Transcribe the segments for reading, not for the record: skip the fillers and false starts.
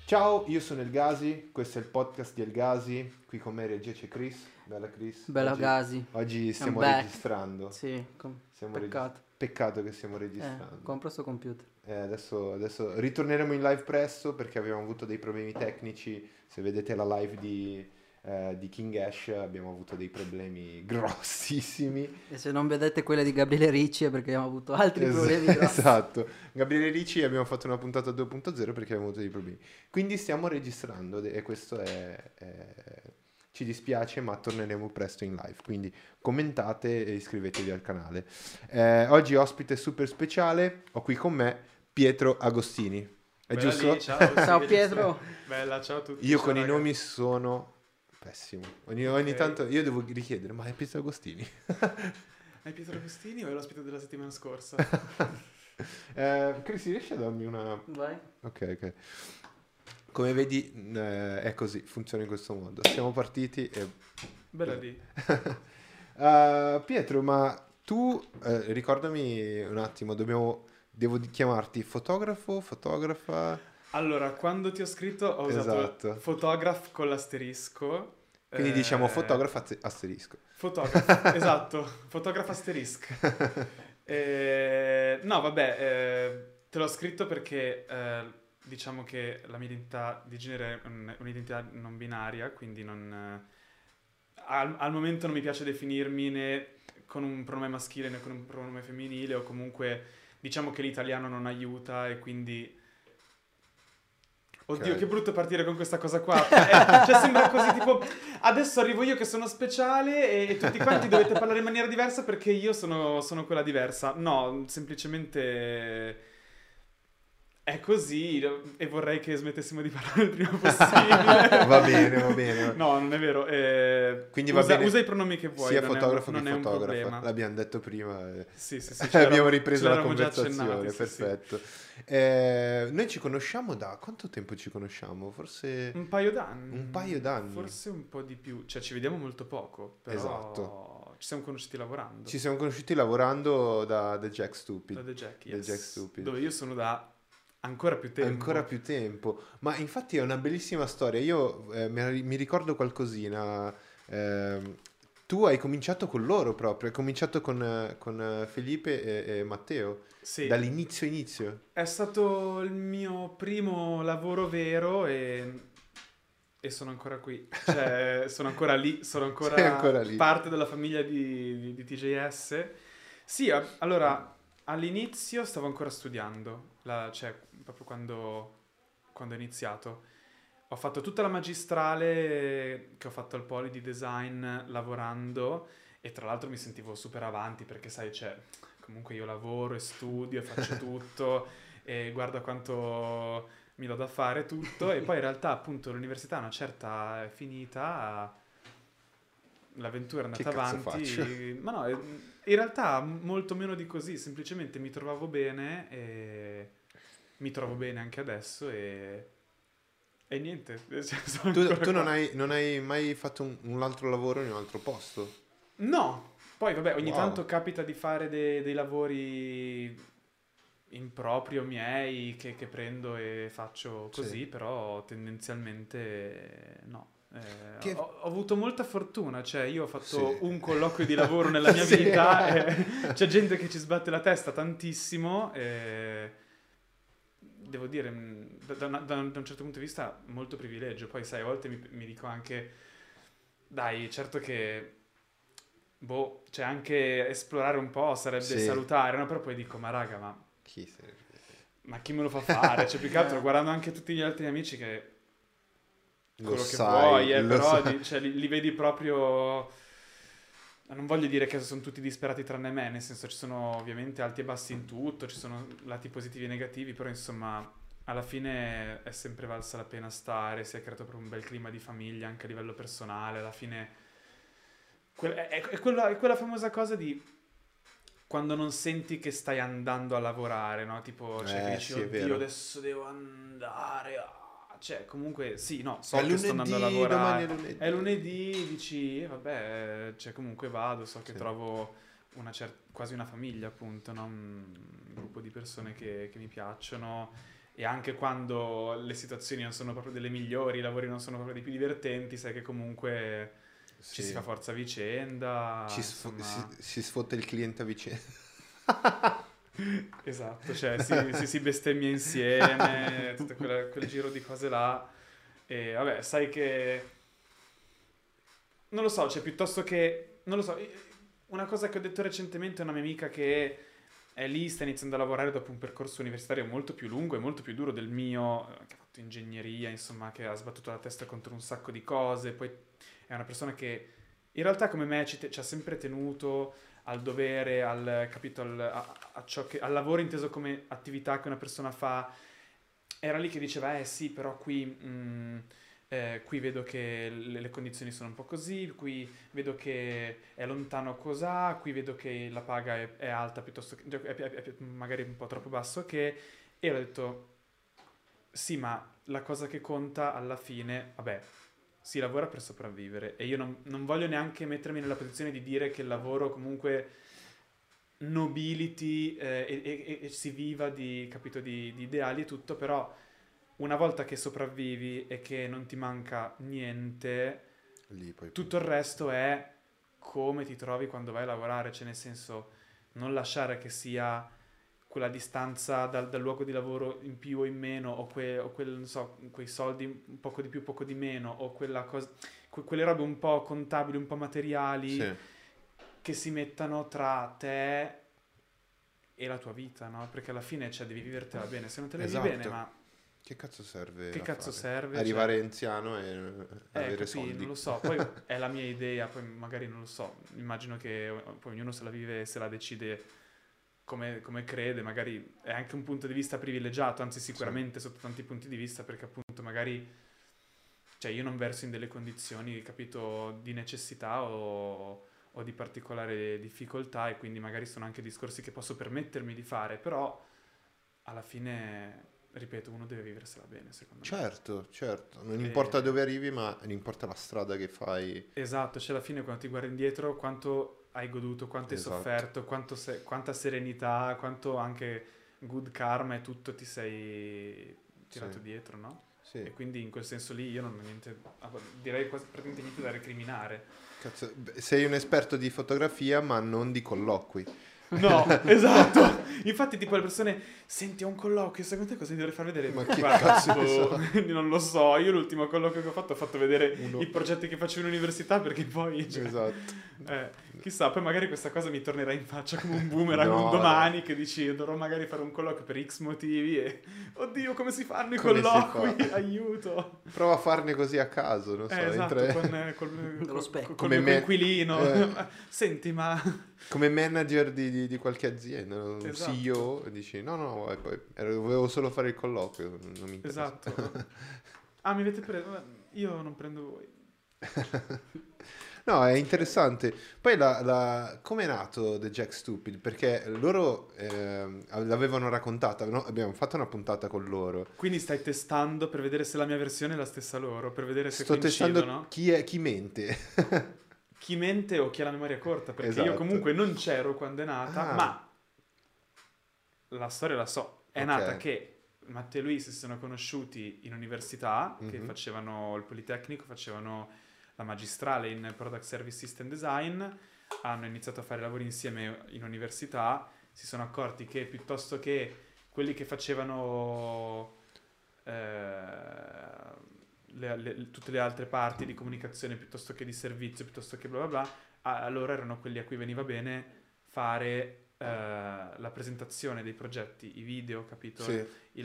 Ciao, io sono El Gasi, questo è il podcast di El Gasi, qui con me regia c'è Chris, bella Chris. Bella Gasi. Oggi stiamo back. registrando. Sì, peccato. Peccato che stiamo registrando. Compro sto computer. Adesso ritorneremo in live presto perché abbiamo avuto dei problemi tecnici. Se vedete la live di King Ash abbiamo avuto dei problemi grossissimi. E se non vedete quelle di Gabriele Ricci è perché abbiamo avuto altri problemi grossi. Esatto. Gabriele Ricci abbiamo fatto una puntata 2.0 perché abbiamo avuto dei problemi. Quindi stiamo registrando e questo ci dispiace, ma torneremo presto in live. Quindi commentate e iscrivetevi al canale. Oggi ospite super speciale, ho qui con me Pietro Agostini. È Bella giusto? lì, ciao, Ciao Pietro. Bella, ciao a tutti. Io ciao, con raga. i nomi sono pessimo. Ogni Ok. tanto io devo richiedere, ma è Pietro Agostini? È Pietro Agostini o è l'ospite della settimana scorsa? Chris, riesci a darmi una... Vai. Ok. Come vedi è così, funziona in questo modo. Siamo partiti e... Bella lì. Pietro, ma tu ricordami un attimo, devo chiamarti fotografo, fotografa? Allora, quando ti ho scritto ho usato Esatto. photograph con l'asterisco. Quindi diciamo fotografa asterisco. Photograph, esatto, photograph asterisk. No, vabbè, te l'ho scritto perché diciamo che la mia identità di genere è un'identità non binaria, quindi al momento non mi piace definirmi né con un pronome maschile né con un pronome femminile, o comunque diciamo che l'italiano non aiuta e quindi... Oddio, Ok. che brutto partire con questa cosa qua. Cioè sembra così tipo, adesso arrivo io che sono speciale e tutti quanti dovete parlare in maniera diversa perché io sono quella diversa. No, semplicemente è così e vorrei che smettessimo di parlare il prima possibile. Va bene. No, non è vero. Quindi va bene. Usa i pronomi che vuoi, Sia non fotografo non che è un fotografa. problema. L'abbiamo detto prima. Sì, Abbiamo ripreso ce la l'eravamo già conversazione, accennati, sì, sì. perfetto. Noi ci conosciamo da quanto tempo ci conosciamo? Forse Un paio d'anni. un paio d'anni. Forse un po' di più. Cioè, ci vediamo molto poco, però Esatto. ci siamo conosciuti lavorando. Ci siamo conosciuti lavorando da The Jack Stupid. Da The Jack, The yes. Jack Stupid. Dove io sono da ancora più tempo. Ancora più tempo. Ma infatti è una bellissima storia. Io mi ricordo qualcosina. Tu hai cominciato con loro proprio. Hai cominciato con Felipe e Matteo. Sì. Dall'inizio. È stato il mio primo lavoro vero e sono ancora qui. Cioè, sono ancora lì. Sono ancora, Sei ancora lì. parte della famiglia di TJS. Sì, allora, all'inizio stavo ancora studiando. Cioè, proprio quando ho iniziato. Ho fatto tutta la magistrale che ho fatto al Poli di Design lavorando e tra l'altro mi sentivo super avanti perché sai, cioè, comunque io lavoro e studio e faccio tutto e guarda quanto mi do da fare tutto e poi in realtà appunto l'università una certa è finita, l'avventura è andata Che cazzo avanti, faccio? ma no, in realtà molto meno di così, semplicemente mi trovavo bene e mi trovo bene anche adesso e niente. Cioè, sono ancora Tu qua. non hai mai fatto un altro lavoro in un altro posto? No, poi vabbè, ogni Wow. tanto capita di fare dei lavori in proprio miei che prendo e faccio così, Sì. però tendenzialmente no. Che- Ho avuto molta fortuna, cioè io ho fatto Sì. un colloquio di lavoro nella mia Sì. vita e c'è gente che ci sbatte la testa tantissimo e devo dire da un certo punto di vista molto privilegio, poi sai a volte mi dico anche dai, certo che boh, cioè anche esplorare un po' sarebbe Sì. salutare, no? Però poi dico ma raga, Chi se ne frega? ma chi me lo fa fare? Cioè più che altro guardando anche tutti gli altri amici che Lo quello che sai, vuoi, lo però sai. cioè, li vedi proprio. Non voglio dire che sono tutti disperati tranne me, nel senso ci sono ovviamente alti e bassi in tutto, ci sono lati positivi e negativi, però insomma alla fine è sempre valsa la pena stare, si è creato proprio un bel clima di famiglia anche a livello personale, alla fine è quella famosa cosa di quando non senti che stai andando a lavorare, no? Tipo, cioè che dici, Sì, è oddio, vero. adesso devo andare, cioè comunque sì, no, so È che sto andando a lunedì, domani lavorare. è lunedì. È lunedì, dici, vabbè, cioè comunque vado, so che Sì. trovo quasi una famiglia appunto, no? Un gruppo di persone che mi piacciono e anche quando le situazioni non sono proprio delle migliori, i lavori non sono proprio dei più divertenti, sai che comunque ci si fa forza a vicenda, insomma. Si sfotta il cliente a vicenda. Esatto, cioè si bestemmia insieme, tutto quel giro di cose là. E vabbè, sai che... Non lo so, cioè piuttosto che... Non lo so, una cosa che ho detto recentemente a una mia amica che è lì, sta iniziando a lavorare dopo un percorso universitario molto più lungo e molto più duro del mio, che ha fatto ingegneria, insomma, che ha sbattuto la testa contro un sacco di cose, poi è una persona che in realtà come me ci ha sempre tenuto al dovere, capito, a ciò che, al lavoro inteso come attività che una persona fa. Era lì che diceva, sì, però qui vedo che le condizioni sono un po' così, qui vedo che è lontano cos'ha, qui vedo che la paga è alta piuttosto che è magari un po' troppo basso che... E ho detto, sì, ma la cosa che conta alla fine, vabbè, si lavora per sopravvivere e io non voglio neanche mettermi nella posizione di dire che il lavoro comunque nobiliti e si viva capito, di ideali e tutto, però una volta che sopravvivi e che non ti manca niente, Lì poi tutto il resto è come ti trovi quando vai a lavorare, cioè nel senso non lasciare che sia quella distanza dal luogo di lavoro in più o in meno, non so, quei soldi un poco di più, poco di meno, o quella cosa, quelle robe un po' contabili, un po' materiali, sì. che si mettano tra te e la tua vita, no? Perché alla fine, cioè, devi vivertela bene. Se non te la vivi Esatto. bene, ma Che cazzo serve? che a cazzo fare? serve? Arrivare Cioè, anziano e avere capì, soldi. non lo so. Poi è la mia idea, poi magari non lo so. Immagino che poi ognuno se la vive, se la decide come crede, magari è anche un punto di vista privilegiato, anzi sicuramente sotto tanti punti di vista, perché appunto magari, cioè io non verso in delle condizioni, capito, di necessità o di particolare difficoltà e quindi magari sono anche discorsi che posso permettermi di fare, però alla fine, ripeto, uno deve viversela bene, secondo me. Certo, non importa dove arrivi, ma non importa la strada che fai. Esatto, cioè alla fine quando ti guardi indietro quanto hai goduto, quanto hai Esatto. sofferto, quanta serenità, quanto anche good karma e tutto ti sei tirato dietro, no? Sì. E quindi in quel senso lì io non ho niente, direi quasi praticamente niente da recriminare. Cazzo, sei un esperto di fotografia, ma non di colloqui. No, esatto. Infatti tipo le persone, senti, ho un colloquio, secondo te cosa mi dovrei far vedere? Ma che Guarda, cazzo non lo so, io l'ultimo colloquio che ho fatto vedere i progetti che facevo in università perché poi... Cioè, Esatto. chissà, poi magari questa cosa mi tornerà in faccia come un boomerang No, un domani che dici dovrò magari fare un colloquio per X motivi e oddio come si fanno i Come si colloqui, fa? aiuto. Prova a farne così a caso, non so. Esatto, entra- Dallo specchio. col Come mio me- coinquilino. Senti, ma... Come manager di qualche azienda, un Esatto. CEO, e dici no, poi volevo solo fare il colloquio, non mi interessa. Esatto. Ah, mi avete preso? Io non prendo voi. No, è interessante. Poi come è nato The Jack Stupid? Perché loro l'avevano raccontata, no? Abbiamo fatto una puntata con loro. Quindi stai testando per vedere se la mia versione è la stessa loro, per vedere se Sto testando coincidono? chi mente. Chi mente o chi ha la memoria corta, perché Esatto. io comunque non c'ero quando è nata, Ah. ma la storia la so. È Ok. nata che Matteo e Luis si sono conosciuti in università, che Mhm. facevano il Politecnico, facevano la magistrale in Product Service System Design, hanno iniziato a fare lavori insieme in università, si sono accorti che piuttosto che quelli che facevano tutte le altre parti di comunicazione piuttosto che di servizio, piuttosto che bla bla bla, allora erano quelli a cui veniva bene fare la presentazione dei progetti, i video, capito? Sì.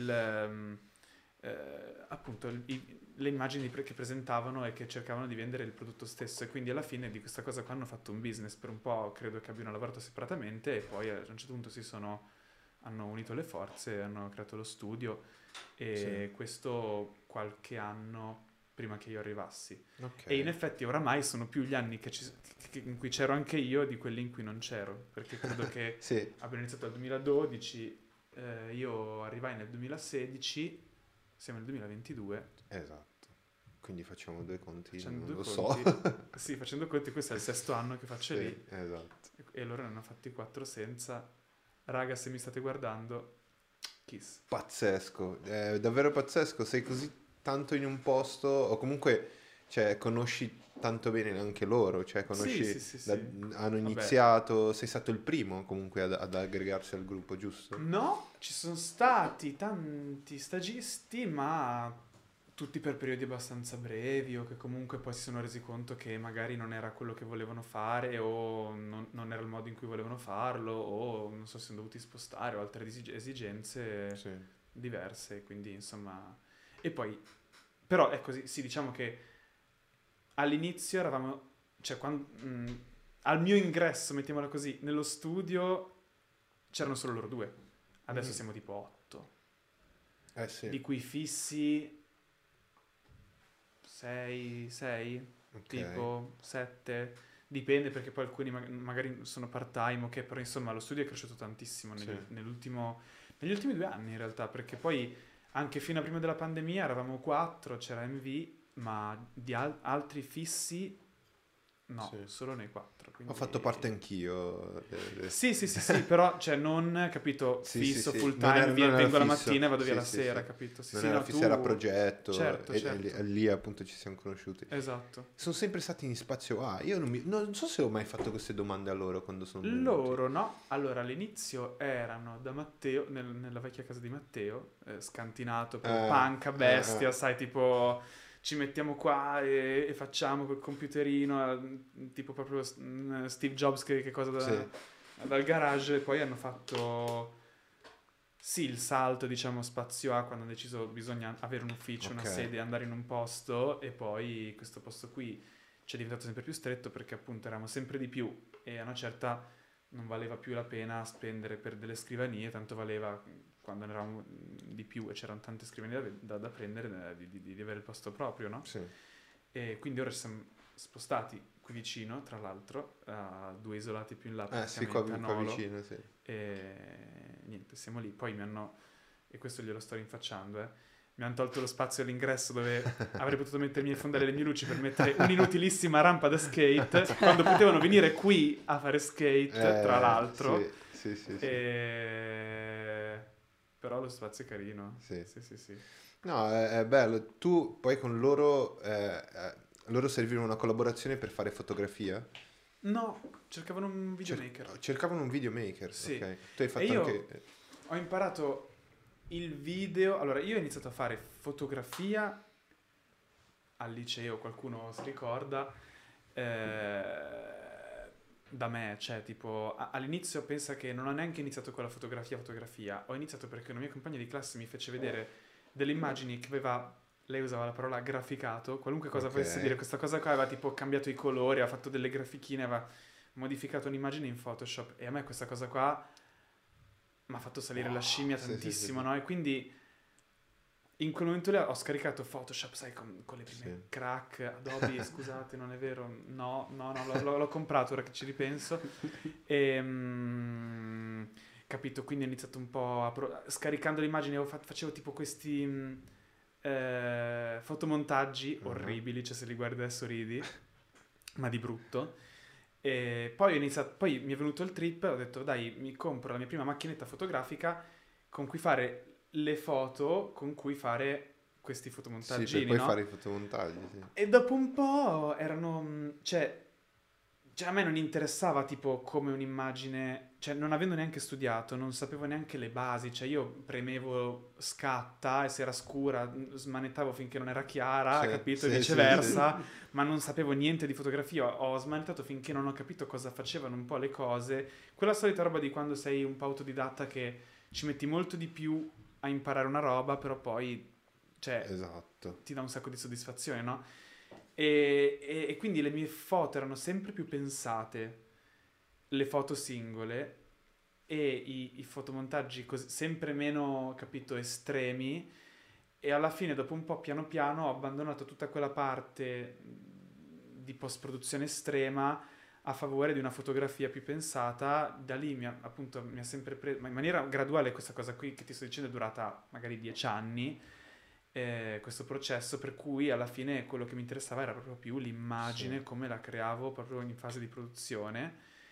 Appunto le immagini che presentavano e che cercavano di vendere il prodotto stesso e quindi alla fine di questa cosa qua hanno fatto un business. Per un po' credo che abbiano lavorato separatamente e poi a un certo punto hanno unito le forze, hanno creato lo studio e questo qualche anno prima che io arrivassi. Ok. E in effetti oramai sono più gli anni in cui c'ero anche io di quelli in cui non c'ero, perché credo che Sì. abbiamo iniziato nel 2012, io arrivai nel 2016, siamo nel 2022. Esatto. Quindi facciamo due conti, Facendo non due lo conti, so. sì, facendo conti, questo è il sesto anno che faccio Sì, lì esatto. e loro ne hanno fatti 4 senza. Raga, se mi state guardando, Kiss. pazzesco, è davvero pazzesco, sei così tanto in un posto, o comunque, cioè, conosci tanto bene anche loro, cioè, conosci, Sì. hanno Vabbè. iniziato, sei stato il primo comunque ad aggregarsi al gruppo, giusto? No, ci sono stati tanti stagisti, ma tutti per periodi abbastanza brevi o che comunque poi si sono resi conto che magari non era quello che volevano fare o non era il modo in cui volevano farlo o non so, si sono dovuti spostare o altre esigenze Sì. diverse, quindi insomma... E poi, però è così, sì, diciamo che all'inizio eravamo, cioè al mio ingresso, mettiamola così, nello studio c'erano solo loro due. Adesso siamo tipo 8, Sì, di cui fissi 6, ok. tipo 7, dipende perché poi alcuni magari sono part-time, ok, però insomma lo studio è cresciuto tantissimo Sì. negli ultimi 2 anni in realtà, perché poi anche fino a prima della pandemia eravamo 4, c'era MV, ma di altri fissi no, Sì. solo noi 4. Ho fatto parte anch'io. Sì, però cioè non, capito, Sì, fisso, sì. full Non time, era- non era vengo la fisso. mattina e vado via Sì, la sì, sera, sì. capito? Sì, Non sì, era no, fisso, tu... era progetto, Certo, e certo. lì appunto ci siamo conosciuti. Esatto. Sono sempre stati in spazio A. Io non so se ho mai fatto queste domande a loro quando sono venuti. Loro no, allora all'inizio erano da Matteo, nella vecchia casa di Matteo, scantinato, proprio punk a bestia, sai, tipo ci mettiamo qua e facciamo col computerino, tipo proprio Steve Jobs che cosa Sì. dal garage, e poi hanno fatto sì il salto, diciamo, spazio A quando hanno deciso bisogna avere un ufficio, una Ok. sede, andare in un posto e poi questo posto qui ci è diventato sempre più stretto perché appunto eravamo sempre di più e a una certa non valeva più la pena spendere per delle scrivanie, tanto valeva quando ne eravamo di più e c'erano tante scrivanie da prendere di avere il posto proprio, no? Sì. E quindi ora ci siamo spostati qui vicino, tra l'altro, a 2 isolati più in là, Sì, qua praticamente a Nolo, vicino, sì. e niente, siamo lì. Poi mi hanno, e questo glielo sto rinfacciando, mi hanno tolto lo spazio all'ingresso dove avrei potuto mettermi a fondare le mie luci per mettere un'inutilissima rampa da skate, quando potevano venire qui a fare skate, tra l'altro. Sì. Però lo spazio è carino. Sì. Sì. No, è bello. Tu poi con loro, loro servivano una collaborazione per fare fotografia? No, cercavano un videomaker. Cercavano un videomaker, Sì. ok. Tu hai fatto E io anche... ho imparato il video. Allora, io ho iniziato a fare fotografia al liceo, qualcuno si ricorda, da me, cioè tipo all'inizio pensa che non ho neanche iniziato con la fotografia, ho iniziato perché una mia compagna di classe mi fece vedere delle immagini che aveva, lei usava la parola graficato, qualunque cosa Ok. volesse dire questa cosa qua, aveva tipo cambiato i colori, aveva fatto delle grafichine, aveva modificato un'immagine in Photoshop e a me questa cosa qua mi ha fatto salire la scimmia Sì, tantissimo, sì. no? E quindi in quel momento lì ho scaricato Photoshop, sai, con le prime Sì. crack, Adobe, scusate, non è vero, no, l'ho comprato ora che ci ripenso. E, capito, quindi ho iniziato un po' scaricando le immagini, facevo tipo questi fotomontaggi orribili, cioè se li guardi adesso ridi, ma di brutto. E poi poi mi è venuto il trip, ho detto dai, mi compro la mia prima macchinetta fotografica con cui fare le foto, con cui fare questi Sì, fotomontaggini, per poi no? fare i fotomontaggi, sì. E dopo un po' erano, cioè a me non interessava tipo come un'immagine, cioè non avendo neanche studiato, non sapevo neanche le basi, cioè io premevo scatta e se era scura smanettavo finché non era chiara, Sì, capito? E sì, viceversa, ma non sapevo niente di fotografia, ho smanettato finché non ho capito cosa facevano un po' le cose, quella solita roba di quando sei un po' autodidatta che ci metti molto di più a imparare una roba, però poi, cioè, Esatto. ti dà un sacco di soddisfazione, no? E quindi le mie foto erano sempre più pensate, le foto singole e i fotomontaggi sempre meno, capito, estremi, e alla fine dopo un po' piano piano ho abbandonato tutta quella parte di post-produzione estrema a favore di una fotografia più pensata. Da lì appunto mi ha sempre preso, ma in maniera graduale questa cosa qui che ti sto dicendo è durata magari 10 anni, questo processo, per cui alla fine quello che mi interessava era proprio più l'immagine, Sì. come la creavo proprio in fase di produzione,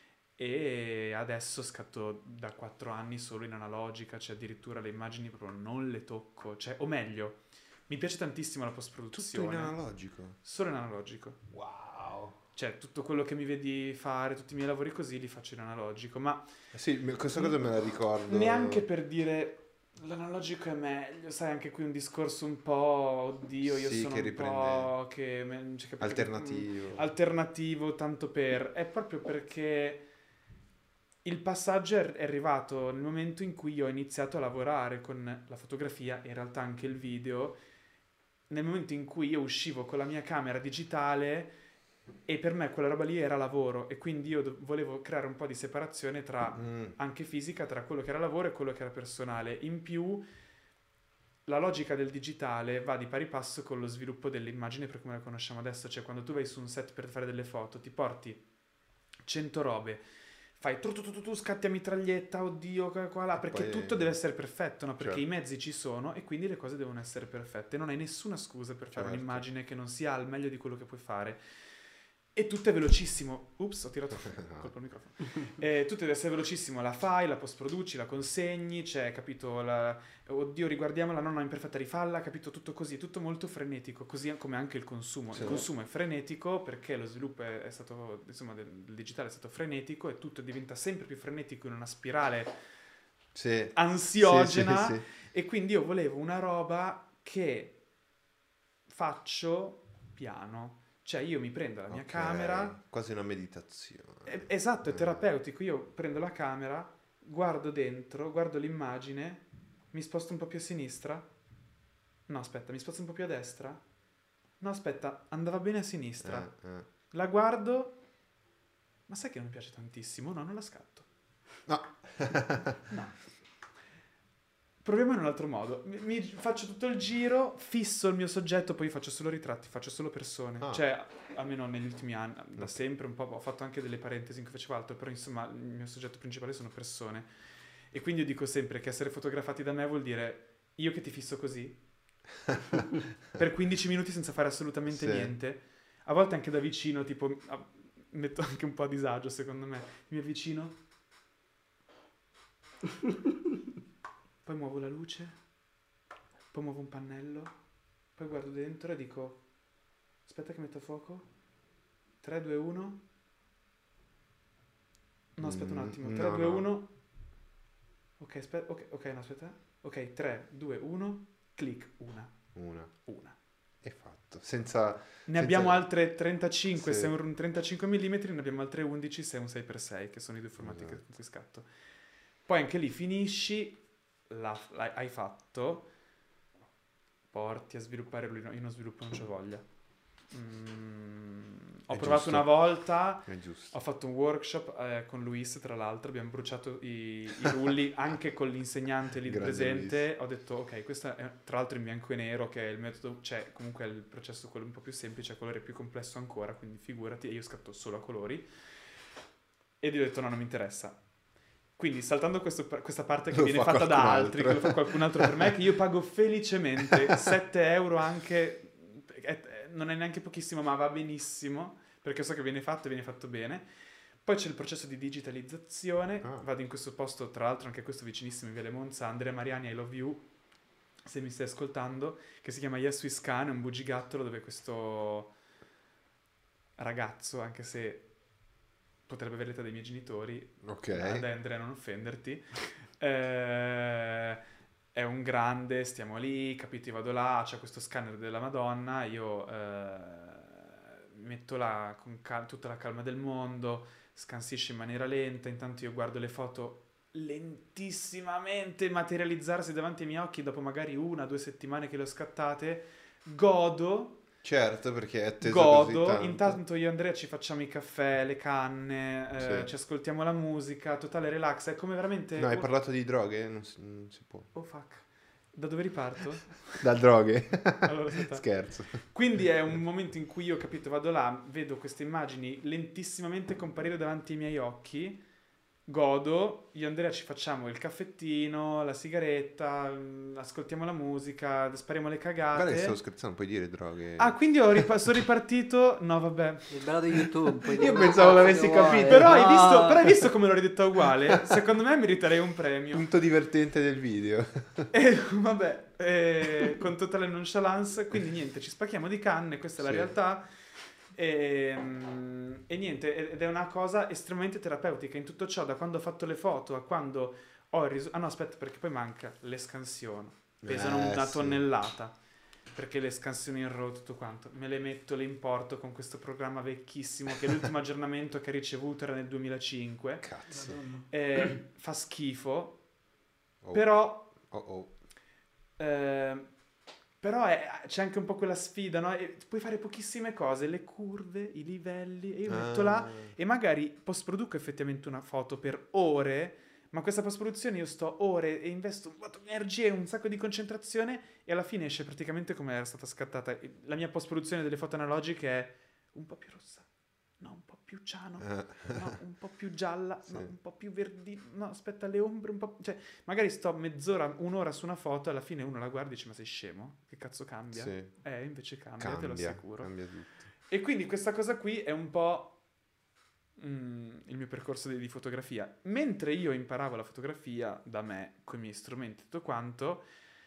e adesso scatto da 4 anni solo in analogica, cioè addirittura le immagini proprio non le tocco, cioè, o meglio, mi piace tantissimo la Tutto post-produzione. in analogico. Solo in analogico. Wow. Cioè, tutto quello che mi vedi fare, tutti i miei lavori così, li faccio in analogico, ma Sì, questa cosa me la ricordo. neanche per dire l'analogico è meglio, sai, anche qui un discorso un po', oddio, io Sì, sono che un riprende po' che cioè, capito, alternativo. alternativo tanto per, è proprio perché il passaggio è arrivato nel momento in cui io ho iniziato a lavorare con la fotografia e in realtà anche il video, nel momento in cui io uscivo con la mia camera digitale e per me quella roba lì era lavoro e quindi io volevo creare un po' di separazione tra anche fisica, tra quello che era lavoro e quello che era personale. In più, la logica del digitale va di pari passo con lo sviluppo dell'immagine per come la conosciamo adesso, cioè quando tu vai su un set per fare delle foto, ti porti 100 robe, fai tu, scatti a mitraglietta, oddio, qua là, perché poi- tutto deve essere perfetto, no? Perché Certo. i mezzi ci sono e quindi le cose devono essere perfette. Non hai nessuna scusa per fare Certo. un'immagine che non sia al meglio di quello che puoi fare. E tutto è velocissimo. Ups, ho tirato colpo al microfono. Tutto deve essere velocissimo. La fai, la post-produci, la consegni, cioè, capito? Oddio, riguardiamola, no, imperfetta, rifalla, capito? Tutto così, tutto molto frenetico, così come anche il consumo. Sì. Il consumo è frenetico perché lo sviluppo è stato, insomma, del digitale è stato frenetico e tutto diventa sempre più frenetico in una spirale Sì. ansiogena. Sì, sì, E quindi io volevo una roba che faccio piano. Cioè io mi prendo la mia Ok, camera, quasi una meditazione. esatto, è terapeutico, io prendo la camera, guardo dentro, guardo l'immagine, mi sposto un po' più a sinistra, no aspetta, mi sposto un po' più a destra, no aspetta, andava bene a sinistra, la guardo, ma sai che non mi piace tantissimo? No, non la scatto. No. No. Proviamo in un altro modo. Mi faccio tutto il giro, fisso il mio soggetto, poi faccio solo ritratti, faccio solo persone. Ah. Cioè, almeno negli ultimi anni, da Ok. sempre un po', ho fatto anche delle parentesi in cui facevo altro, però insomma il mio soggetto principale sono persone. E quindi io dico sempre che essere fotografati da me vuol dire io che ti fisso così, per 15 minuti senza fare assolutamente Sì. niente. A volte anche da vicino, tipo, metto anche un po' a disagio secondo me. Mi avvicino. Poi muovo la luce, poi muovo un pannello, poi guardo dentro e dico, aspetta che metto a fuoco, 3, 2, 1, no aspetta un attimo, 3, no, 2, no. 1, ok, aspetta, ok, no aspetta, ok, 3, 2, 1, clic, una. Una. È fatto. Senza... Ne abbiamo altre 35 Sì. se è un 35 mm, ne abbiamo altre 11 se è un 6x6, che sono i due formati Esatto. con cui scatto. Poi anche lì finisci, hai fatto, porti a sviluppare lui, no, io non sviluppo, non c'ho voglia. Ho È provato giusto. una volta, È giusto. ho fatto un workshop con Luis, tra l'altro, abbiamo bruciato i rulli anche con l'insegnante lì Grande presente. Ho detto, ok, questo è tra l'altro in bianco e nero, che è il metodo, cioè comunque è il processo quello un po' più semplice, a colore più complesso ancora, quindi figurati, e io scatto solo a colori. E gli ho detto, no, non mi interessa. Quindi saltando questa parte che Lo viene fa fatta da qualcun altri, altro. che lo fa qualcun altro per me, che io pago felicemente 7 euro anche, non è neanche pochissimo, ma va benissimo, perché so che viene fatto bene. Poi c'è il processo di digitalizzazione, vado in questo posto, tra l'altro anche questo vicinissimo in Viale Monza, Andrea Mariani, I love you, se mi stai ascoltando, che si chiama Yes We Scan, è un bugigattolo dove questo ragazzo, anche se potrebbe avere l'età dei miei genitori, Ok. ad Andrea non offenderti, è un grande, stiamo lì, capito, io vado là, c'è questo scanner della Madonna, io metto là con tutta la calma del mondo, scansisce in maniera lenta, intanto io guardo le foto lentissimamente materializzarsi davanti ai miei occhi dopo magari 1 o 2 settimane che le ho scattate, godo, Certo, perché è atteso così godo, tanto. intanto io e Andrea ci facciamo i caffè, le canne, Sì. ci ascoltiamo la musica, totale relax, è come veramente... No, hai parlato di droghe? Non si può. Oh fuck, da dove riparto? Da droghe. Allora, aspetta. Scherzo. Quindi è un momento in cui io, capito, vado là, vedo queste immagini lentissimamente comparire davanti ai miei occhi godo, io e Andrea ci facciamo il caffettino, la sigaretta, ascoltiamo la musica, spariamo le Guarda che stavo cagate. scherzando, puoi dire droghe. Ah, quindi sono ripartito. No, vabbè. Il bello di YouTube. puoi dire Io quello pensavo che l'avessi vuoi. capito. Però No! hai visto come l'ho ridetta uguale? Secondo me meriterei un premio. Punto divertente del video. E vabbè, con totale nonchalance. Quindi niente, ci spacchiamo di canne, questa è la Sì. realtà. E niente, ed è una cosa estremamente terapeutica in tutto ciò, da quando ho fatto le foto a quando ho ah no, aspetta, perché poi manca le scansioni. Pesano una Sì. tonnellata. Perché le scansioni in RAW, tutto quanto. Me le metto, le importo con questo programma vecchissimo, che l'ultimo aggiornamento che ho ricevuto era nel 2005. Cazzo. Fa schifo, Oh. però... Oh. Però c'è anche un po' quella sfida, no? E puoi fare pochissime cose, le curve, i livelli, e io metto là e magari post-produco effettivamente una foto per ore, ma questa post-produzione io sto ore e investo un botto di energie, un sacco di concentrazione e alla fine esce praticamente come era stata scattata. La mia post-produzione delle foto analogiche è un po' più rossa, no, un po' più ciano, no, un po' più gialla, Sì. no, un po' più verdi, no, aspetta, le ombre un po'... Cioè, magari sto mezz'ora, un'ora su una foto e alla fine uno la guarda e dice ma sei scemo? Che cazzo cambia? Sì. Invece cambia, te lo assicuro. Cambia tutto. E quindi questa cosa qui è un po' il mio percorso di fotografia. Mentre io imparavo la fotografia da me, con i miei strumenti e tutto quanto,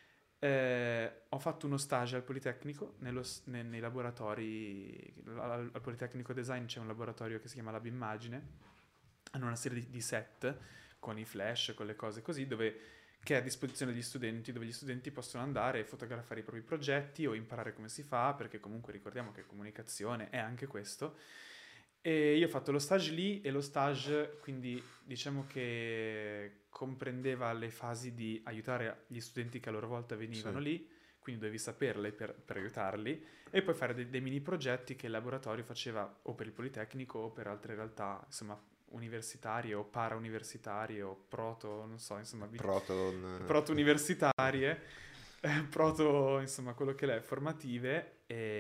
ho fatto uno stage al Politecnico, nei laboratori, al Politecnico Design c'è un laboratorio che si chiama Lab Immagine, hanno una serie di set con i flash, con le cose così, che è a disposizione degli studenti, dove gli studenti possono andare e fotografare i propri progetti o imparare come si fa, perché comunque ricordiamo che comunicazione è anche questo. E io ho fatto lo stage lì e lo stage, quindi diciamo che comprendeva le fasi di aiutare gli studenti che a loro volta venivano Sì. lì, quindi dovevi saperle per aiutarli, e poi fare dei mini progetti che il laboratorio faceva o per il Politecnico o per altre realtà, insomma, universitarie o para-universitarie o non so, insomma, Proton. proto-universitarie, proto, insomma, quello che è, formative,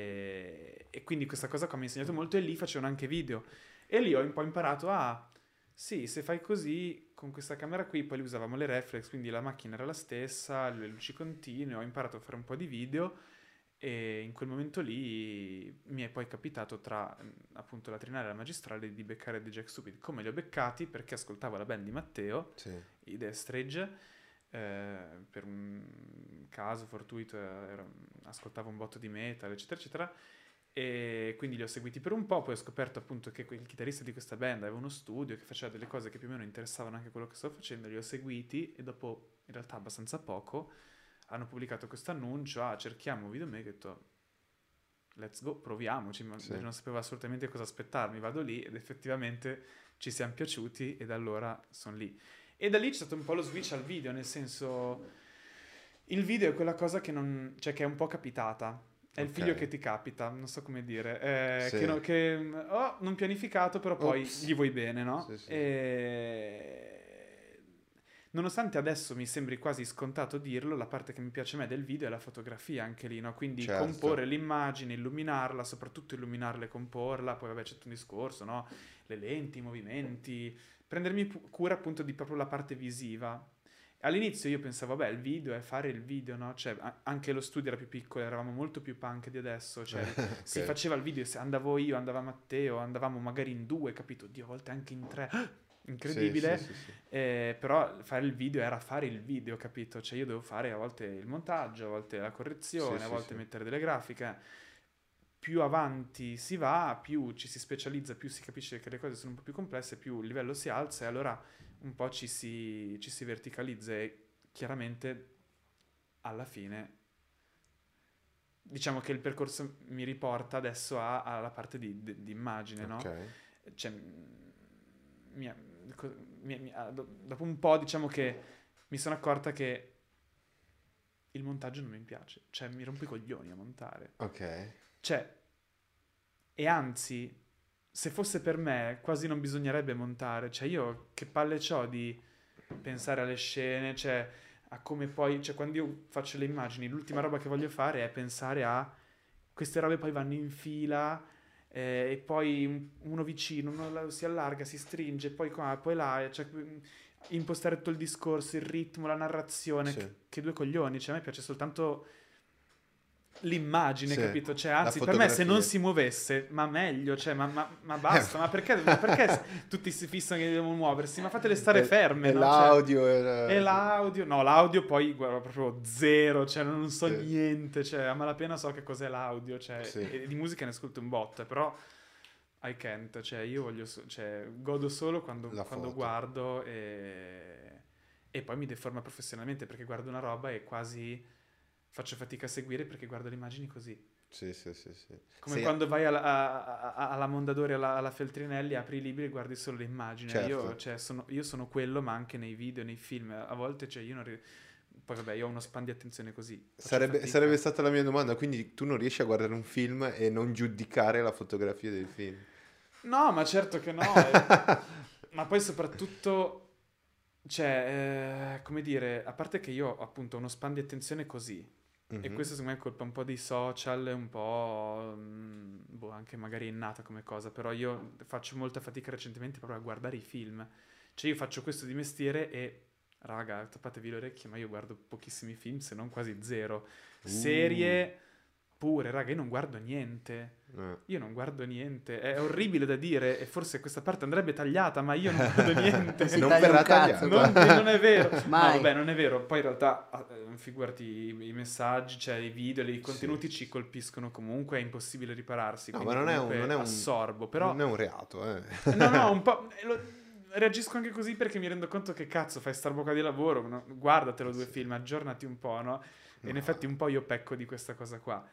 e quindi questa cosa qua mi ha insegnato molto e lì facevano anche video. E lì ho un po' imparato sì, se fai così, con questa camera qui, poi usavamo le reflex, quindi la macchina era la stessa, le luci continue, ho imparato a fare un po' di video e in quel momento lì mi è poi capitato tra appunto la triennale e la magistrale di beccare The Jack Stupid. Come li ho beccati? Perché ascoltavo la band di Matteo, Sì. i The Strage, per un caso fortuito ascoltavo un botto di metal, eccetera, eccetera, e quindi li ho seguiti per un po', poi ho scoperto appunto che il chitarrista di questa band aveva uno studio che faceva delle cose che più o meno interessavano anche quello che stavo facendo, li ho seguiti e dopo, in realtà abbastanza poco, hanno pubblicato questo annuncio, cerchiamo un videomaker, ho detto let's go, proviamoci, ma Sì. non sapevo assolutamente cosa aspettarmi, vado lì ed effettivamente ci siamo piaciuti e da allora sono lì. E da lì c'è stato un po' lo switch al video, nel senso, il video è quella cosa che non, cioè che è un po' capitata. È il Ok. figlio che ti capita, non so come dire, Sì. che non pianificato, però poi Ops. gli vuoi bene, no? Sì, sì. Nonostante adesso mi sembri quasi scontato dirlo, la parte che mi piace a me del video è la fotografia anche lì, no? Quindi Certo. comporre l'immagine, illuminarla, soprattutto illuminarla e comporla, poi vabbè c'è tutto un discorso, no? Le lenti, i movimenti, prendermi cura appunto di proprio la parte visiva. All'inizio io pensavo, vabbè, il video è fare il video, no? Cioè, anche lo studio era più piccolo, eravamo molto più punk di adesso, cioè si Ok. faceva il video, se andavo io, andava Matteo, andavamo magari in 2, capito? Dio, a volte anche in 3, incredibile. Sì, sì, sì. Però fare il video era fare il video, capito? Cioè io devo fare a volte il montaggio, a volte la correzione, Sì, a sì, volte sì. mettere delle grafiche. Più avanti si va, più ci si specializza, più si capisce che le cose sono un po' più complesse, più il livello si alza e allora un po' ci si verticalizza e chiaramente alla fine diciamo che il percorso mi riporta adesso alla parte di immagine, no? Ok. Cioè, dopo un po' diciamo che mi sono accorta che il montaggio non mi piace, cioè mi rompo i coglioni a montare. Ok. Cioè, e anzi, se fosse per me, quasi non bisognerebbe montare. Cioè, io che palle c'ho di pensare alle scene, cioè, a come poi... Cioè, quando io faccio le immagini, l'ultima roba che voglio fare è pensare a... Queste robe poi vanno in fila, e poi uno vicino, si allarga, si stringe, poi qua, poi là, cioè, impostare tutto il discorso, il ritmo, la narrazione, Sì. che due coglioni, cioè a me piace soltanto l'immagine, Sì, capito? Cioè, la anzi, per me se non fotografia. si muovesse, ma meglio, cioè, ma basta, ma perché tutti si fissano che devono muoversi? Ma fatele stare ferme, E no? l'audio E l'audio, no, l'audio poi guarda, proprio zero, cioè non so Sì. niente, cioè a malapena so che cos'è l'audio, cioè Sì. e di musica ne ascolto un botto, però I can't, cioè io voglio, cioè godo solo quando La foto. guardo e poi mi deforma professionalmente perché guardo una roba e quasi faccio fatica a seguire perché guardo le immagini così. Sì. Come quando vai alla Mondadori, alla Feltrinelli, apri i libri e guardi solo le immagini. Certo. Io sono quello, ma anche nei video, nei film. A volte, cioè, io non... Poi vabbè, io ho uno span di attenzione così. Faccio fatica. Sarebbe stata la mia domanda, quindi tu non riesci a guardare un film e non giudicare la fotografia del film? No, ma certo che no. Ma poi soprattutto, cioè, come dire, a parte che io ho appunto uno span di attenzione così. E Mhm. questo secondo me è colpa un po' dei social, un po' boh, anche magari innata come cosa, però io faccio molta fatica recentemente proprio a guardare i film. Cioè io faccio questo di mestiere e, raga, tappatevi le orecchie, ma io guardo pochissimi film, se non quasi zero. Serie pure, raga, io non guardo niente. Io non guardo niente. È orribile da dire e forse questa parte andrebbe tagliata, ma io non guardo niente. Si Non taglia verrà un cazzo. tagliata. Non è vero. Mai. No, vabbè, non è vero. Poi in realtà, figurati, i messaggi, cioè i video, i contenuti ci colpiscono comunque, è impossibile ripararsi. No, quindi ma non è comunque un assorbo. Però, non è un reato, eh. no, un po'... reagisco anche così perché mi rendo conto che cazzo fai sta bocca di lavoro, no? Guardatelo due Sì. film, aggiornati un po', no? E in No. effetti un po' io pecco di questa cosa qua.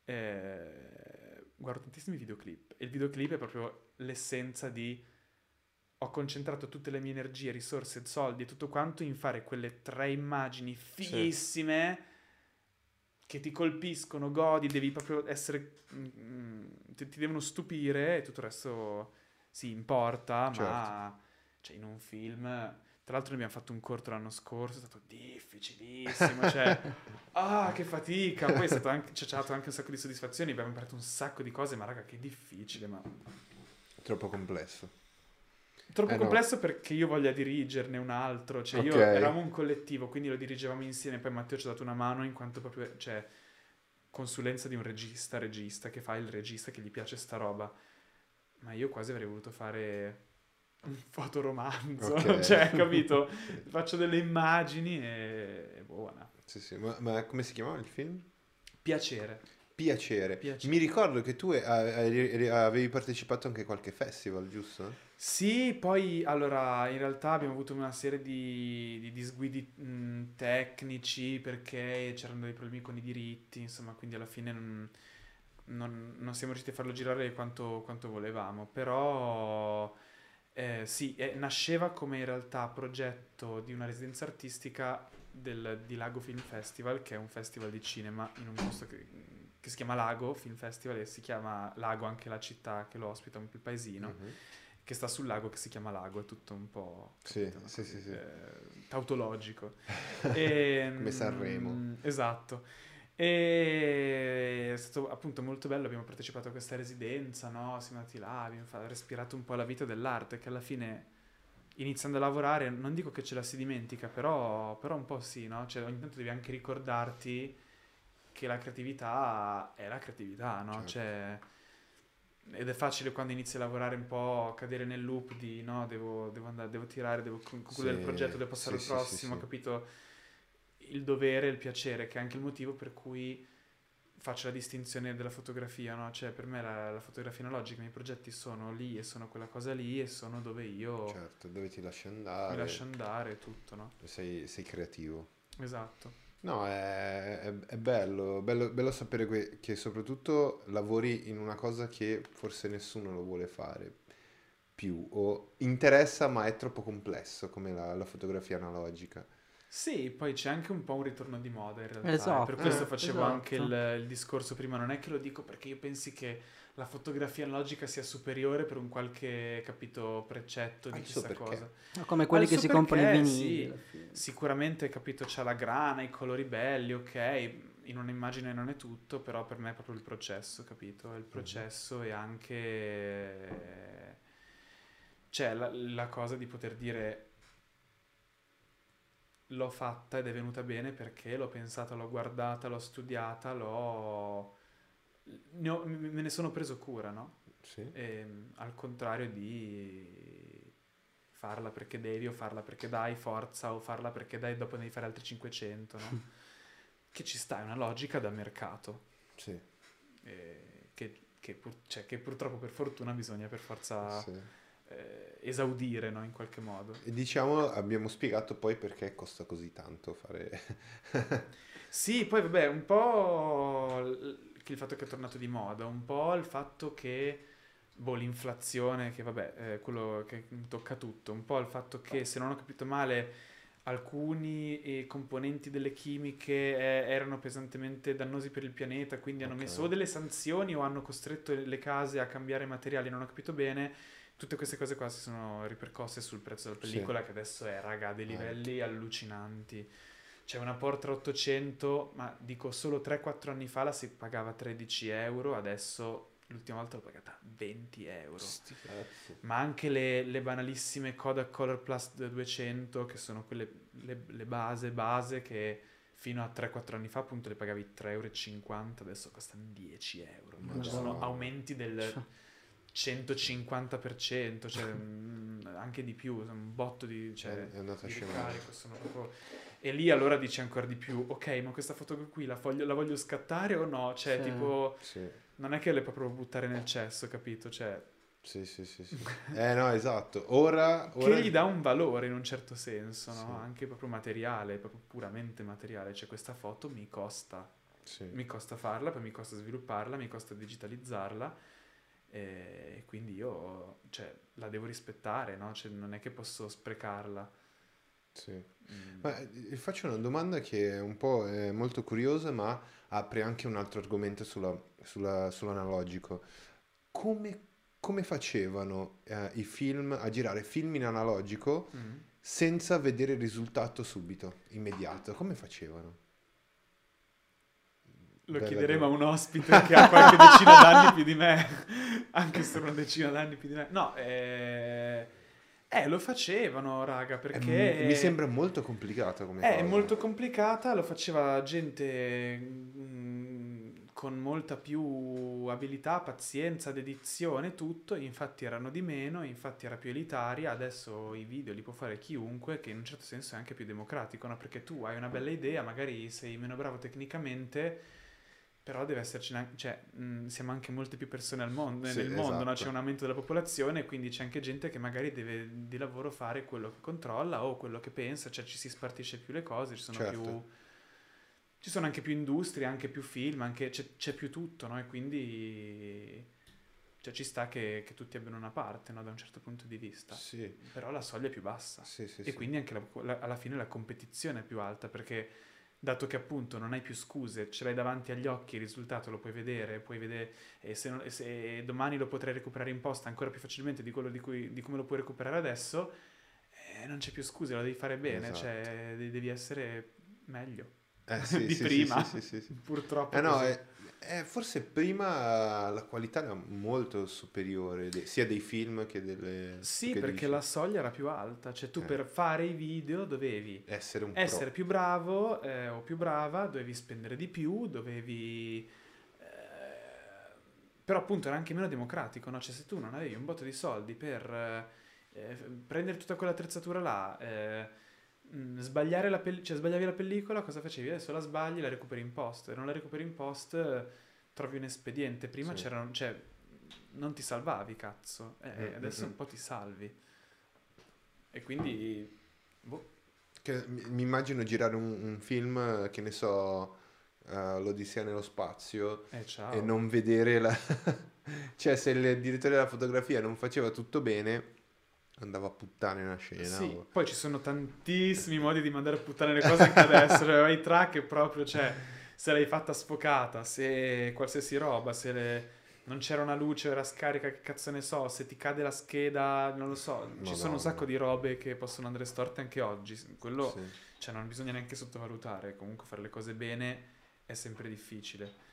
Guardo tantissimi videoclip e il videoclip è proprio l'essenza di ho concentrato tutte le mie energie, risorse, soldi e tutto quanto in fare quelle 3 immagini fighissime che ti colpiscono, godi, devi proprio essere ti devono stupire e tutto il resto si importa, ma Certo. cioè in un film, tra l'altro ne abbiamo fatto un corto l'anno scorso, è stato difficilissimo, cioè che fatica, poi è stato anche, ci ha dato anche un sacco di soddisfazioni, abbiamo imparato un sacco di cose, ma raga che difficile, ma Troppo complesso. troppo No. complesso perché io voglia dirigerne un altro, cioè io Ok. eravamo un collettivo, quindi lo dirigevamo insieme, poi Matteo ci ha dato una mano in quanto proprio, cioè, consulenza di un regista che fa il regista che gli piace sta roba, ma io quasi avrei voluto fare un fotoromanzo, Ok. cioè, capito? Faccio delle immagini e è buona. Sì. Ma come si chiamava il film? Piacere. Piacere. Piacere. Mi ricordo che tu avevi partecipato anche a qualche festival, giusto? Sì, poi allora in realtà abbiamo avuto una serie di disguidi tecnici perché c'erano dei problemi con i diritti, insomma, quindi alla fine non siamo riusciti a farlo girare quanto volevamo, però sì, nasceva come in realtà progetto di una residenza artistica di Lago Film Festival, che è un festival di cinema in un posto che si chiama Lago Film Festival e si chiama Lago anche la città che lo ospita, il paesino Mhm. che sta sul lago che si chiama Lago, è tutto un po' Sì, capito, sì, così, sì. tautologico. Come Sanremo. Esatto. E è stato appunto molto bello, abbiamo partecipato a questa residenza, no? Siamo andati là, abbiamo respirato un po' la vita dell'arte, che alla fine iniziando a lavorare, non dico che ce la si dimentica, però un po' sì, no? Cioè ogni tanto devi anche ricordarti che la creatività è la creatività, no? Certo. Cioè, ed è facile quando inizi a lavorare un po' cadere nel loop di no, devo tirare, devo concludere il Sì, progetto, devo passare sì, al sì, prossimo, sì. capito? Il dovere, il piacere, che è anche il motivo per cui faccio la distinzione della fotografia, no? Cioè per me la fotografia analogica, i miei progetti sono lì e sono quella cosa lì e sono dove io Certo, dove ti lasci mi andare, lascio andare e tutto, no? sei creativo. Esatto. No, è bello sapere che soprattutto lavori in una cosa che forse nessuno lo vuole fare più, o interessa ma è troppo complesso come la fotografia analogica. Sì, poi c'è anche un po' un ritorno di moda in realtà. Esatto, Per questo facevo esatto. anche il discorso prima. Non è che lo dico perché io pensi che la fotografia analogica sia superiore per un qualche, capito, precetto di Adesso chissà perché? cosa. Come quelli che Adesso si comprano i perché, vinili. sì, alla fine. sicuramente, capito, c'ha la grana, i colori belli, ok, in un'immagine non è tutto, però per me è proprio il processo, capito? È il processo e anche c'è la cosa di poter dire l'ho fatta ed è venuta bene perché l'ho pensata, l'ho guardata, l'ho studiata, me ne sono preso cura, no? Sì. Al contrario di farla perché devi o farla perché dai forza o farla perché dai dopo devi fare altri 500, no? Che ci sta, è una logica da mercato. Sì. Che purtroppo per fortuna bisogna per forza Sì. esaudire, no? In qualche modo. E diciamo, abbiamo spiegato poi perché costa così tanto fare... Sì, poi vabbè, un po' il fatto che è tornato di moda, un po' il fatto che, l'inflazione, che vabbè, è quello che tocca tutto, un po' il fatto che, se non ho capito male, alcuni componenti delle chimiche erano pesantemente dannosi per il pianeta, quindi hanno Ok. messo o delle sanzioni o hanno costretto le case a cambiare materiali, non ho capito bene. Tutte queste cose qua si sono ripercosse sul prezzo della Sì. pellicola, che adesso è, raga, a dei Alto. livelli allucinanti. C'è una Portra 800, ma dico solo 3-4 anni fa la si pagava 13 euro, adesso l'ultima volta l'ho pagata 20 euro. Sti cazzi. Ma anche le banalissime Kodak Color Plus 200, che sono quelle le base che fino a 3-4 anni fa appunto le pagavi 3,50 euro, adesso costano 10 euro. Madonna. Ci sono aumenti del 150%, cioè anche di più, un botto di, cioè, È andata a di scemare. ricarico, sono proprio... E lì allora dici ancora di più, ok, ma questa foto qui la voglio scattare o no? Cioè, Sì. tipo, Sì. non è che le puoi proprio buttare nel cesso, capito? Cioè, Sì, sì, sì, sì. No, esatto. Ora... che gli dà un valore in un certo senso, no? Sì. Anche proprio materiale, proprio puramente materiale. Cioè, questa foto mi costa Sì. farla, poi mi costa svilupparla, mi costa digitalizzarla, e quindi io, cioè, la devo rispettare, no? Cioè, non è che posso sprecarla. Sì. Mm. Ma faccio una domanda che è un po' molto curiosa, ma apre anche un altro argomento sull'analogico. Come facevano i film a girare film in analogico Mm. senza vedere il risultato subito, immediato? Come facevano? Lo Bella chiederemo a domanda. un ospite che ha qualche decina d'anni più di me, anche se una decina d'anni più di me. No, lo facevano, raga, Mi perché sembra molto complicata come è cosa. molto complicata, lo faceva gente con molta più abilità, pazienza, dedizione, tutto, infatti erano di meno, infatti era più elitaria, adesso i video li può fare chiunque, che in un certo senso è anche più democratico, no? Perché tu hai una bella idea, magari sei meno bravo tecnicamente, però deve esserci, cioè, siamo anche molte più persone Sì, nel mondo, no? esatto. C'è un aumento della popolazione, quindi c'è anche gente che magari deve di lavoro fare quello che controlla o quello che pensa, cioè ci si spartisce più le cose, Certo. ci sono anche più industrie, anche più film, c'è più tutto, no? E quindi, cioè, ci sta che tutti abbiano una parte, no? Da un certo punto di vista. Sì, Però la soglia è più bassa. sì, sì, E sì. quindi anche alla fine la competizione è più alta, perché dato che appunto non hai più scuse, ce l'hai davanti agli occhi, il risultato lo puoi vedere, e se domani lo potrai recuperare in posta ancora più facilmente di quello di come lo puoi recuperare adesso, non c'è più scuse, lo devi fare bene, Esatto. cioè devi essere meglio Sì, di sì, prima. sì, sì, sì, sì. Purtroppo No, così. forse prima la qualità era molto superiore, sia dei film che Sì, che perché dici. la soglia era più alta, cioè tu Eh, per fare i video dovevi essere un essere pro. più bravo o più brava, dovevi spendere di più, dovevi... però appunto era anche meno democratico, no? Cioè se tu non avevi un botto di soldi per prendere tutta quell'attrezzatura là, sbagliare cioè sbagliavi la pellicola, cosa facevi? Adesso la sbagli, la recuperi in post, e non la recuperi in post, trovi un espediente. Prima Sì. c'erano, cioè, non ti salvavi, cazzo. Adesso Mm. un po' ti salvi. E quindi, boh, Mi immagino girare un film, che ne so, l'Odissea nello spazio, e ciao. non vedere la... Cioè, se il direttore della fotografia non faceva tutto bene, andava a puttane una scena. Sì, o- poi ci sono tantissimi modi di mandare a puttane le cose anche adesso. Cioè, i track è proprio, cioè, se l'hai fatta sfocata, se qualsiasi roba, non c'era una luce, era scarica, che cazzo ne so, se ti cade la scheda, non lo so. Ci sono un Madonna. sacco di robe che possono andare storte anche oggi. Quello, Sì. cioè, non bisogna neanche sottovalutare. Comunque fare le cose bene è sempre difficile.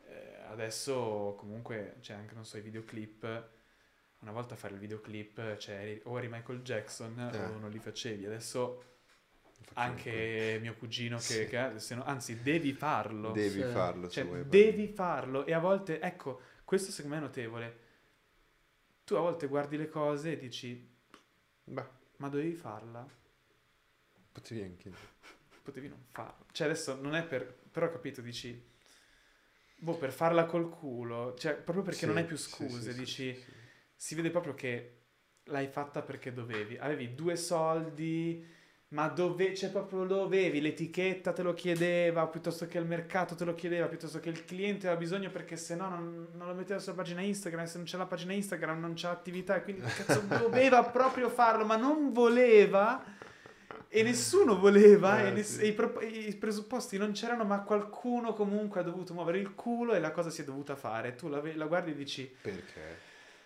Adesso comunque c'è anche, non so, i videoclip. Una volta fare il videoclip, cioè, o eri Michael Jackson o non li facevi. Adesso anche mio cugino Sì. anzi, devi farlo. Devi Sì. farlo, Cioè, se vuoi. devi farlo. E a volte, ecco, questo secondo me è notevole. Tu a volte guardi le cose e dici, Beh, ma dovevi farla? potevi anche... Potevi non farlo. Cioè, adesso non è per... Però, capito, dici... Boh, per farla col culo. Cioè, proprio perché Sì, non hai più sì, scuse. sì, Dici... sì, sì. Si vede proprio che l'hai fatta perché dovevi. Avevi 2 soldi, ma cioè proprio dovevi. L'etichetta te lo chiedeva, piuttosto che il mercato te lo chiedeva, piuttosto che il cliente aveva bisogno, perché se no non lo metteva sulla pagina Instagram. E se non c'è la pagina Instagram non c'è attività. E quindi cazzo doveva proprio farlo, ma non voleva. E nessuno voleva, Sì. i presupposti non c'erano, ma qualcuno comunque ha dovuto muovere il culo e la cosa si è dovuta fare. Tu la guardi e dici... Perché?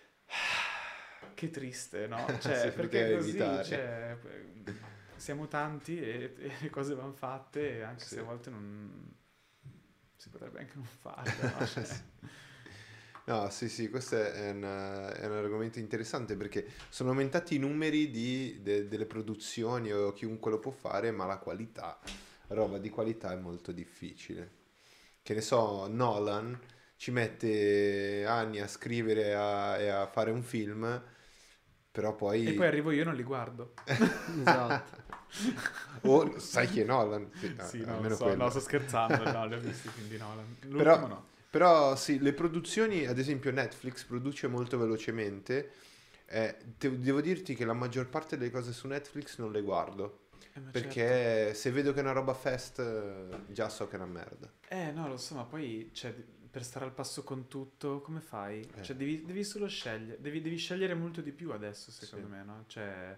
Che triste, no? Sì, Cioè, perché poteva così, evitare. cioè, siamo tanti e le cose vanno fatte, anche Sì. se a volte non... si potrebbe anche non farle, no? Cioè, No, sì, questo è un argomento interessante perché sono aumentati i numeri delle produzioni o chiunque lo può fare, ma la qualità, roba di qualità è molto difficile. Che ne so, Nolan ci mette anni a scrivere e a fare un film, però e poi poi... arrivo io e non li guardo. Esatto. O sai chi è Nolan? Sì, Sì, no, lo almeno so, quello. no, sto scherzando, no, li ho visti, quindi no. L'ultimo Però, no. però sì, le produzioni, ad esempio Netflix produce molto velocemente. Devo dirti che la maggior parte delle cose su Netflix non le guardo. Ma Perché se vedo che è una roba fest, già so che è una merda. no, lo so, ma poi, cioè, per stare al passo con tutto, come fai? Cioè, devi solo scegliere, devi scegliere molto di più adesso, secondo Sì. me, no? Cioè,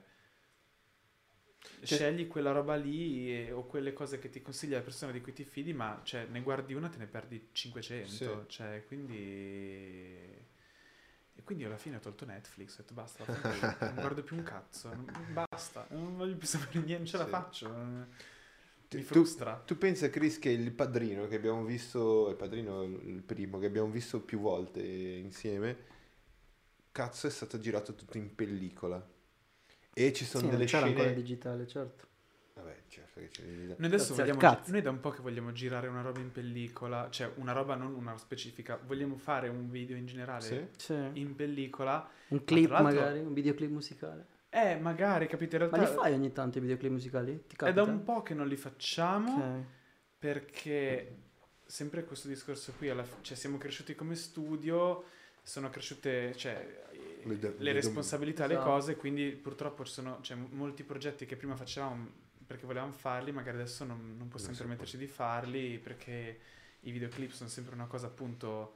Cioè- scegli quella roba lì o quelle cose che ti consiglia la persona di cui ti fidi, ma, cioè, ne guardi una, te ne perdi 500, Sì. cioè, quindi... E quindi alla fine ho tolto Netflix, ho detto basta, vaffanculo, non guardo più un cazzo, basta, non voglio più sapere niente, non ce la Sì. faccio, mi Tu, frustra. tu pensa, Chris, che il Padrino che abbiamo visto, il Padrino il primo che abbiamo visto più volte insieme, cazzo è stato girato tutto in pellicola. E ci sono Sì, non delle c'era ancora il scene... digitale, certo. Vabbè, certo che ce ne Noi adesso Grazie al vogliamo, cazzo. noi da un po' che vogliamo girare una roba in pellicola, cioè una roba non una specifica, vogliamo fare un video in generale Sì? Sì. in pellicola, Un clip tra l'altro- magari, un videoclip musicale. magari, capite, in Ma li realtà fai ogni tanto i videoclip musicali? Ti è capita? da un po' che non li facciamo, Ok. perché sempre questo discorso qui, cioè siamo cresciuti come studio, sono cresciute, cioè, le responsabilità, le Esatto. cose, quindi purtroppo ci sono, cioè, molti progetti che prima facevamo perché volevamo farli, magari adesso non possiamo si può. permetterci di farli, perché i videoclip sono sempre una cosa appunto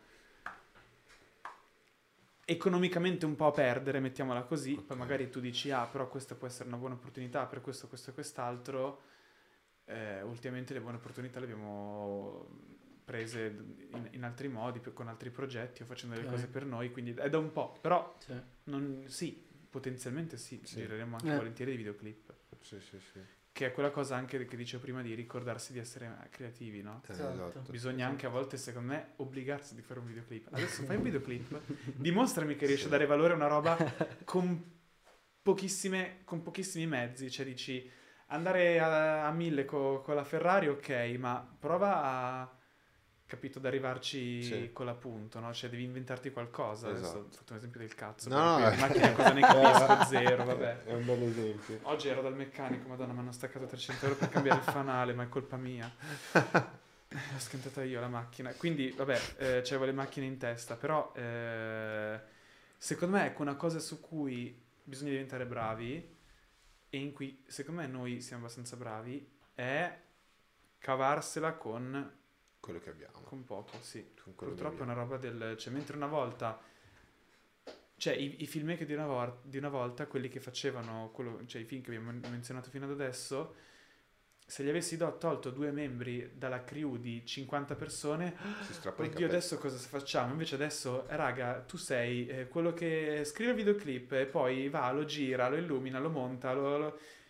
economicamente un po' a perdere, mettiamola così, Ok. poi magari tu dici però questa può essere una buona opportunità per questo, questo e quest'altro. Ultimamente le buone opportunità le abbiamo prese in altri modi, con altri progetti o facendo delle Ok. cose per noi, quindi è da un po', però Sì. sì, potenzialmente sì, Sì. gireremo anche volentieri dei videoclip, Sì. che è quella cosa anche che dicevo prima di ricordarsi di essere creativi, no? Esatto. Bisogna anche a volte, secondo me, obbligarsi di fare un videoclip. Adesso fai un videoclip, dimostrami che riesci a dare valore a una roba con pochissimi mezzi. Cioè dici, andare a 1000 con la Ferrari, ok, ma prova a, capito, ad arrivarci Sì. con l'appunto, no? Cioè devi inventarti qualcosa. Adesso Esatto. ho fatto un esempio del cazzo, No, perché no. io di macchine cosa ne capisco, zero, vabbè. È un bel esempio. Oggi ero dal meccanico, madonna, mi hanno staccato 300 euro per cambiare il fanale, ma è colpa mia. L'ho schiantata io la macchina. Quindi, vabbè, c'avevo le macchine in testa, però secondo me ecco una cosa su cui bisogna diventare bravi e in cui secondo me noi siamo abbastanza bravi è cavarsela con Quello che abbiamo. poco, sì. Con quello che Purtroppo è una abbiamo. roba cioè, mentre una volta... Cioè, i filmmaker di una volta, quelli che facevano, cioè i film che abbiamo menzionato fino ad adesso, se gli avessi tolto 2 membri dalla crew di 50 persone, Si strappa i oddio, capelli. adesso cosa facciamo? Invece adesso, raga, tu sei quello che scrive il videoclip e poi va, lo gira, lo illumina, lo monta,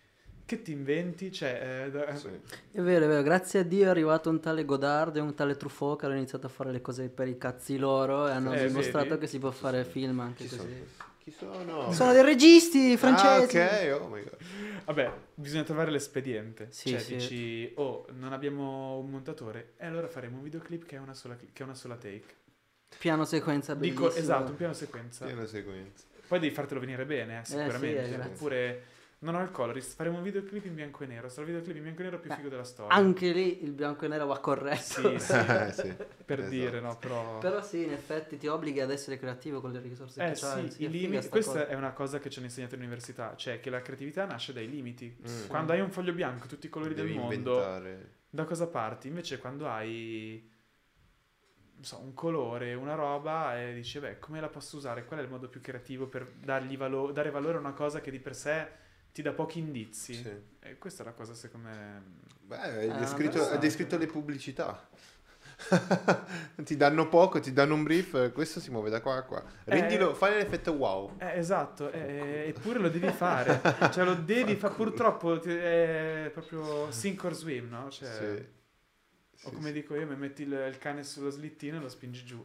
che ti inventi? Cioè, Sì. È vero, grazie a Dio è arrivato un tale Godard e un tale Truffaut che hanno iniziato a fare le cose per i cazzi loro e hanno dimostrato vedi? che si può fare film anche Chi così. Chi sono? Sono dei registi Ah, francesi! ok, oh my god. Vabbè, bisogna trovare l'espediente. Sì, Cioè, sì. dici, oh, non abbiamo un montatore, e allora faremo un videoclip che è una sola take. Piano sequenza bellissimo. Dico, esatto, un piano sequenza. Piena sequenza. Poi devi fartelo venire bene, sicuramente. sì, grazie. Oppure, non ho il colorist, faremo un videoclip in bianco e nero. Sarà il videoclip in bianco e nero più figo della storia. Anche lì il bianco e nero va corretto. Sì, Sì, per esatto. dire, no? Però... Però sì, in effetti ti obblighi ad essere creativo con le risorse che c'hai. sì, i è figa limiti, sta questa cosa. è una cosa che ci hanno insegnato all'università, cioè che la creatività nasce dai limiti. Mm. Quando hai un foglio bianco, tutti i colori Devi del mondo, inventare. da cosa parti? Invece quando hai, non so, un colore, una roba, e dici, beh, come la posso usare? Qual è il modo più creativo per dare valore a una cosa che di per sé ti dà pochi indizi? Sì. E questa è la cosa, secondo me... Beh, hai interessante. descritto le pubblicità. Ti danno poco, ti danno un brief, questo si muove da qua a qua. Rendilo, fai l'effetto wow. Esatto, eppure lo devi fare, cioè lo devi fare, purtroppo è proprio sink or swim, no? Cioè, Sì. o Sì, come sì. dico io, mi metti il cane sullo slittino e lo spingi giù,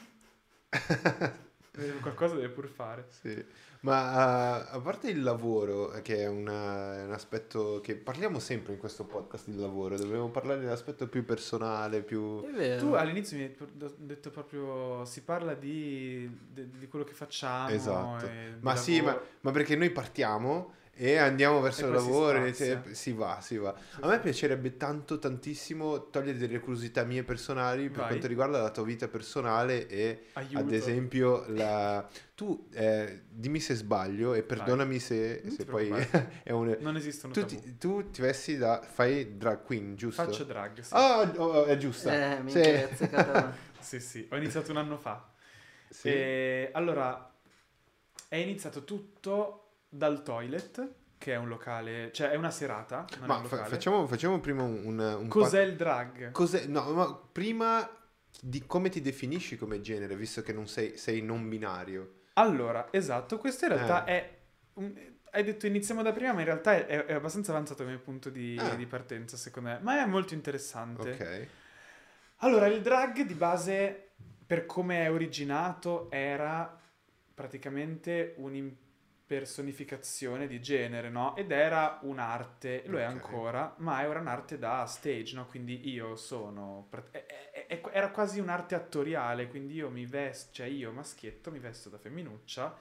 qualcosa deve pur fare. Sì. Ma a parte il lavoro, che è un aspetto che parliamo sempre in questo podcast del lavoro, dobbiamo parlare dell'aspetto più personale, più... È vero. Tu all'inizio mi hai detto proprio, si parla di quello che facciamo. Esatto. e di Ma sì, lavoro. ma perché noi partiamo e andiamo verso E il poi si lavoro e spazia. si va, si va. Sì, A me sì. piacerebbe tantissimo togliere delle curiosità mie personali per Vai. quanto riguarda la tua vita personale e Aiuto. ad esempio tu dimmi se sbaglio e perdonami se Non ti poi preoccupare. è un... Non esistono Tu tabù. ti vesti fai drag queen, giusto? Faccio drag, sì. È giusta. Mi Sì. azzecata. Sì, sì, ho iniziato un anno fa. Sì. E allora, è iniziato tutto dal Toilet, che è un locale, cioè è una serata, non è Ma un locale. facciamo prima un Cos'è il drag? No, ma prima di come ti definisci come genere, visto che non sei non binario. Allora, esatto, questo in realtà è... hai detto iniziamo da prima, ma in realtà è abbastanza avanzato come punto di partenza, secondo me. Ma è molto interessante. Ok. Allora, il drag di base, per come è originato, era praticamente un'impersonificazione di genere, no? Ed era un'arte, lo è Ok. ancora, ma era un'arte da stage, no? Quindi io sono... era quasi un'arte attoriale, quindi io mi vesto, cioè io maschietto mi vesto da femminuccia,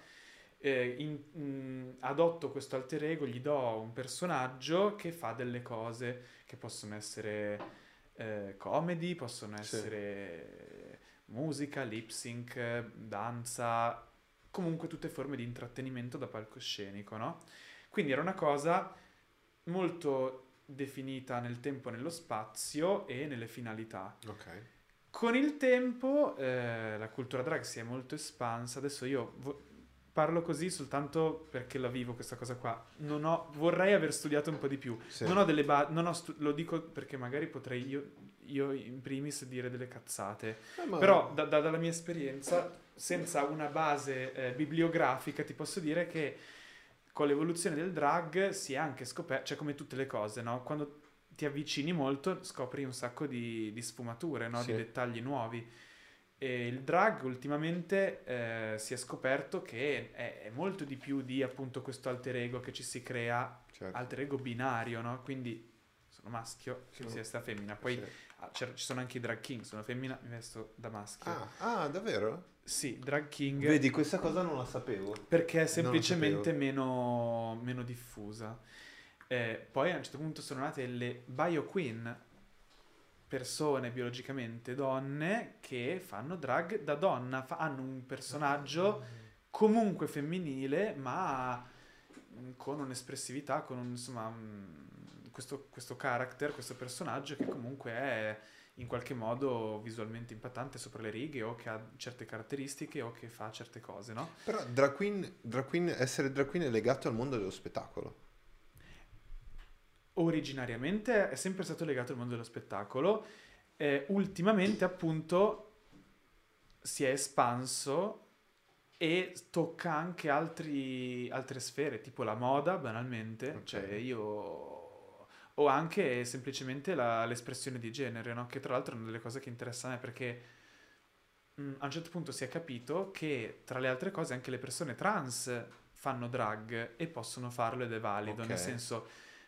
adotto questo alter ego, gli do un personaggio che fa delle cose che possono essere comedy, possono essere musica, lip sync, danza, comunque tutte forme di intrattenimento da palcoscenico, no? Quindi era una cosa molto definita nel tempo, nello spazio e nelle finalità. Ok. Con il tempo la cultura drag si è molto espansa. Adesso io parlo così soltanto perché la vivo questa cosa qua. Vorrei aver studiato un po' di più. Sì. Non ho delle lo dico perché magari potrei io in primis dire delle cazzate. Ma- Però dalla mia esperienza, senza una base bibliografica, ti posso dire che con l'evoluzione del drag si è anche scoperto, cioè come tutte le cose, no? Quando ti avvicini molto scopri un sacco di sfumature, no? Sì. Di dettagli nuovi. E il drag ultimamente si è scoperto che è molto di più di appunto questo alter ego che ci si crea, Certo. alter ego binario, no? Quindi sono maschio, che si veste da femmina. Poi Sì. ci sono anche i drag king, sono femmina, mi vesto da maschio. Davvero? Sì, drag king. Vedi, questa cosa non la sapevo. Perché è semplicemente sapevo. meno diffusa. Poi a un certo punto sono nate le bio queen, persone biologicamente donne che fanno drag da donna, hanno un personaggio comunque femminile, ma con un'espressività, con questo character, questo personaggio che comunque è in qualche modo visualmente impattante sopra le righe, o che ha certe caratteristiche, o che fa certe cose, no? Però essere drag queen è legato al mondo dello spettacolo. Originariamente è sempre stato legato al mondo dello spettacolo, ultimamente appunto si è espanso e tocca anche altre sfere, tipo la moda, banalmente, Ok. cioè io... O anche semplicemente l'espressione di genere, no? Che tra l'altro è una delle cose che interessa a me, perché a un certo punto si è capito che tra le altre cose anche le persone trans fanno drag e possono farlo ed è valido, Ok. nel senso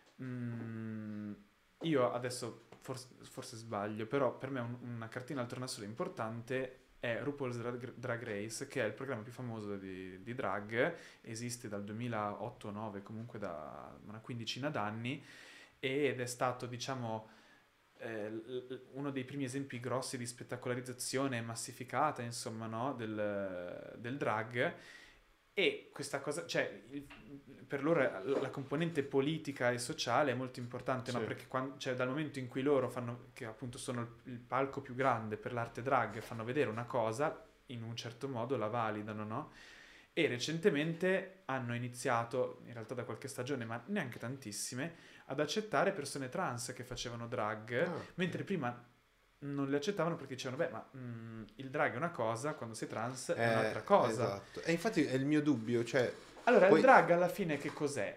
io adesso forse sbaglio, però per me una cartina al tornasole importante è RuPaul's Drag Race, che è il programma più famoso di drag, esiste dal 2008-9, comunque da una quindicina d'anni, ed è stato, diciamo, uno dei primi esempi grossi di spettacolarizzazione massificata, insomma, no? del drag. E questa cosa, cioè, per loro la componente politica e sociale è molto importante, no? Sì. Perché cioè, dal momento in cui loro fanno, che appunto sono il palco più grande per l'arte drag, fanno vedere una cosa, in un certo modo la validano, no? E recentemente hanno iniziato, in realtà da qualche stagione, ma neanche tantissime, ad accettare persone trans che facevano drag, Ah, ok. mentre prima non le accettavano perché dicevano, beh, ma il drag è una cosa, quando sei trans è un'altra cosa. Esatto. E infatti è il mio dubbio, cioè... Allora, Poi- il drag alla fine che cos'è?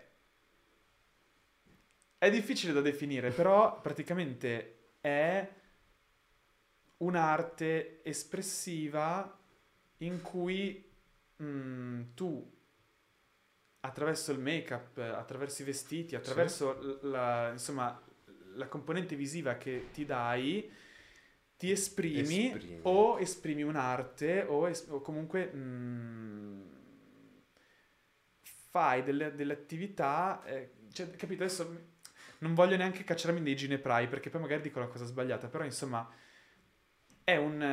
È difficile da definire, però praticamente è un'arte espressiva in cui tu attraverso il make-up, attraverso i vestiti, attraverso insomma, la componente visiva che ti dai, ti esprimi. O esprimi un'arte o comunque fai delle attività, cioè, capito? Adesso non voglio neanche cacciarmi nei gineprai perché poi magari dico la cosa sbagliata, però insomma è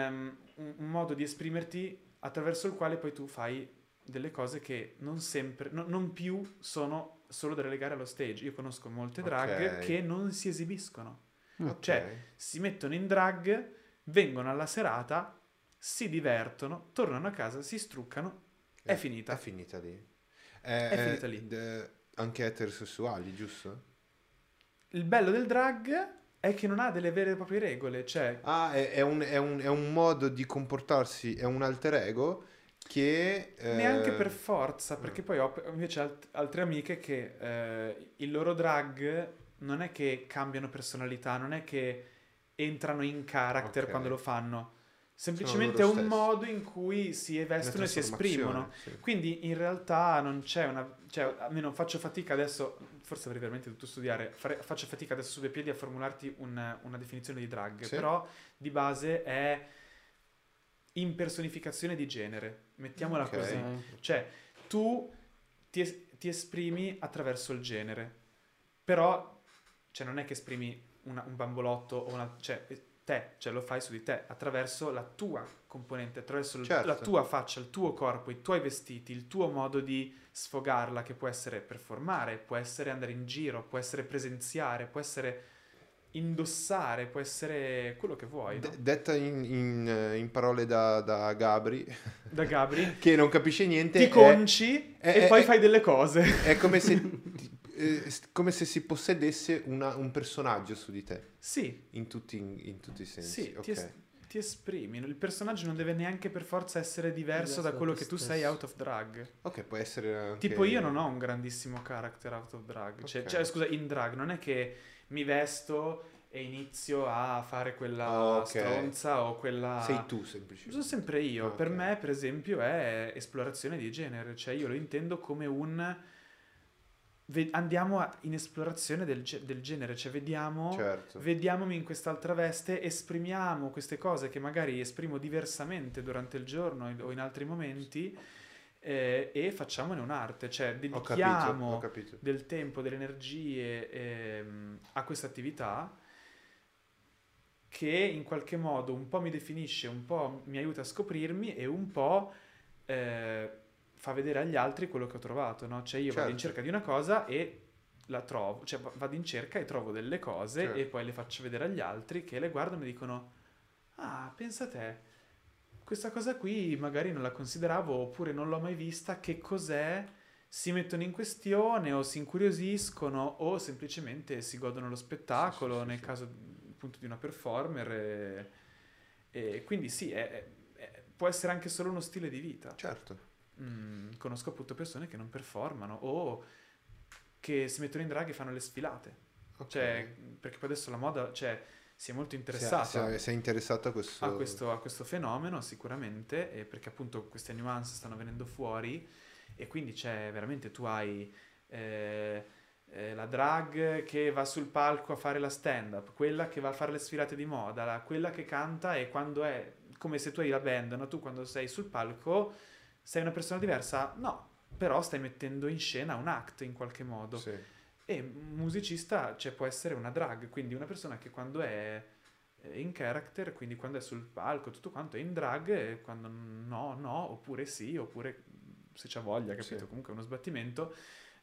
un modo di esprimerti attraverso il quale poi tu fai delle cose che non sempre, non più sono solo da relegare allo stage. Io conosco molte drag Ok. che non si esibiscono, Ok. cioè si mettono in drag, vengono alla serata, si divertono, tornano a casa, si struccano, è finita. È finita lì. È finita lì. Anche eterosessuali, giusto? Il bello del drag è che non ha delle vere e proprie regole, cioè Ah, è un modo di comportarsi, è un alter ego che... neanche per forza, perché poi ho invece altre amiche che il loro drag non è che cambiano personalità, non è che entrano in character Ok. quando lo fanno, Sono semplicemente è loro un stessi. modo in cui si Una vestono e si trasformazione, esprimono. sì. Quindi in realtà non c'è una... Cioè, almeno faccio fatica adesso, forse avrei veramente dovuto studiare, faccio fatica adesso su due piedi a formularti una definizione di drag, Sì. però di base è impersonificazione di genere, mettiamola Ok. così. Cioè, tu ti esprimi attraverso il genere, però, cioè, non è che esprimi un bambolotto o cioè, cioè, lo fai su di te, attraverso la tua componente, attraverso Certo. la tua faccia, il tuo corpo, i tuoi vestiti, il tuo modo di sfogarla, che può essere performare, può essere andare in giro, può essere presenziare, può essere indossare, può essere quello che vuoi, no? Detta in parole da Gabri, Da Gabri, che non capisce niente, ti conci e poi fai delle cose. è come se, come se si possedesse un personaggio su di te, Sì, in tutti i sensi. sì, Ok. ti esprimi. Il personaggio non deve neanche per forza essere diverso da da quello te che tu stesso. sei out of drag. Ok, può essere anche... Tipo io non ho un grandissimo character out of drag. Ok. Cioè, scusa, in drag non è che mi vesto e inizio a fare quella Ok. stronza o quella... Sei tu semplicemente. Sono sempre io. Ok. Per me, per esempio, è esplorazione di genere. Cioè, io lo intendo come un... Andiamo in esplorazione del genere. Cioè, Certo. vediamomi in quest'altra veste, esprimiamo queste cose che magari esprimo diversamente durante il giorno o in altri momenti e facciamone un'arte. Cioè, Ho dedichiamo capito. del tempo, delle energie a questa attività che in qualche modo un po' mi definisce, un po' mi aiuta a scoprirmi e un po' fa vedere agli altri quello che ho trovato, no? Cioè io vado in Certo. cerca di una cosa e la trovo, cioè vado in cerca e trovo delle cose Certo. e poi le faccio vedere agli altri che le guardano e dicono ah, pensa te, questa cosa qui magari non la consideravo oppure non l'ho mai vista, che cos'è? Si mettono in questione o si incuriosiscono o semplicemente si godono lo spettacolo, Sì. nel caso appunto di una performer e quindi sì, può essere anche solo uno stile di vita. Certo. conosco appunto persone che non performano o che si mettono in drag e fanno le sfilate. Ok. Cioè, perché poi adesso la moda, cioè, si è molto interessata Sei interessato a a questo fenomeno sicuramente, e perché appunto queste nuance stanno venendo fuori e quindi c'è veramente, tu hai la drag che va sul palco a fare la stand-up, quella che va a fare le sfilate di moda, quella che canta, e quando è come se tu hai la band, no? Tu quando sei sul palco sei una persona diversa? No, però stai mettendo in scena un act in qualche modo. Sì. E un musicista, cioè, può essere una drag, quindi una persona che quando è in character, quindi quando è sul palco, tutto quanto è in drag, e quando no, oppure sì, oppure se c'ha voglia, capito? Sì. Comunque è uno sbattimento.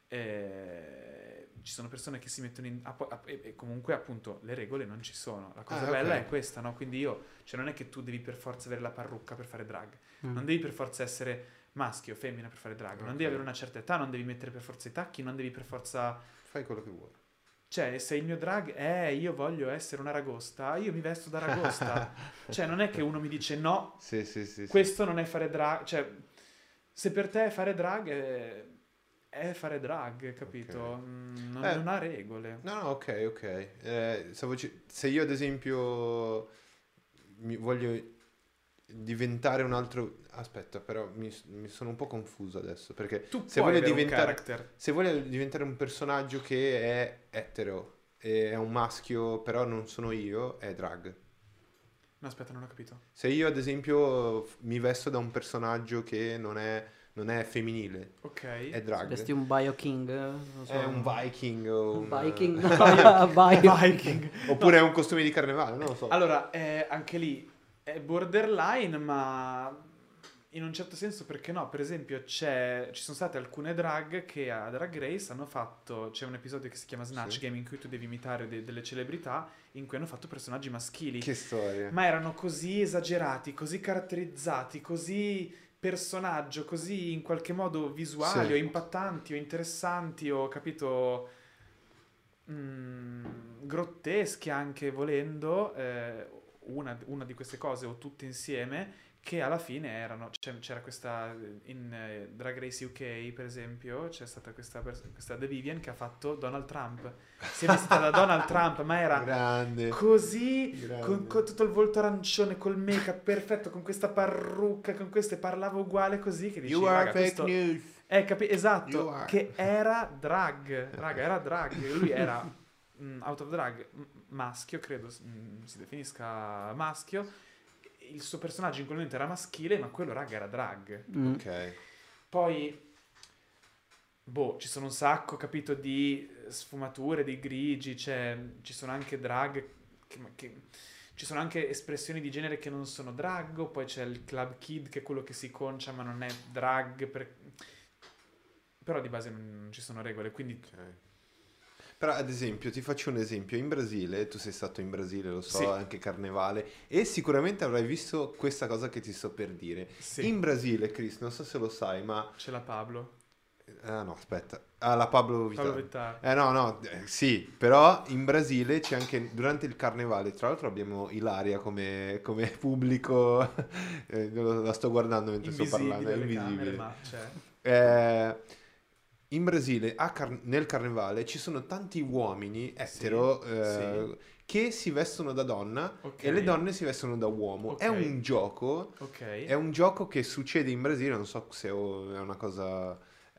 Ci sono persone che si mettono in... e comunque appunto le regole non ci sono. La cosa bella ok. è questa, no? Quindi cioè non è che tu devi per forza avere la parrucca per fare drag. Mm. Non devi per forza essere maschio o femmina per fare drag. Non Ok. devi avere una certa età, non devi mettere per forza i tacchi, non devi per forza... Fai quello che vuoi. Cioè, se il mio drag è io voglio essere una ragosta, io mi vesto da ragosta. Cioè, non è che uno mi dice no, Sì. questo non è fare drag. Cioè, se per te è fare drag, è fare drag, capito? Ok. Non ha regole. No, ok. Se io ad esempio voglio diventare un altro... Aspetta, però mi sono un po' confuso adesso, perché Tu se puoi voglio avere un diventare... character. Se voglio diventare un personaggio che è etero, e è un maschio, però non sono io, è drag. No, aspetta, non ho capito. Se io ad esempio mi vesto da un personaggio che non è femminile, Ok. è drag. Saresti un Bioking? Non so. È un Viking o Un un... Viking? No, Bio. Viking. Oppure è un costume di carnevale, non lo so. Allora, anche lì è borderline, ma in un certo senso perché no? Per esempio ci sono state alcune drag che a Drag Race hanno fatto, c'è un episodio che si chiama Snatch Sì. Game in cui tu devi imitare delle celebrità, in cui hanno fatto personaggi maschili, Che storia. ma erano così esagerati, così caratterizzati, così personaggio, così in qualche modo visuali Sì. o impattanti o interessanti o capito grotteschi anche volendo, una di queste cose o tutte insieme, che alla fine erano, c'era questa in Drag Race UK per esempio, c'è stata questa The Vivian che ha fatto Donald Trump, si è vestita da Donald Trump, ma era Grande. così Grande. con tutto il volto arancione, col make up perfetto, con questa parrucca, con queste, parlava uguale così che dici, You are raga, fake questo news. esatto, You are. che era drag, raga, era drag, lui era out of drag, maschio, credo si definisca maschio, il suo personaggio in quel momento era maschile, ma quello, raga, era drag. Mm. Ok. Poi, ci sono un sacco, capito, di sfumature, di grigi, cioè, ci sono anche drag, ci sono anche espressioni di genere che non sono drag, o poi c'è il club kid che è quello che si concia ma non è drag, però di base non ci sono regole, quindi... Ok. Però ad esempio, ti faccio un esempio, in Brasile, tu sei stato in Brasile, lo so, Sì. anche carnevale, e sicuramente avrai visto questa cosa che ti sto per dire. Sì, In Brasile, Chris, non so se lo sai, ma... c'è la Pablo no, aspetta. Ah, la Pablo Vittar. Vittar. No, sì, però in Brasile c'è anche durante il carnevale, tra l'altro abbiamo Ilaria come pubblico, la sto guardando mentre sto parlando, è alle camere, invisibile. ma c'è. In Brasile nel carnevale ci sono tanti uomini etero sì. che si vestono da donna Ok. e le donne si vestono da uomo. Ok. È un gioco, Ok. è un gioco che succede in Brasile, non so se è una cosa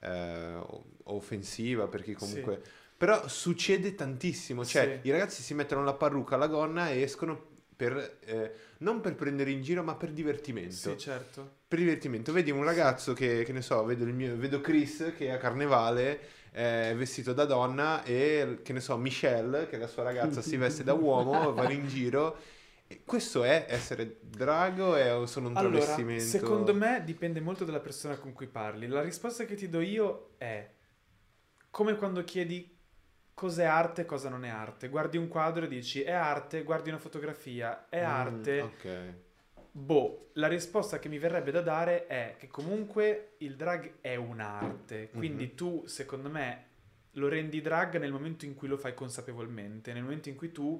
offensiva perché comunque... Però succede tantissimo, cioè Sì. i ragazzi si mettono la parrucca alla gonna e escono non per prendere in giro ma per divertimento. Sì, certo. Per divertimento, vedi un ragazzo che ne so, vedo Chris che a carnevale è vestito da donna e che ne so, Michelle, che è la sua ragazza, si veste da uomo, vanno in giro. E questo è essere drago o sono un Allora, travestimento? secondo me dipende molto dalla persona con cui parli. La risposta che ti do io è come quando chiedi cos'è arte e cosa non è arte. Guardi un quadro e dici è arte, guardi una fotografia, è arte. Ok. La risposta che mi verrebbe da dare è che comunque il drag è un'arte, quindi tu, secondo me, lo rendi drag nel momento in cui lo fai consapevolmente, nel momento in cui tu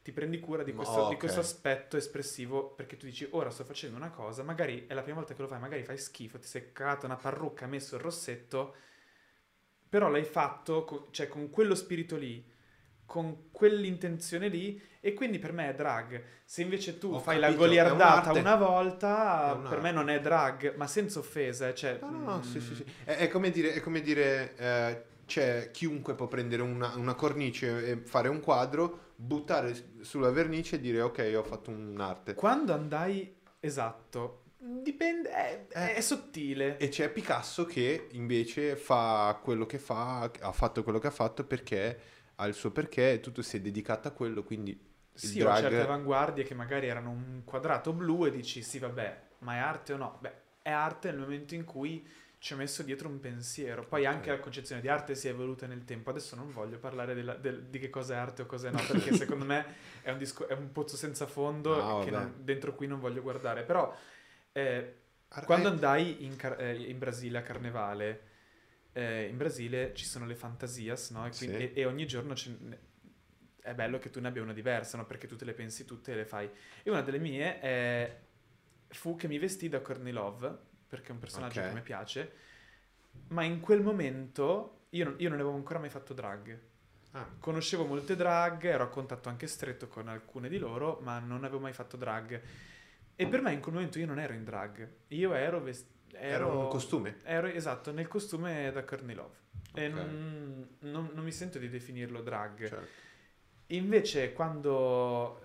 ti prendi cura di Ma- questo, di ok. questo aspetto espressivo, perché tu dici, ora sto facendo una cosa, magari è la prima volta che lo fai, magari fai schifo, ti sei cagato una parrucca, hai messo il rossetto, però l'hai fatto cioè con quello spirito lì, con quell'intenzione lì, e quindi per me è drag. Se invece tu Ho fai la capito, è goliardata un'arte. una È volta, per me un'arte. non è drag, ma senza offesa, cioè... No, no, sì, sì, sì. È come dire, cioè, chiunque può prendere una cornice e fare un quadro, buttare sulla vernice e dire ok, ho fatto un'arte. Quando andai... Esatto. Dipende, è Eh, sottile. E c'è Picasso che invece fa quello che fa, ha fatto quello che ha fatto perché ha il suo perché e tutto si è dedicato a quello, quindi il Sì, ho certe drag... avanguardie che magari erano un quadrato blu e dici sì, vabbè, ma è arte o no? Beh, è arte nel momento in cui ci ho messo dietro un pensiero. Poi Ok. anche la concezione di arte si è evoluta nel tempo. Adesso non voglio parlare di che cosa è arte o cosa no, perché secondo me è un pozzo senza fondo No, che vabbè. dentro cui non voglio guardare. Però eh, Ar- quando eh, andai in Brasile a Carnevale, in Brasile ci sono le fantasias, no? Sì. E ogni giorno è bello che tu ne abbia una diversa, no? Perché tu te le pensi tutte e le fai. E una delle mie fu che mi vestì da Courtney Love, perché è un personaggio Ok. che mi piace, ma in quel momento io non avevo ancora mai fatto drag. Ah, Conoscevo molte drag, ero a contatto anche stretto con alcune di loro, ma non avevo mai fatto drag. E per me in quel momento io non ero in drag, io ero era un costume? ero esatto nel costume da Courtney Love. E Ok. non mi sento di definirlo drag. Certo. Invece quando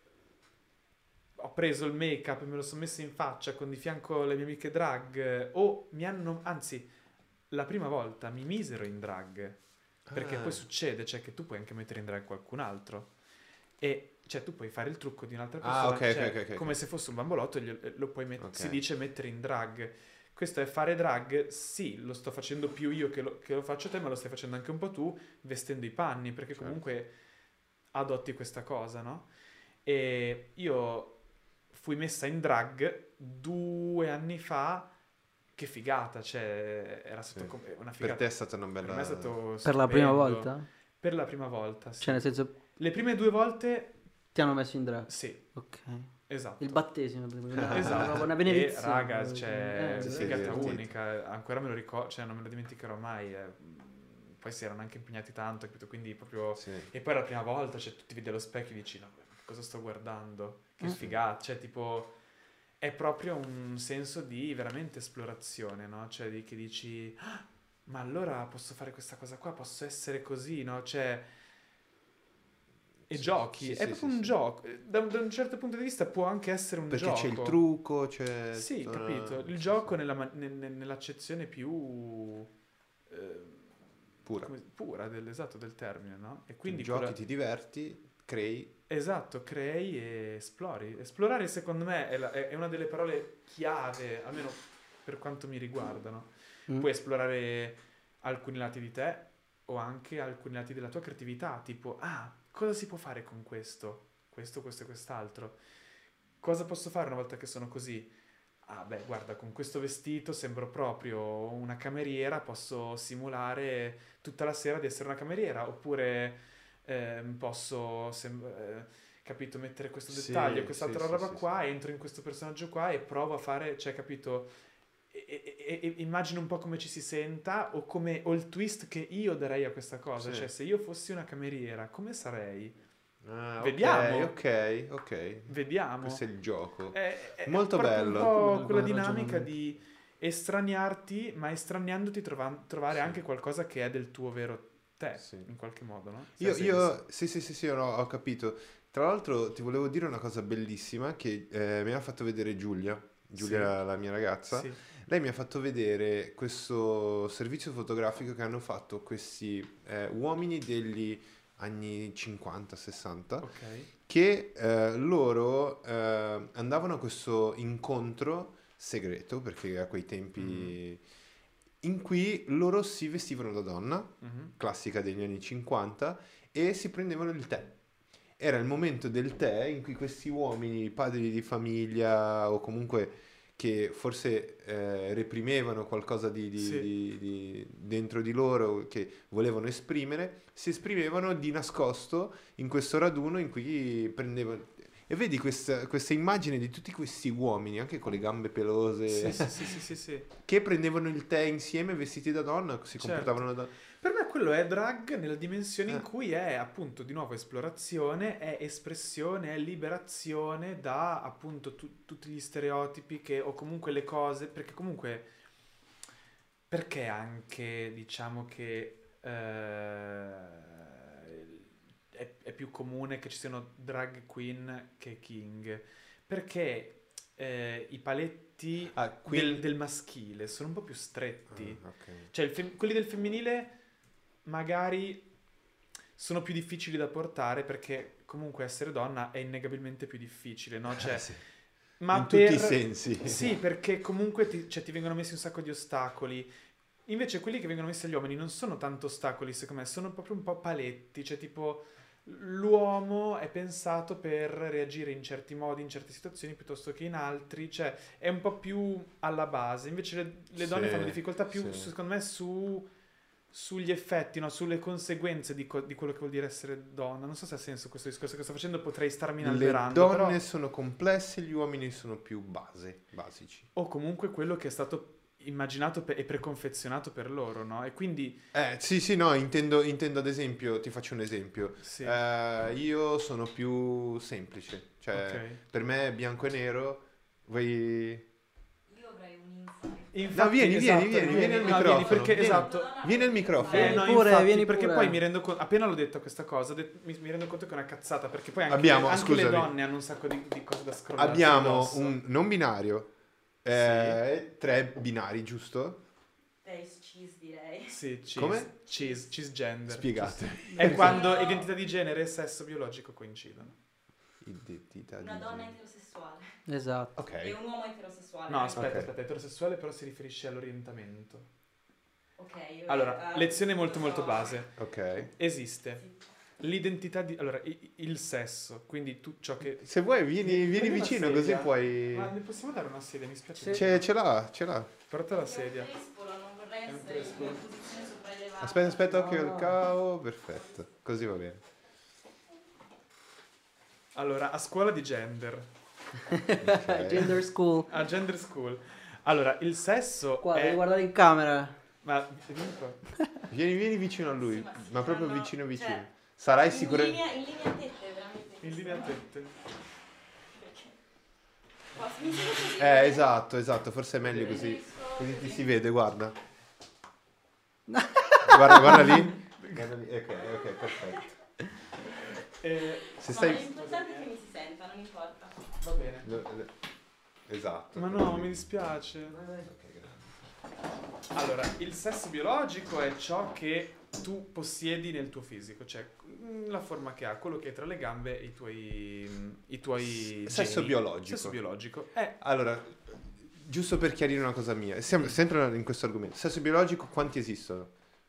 ho preso il make-up e me lo sono messo in faccia con di fianco le mie amiche drag, o mi hanno, anzi, la prima volta mi misero in drag, perché Ah, poi succede, cioè che tu puoi anche mettere in drag qualcun altro. E cioè tu puoi fare il trucco di un'altra persona, ok, cioè, ok, ok. come se fosse un bambolotto, lo puoi Ok. si dice mettere in drag. Questo è fare drag, sì, lo sto facendo più io che lo faccio te, ma lo stai facendo anche un po' tu, vestendo i panni, perché Certo. comunque adotti questa cosa, no? E io fui messa in drag 2 anni fa, che figata, cioè era stato Sì. una Per figata. te è stata una Per me è bella... stato Per la prima stupendo. volta? Per la prima volta, sì. Cioè, nel senso, Le prime 2 volte, ti hanno messo in drag. sì, Ok. esatto. Il battesimo, Esatto. una E benedizione. raga, cioè, Sì, figata divertito. unica, ancora me lo ricordo, cioè non me lo dimenticherò mai. Poi si erano anche impegnati tanto, capito? Quindi proprio... Sì. E poi la prima volta, cioè, tu ti vedi allo specchio e dici, no, cosa sto guardando? Che Mm. figata, cioè, tipo... È proprio un senso di veramente esplorazione, no? Cioè, che dici, "Ah, ma allora posso fare questa cosa qua, posso essere così, no? Cioè... E Sì, giochi, sì, è sì, proprio sì, un sì. gioco. Da un certo punto di vista può anche essere un Perché gioco. c'è il trucco, c'è... Sì, tutta una- capito. Il sì, gioco sì. nell'accezione più Pura. pura esatto, del termine, no? E Tu quindi giochi, ti diverti, crei... esatto, crei e esplori. Esplorare secondo me è una delle parole chiave, almeno per quanto mi riguardano. Mm. Puoi esplorare alcuni lati di te o anche alcuni lati della tua creatività, tipo, cosa si può fare con questo? Questo e quest'altro. Cosa posso fare una volta che sono così? Beh, guarda, con questo vestito sembro proprio una cameriera, posso simulare tutta la sera di essere una cameriera, oppure posso, capito, mettere questo Sì, dettaglio, quest'altra sì, roba sì, sì, qua, entro in questo personaggio qua e provo a fare, cioè, capito, e immagino un po' come ci si senta o il twist che io darei a questa cosa, Sì. cioè se io fossi una cameriera, come sarei? Ah, Vediamo. ok. Vediamo. Questo è il gioco. È Molto proprio bello. un po' Bello quella come dinamica ragionamento. di estraniarti, ma estraniandoti trovare Sì. anche qualcosa che è del tuo vero te, Sì. in qualche modo, no? Se ha senso. Io, sì, ho capito. Tra l'altro ti volevo dire una cosa bellissima che mi ha fatto vedere Giulia, Sì. la mia ragazza. Sì. Lei mi ha fatto vedere questo servizio fotografico che hanno fatto questi uomini degli anni 50-60 Ok. che loro andavano a questo incontro segreto, perché a quei tempi in cui loro si vestivano da donna, Mhm. classica degli anni 50, e si prendevano il tè. Era il momento del tè in cui questi uomini, padri di famiglia o comunque che forse reprimevano qualcosa di dentro di loro che volevano esprimere, si esprimevano di nascosto in questo raduno in cui prendevano... E vedi questa immagine di tutti questi uomini, anche con le gambe pelose, Sì. che prendevano il tè insieme vestiti da donna, si comportavano da... Per me quello è drag nella dimensione in cui è appunto di nuovo esplorazione, è espressione, è liberazione da appunto tutti gli stereotipi che, o comunque le cose, perché comunque, perché anche diciamo che è più comune che ci siano drag queen che king, perché i paletti del maschile sono un po' più stretti. Okay. Cioè quelli del femminile magari sono più difficili da portare perché comunque essere donna è innegabilmente più difficile, no? Cioè, Sì. ma In tutti i sensi. Sì, perché comunque ti vengono messi un sacco di ostacoli. Invece quelli che vengono messi agli uomini non sono tanto ostacoli, secondo me, sono proprio un po' paletti, cioè tipo l'uomo è pensato per reagire in certi modi, in certe situazioni piuttosto che in altri, cioè è un po' più alla base. Invece le donne fanno difficoltà più, secondo me, sugli effetti, no? Sulle conseguenze di quello che vuol dire essere donna. Non so se ha senso questo discorso che sto facendo, potrei starmi inalberando. Le donne però... sono complesse, gli uomini sono più basici. O comunque quello che è stato immaginato e preconfezionato per loro, no? E quindi... Sì, no, intendo ad esempio, ti faccio un esempio. Sì. Io sono più semplice, cioè per me bianco e nero, vuoi... Infatti, No, vieni al microfono. Perché, esatto. Vieni al microfono. Vieni perché pure. poi mi rendo conto, appena l'ho detto questa cosa, mi rendo conto che è una cazzata, perché poi anche, Abbiamo, anche le scusami. donne hanno un sacco di cose da scrollare. Abbiamo addosso. un non binario, 3 binari, giusto? Cheese direi. Sì, cheese. Come? Cheese gender. Spiegate. È quando identità di genere e sesso biologico coincidono. Identità Una di donna genere. eterosessuale Esatto. e Ok. un uomo eterosessuale. No, aspetta, Ok. eterosessuale però si riferisce all'orientamento. Ok. Allora, lezione molto molto base. Ok. Esiste l'identità di... Allora, il sesso, quindi tu ciò che... Se vuoi vieni Prendi una vicino sedia. così puoi... Ma ne possiamo dare una sedia? Mi spiace. Ce l'ha. Porta la sedia. È un trespolo, non vorrei È un essere in trespolo. una posizione sopraelevata. Aspetta, occhio No. al cavo, perfetto. Così va bene. Allora, a scuola di gender. Ok. Gender school. A gender school. Allora, il sesso Qua, è... devi guardare in camera. Ma vieni qua. Vieni vicino a lui, Sì, ma sì, ma proprio no, vicino. cioè, Sarai In sicuramente... linea a tette, veramente. In linea a tette. Perché? Mi siedo così. Esatto, forse è meglio così. Così ti si vede, guarda. Guarda lì. Guarda lì. Ok, perfetto. Se No, stai... l'importante è che mi si senta, non importa. Va bene. Esatto. Ma no, mi dispiace. Ok, grazie. Allora, il sesso biologico è ciò che tu possiedi nel tuo fisico, cioè la forma che ha, quello che è tra le gambe e i tuoi Sesso geni. biologico. Sesso biologico. È Allora, giusto per chiarire una cosa mia, siamo sempre in questo argomento. Sesso biologico, quanti esistono?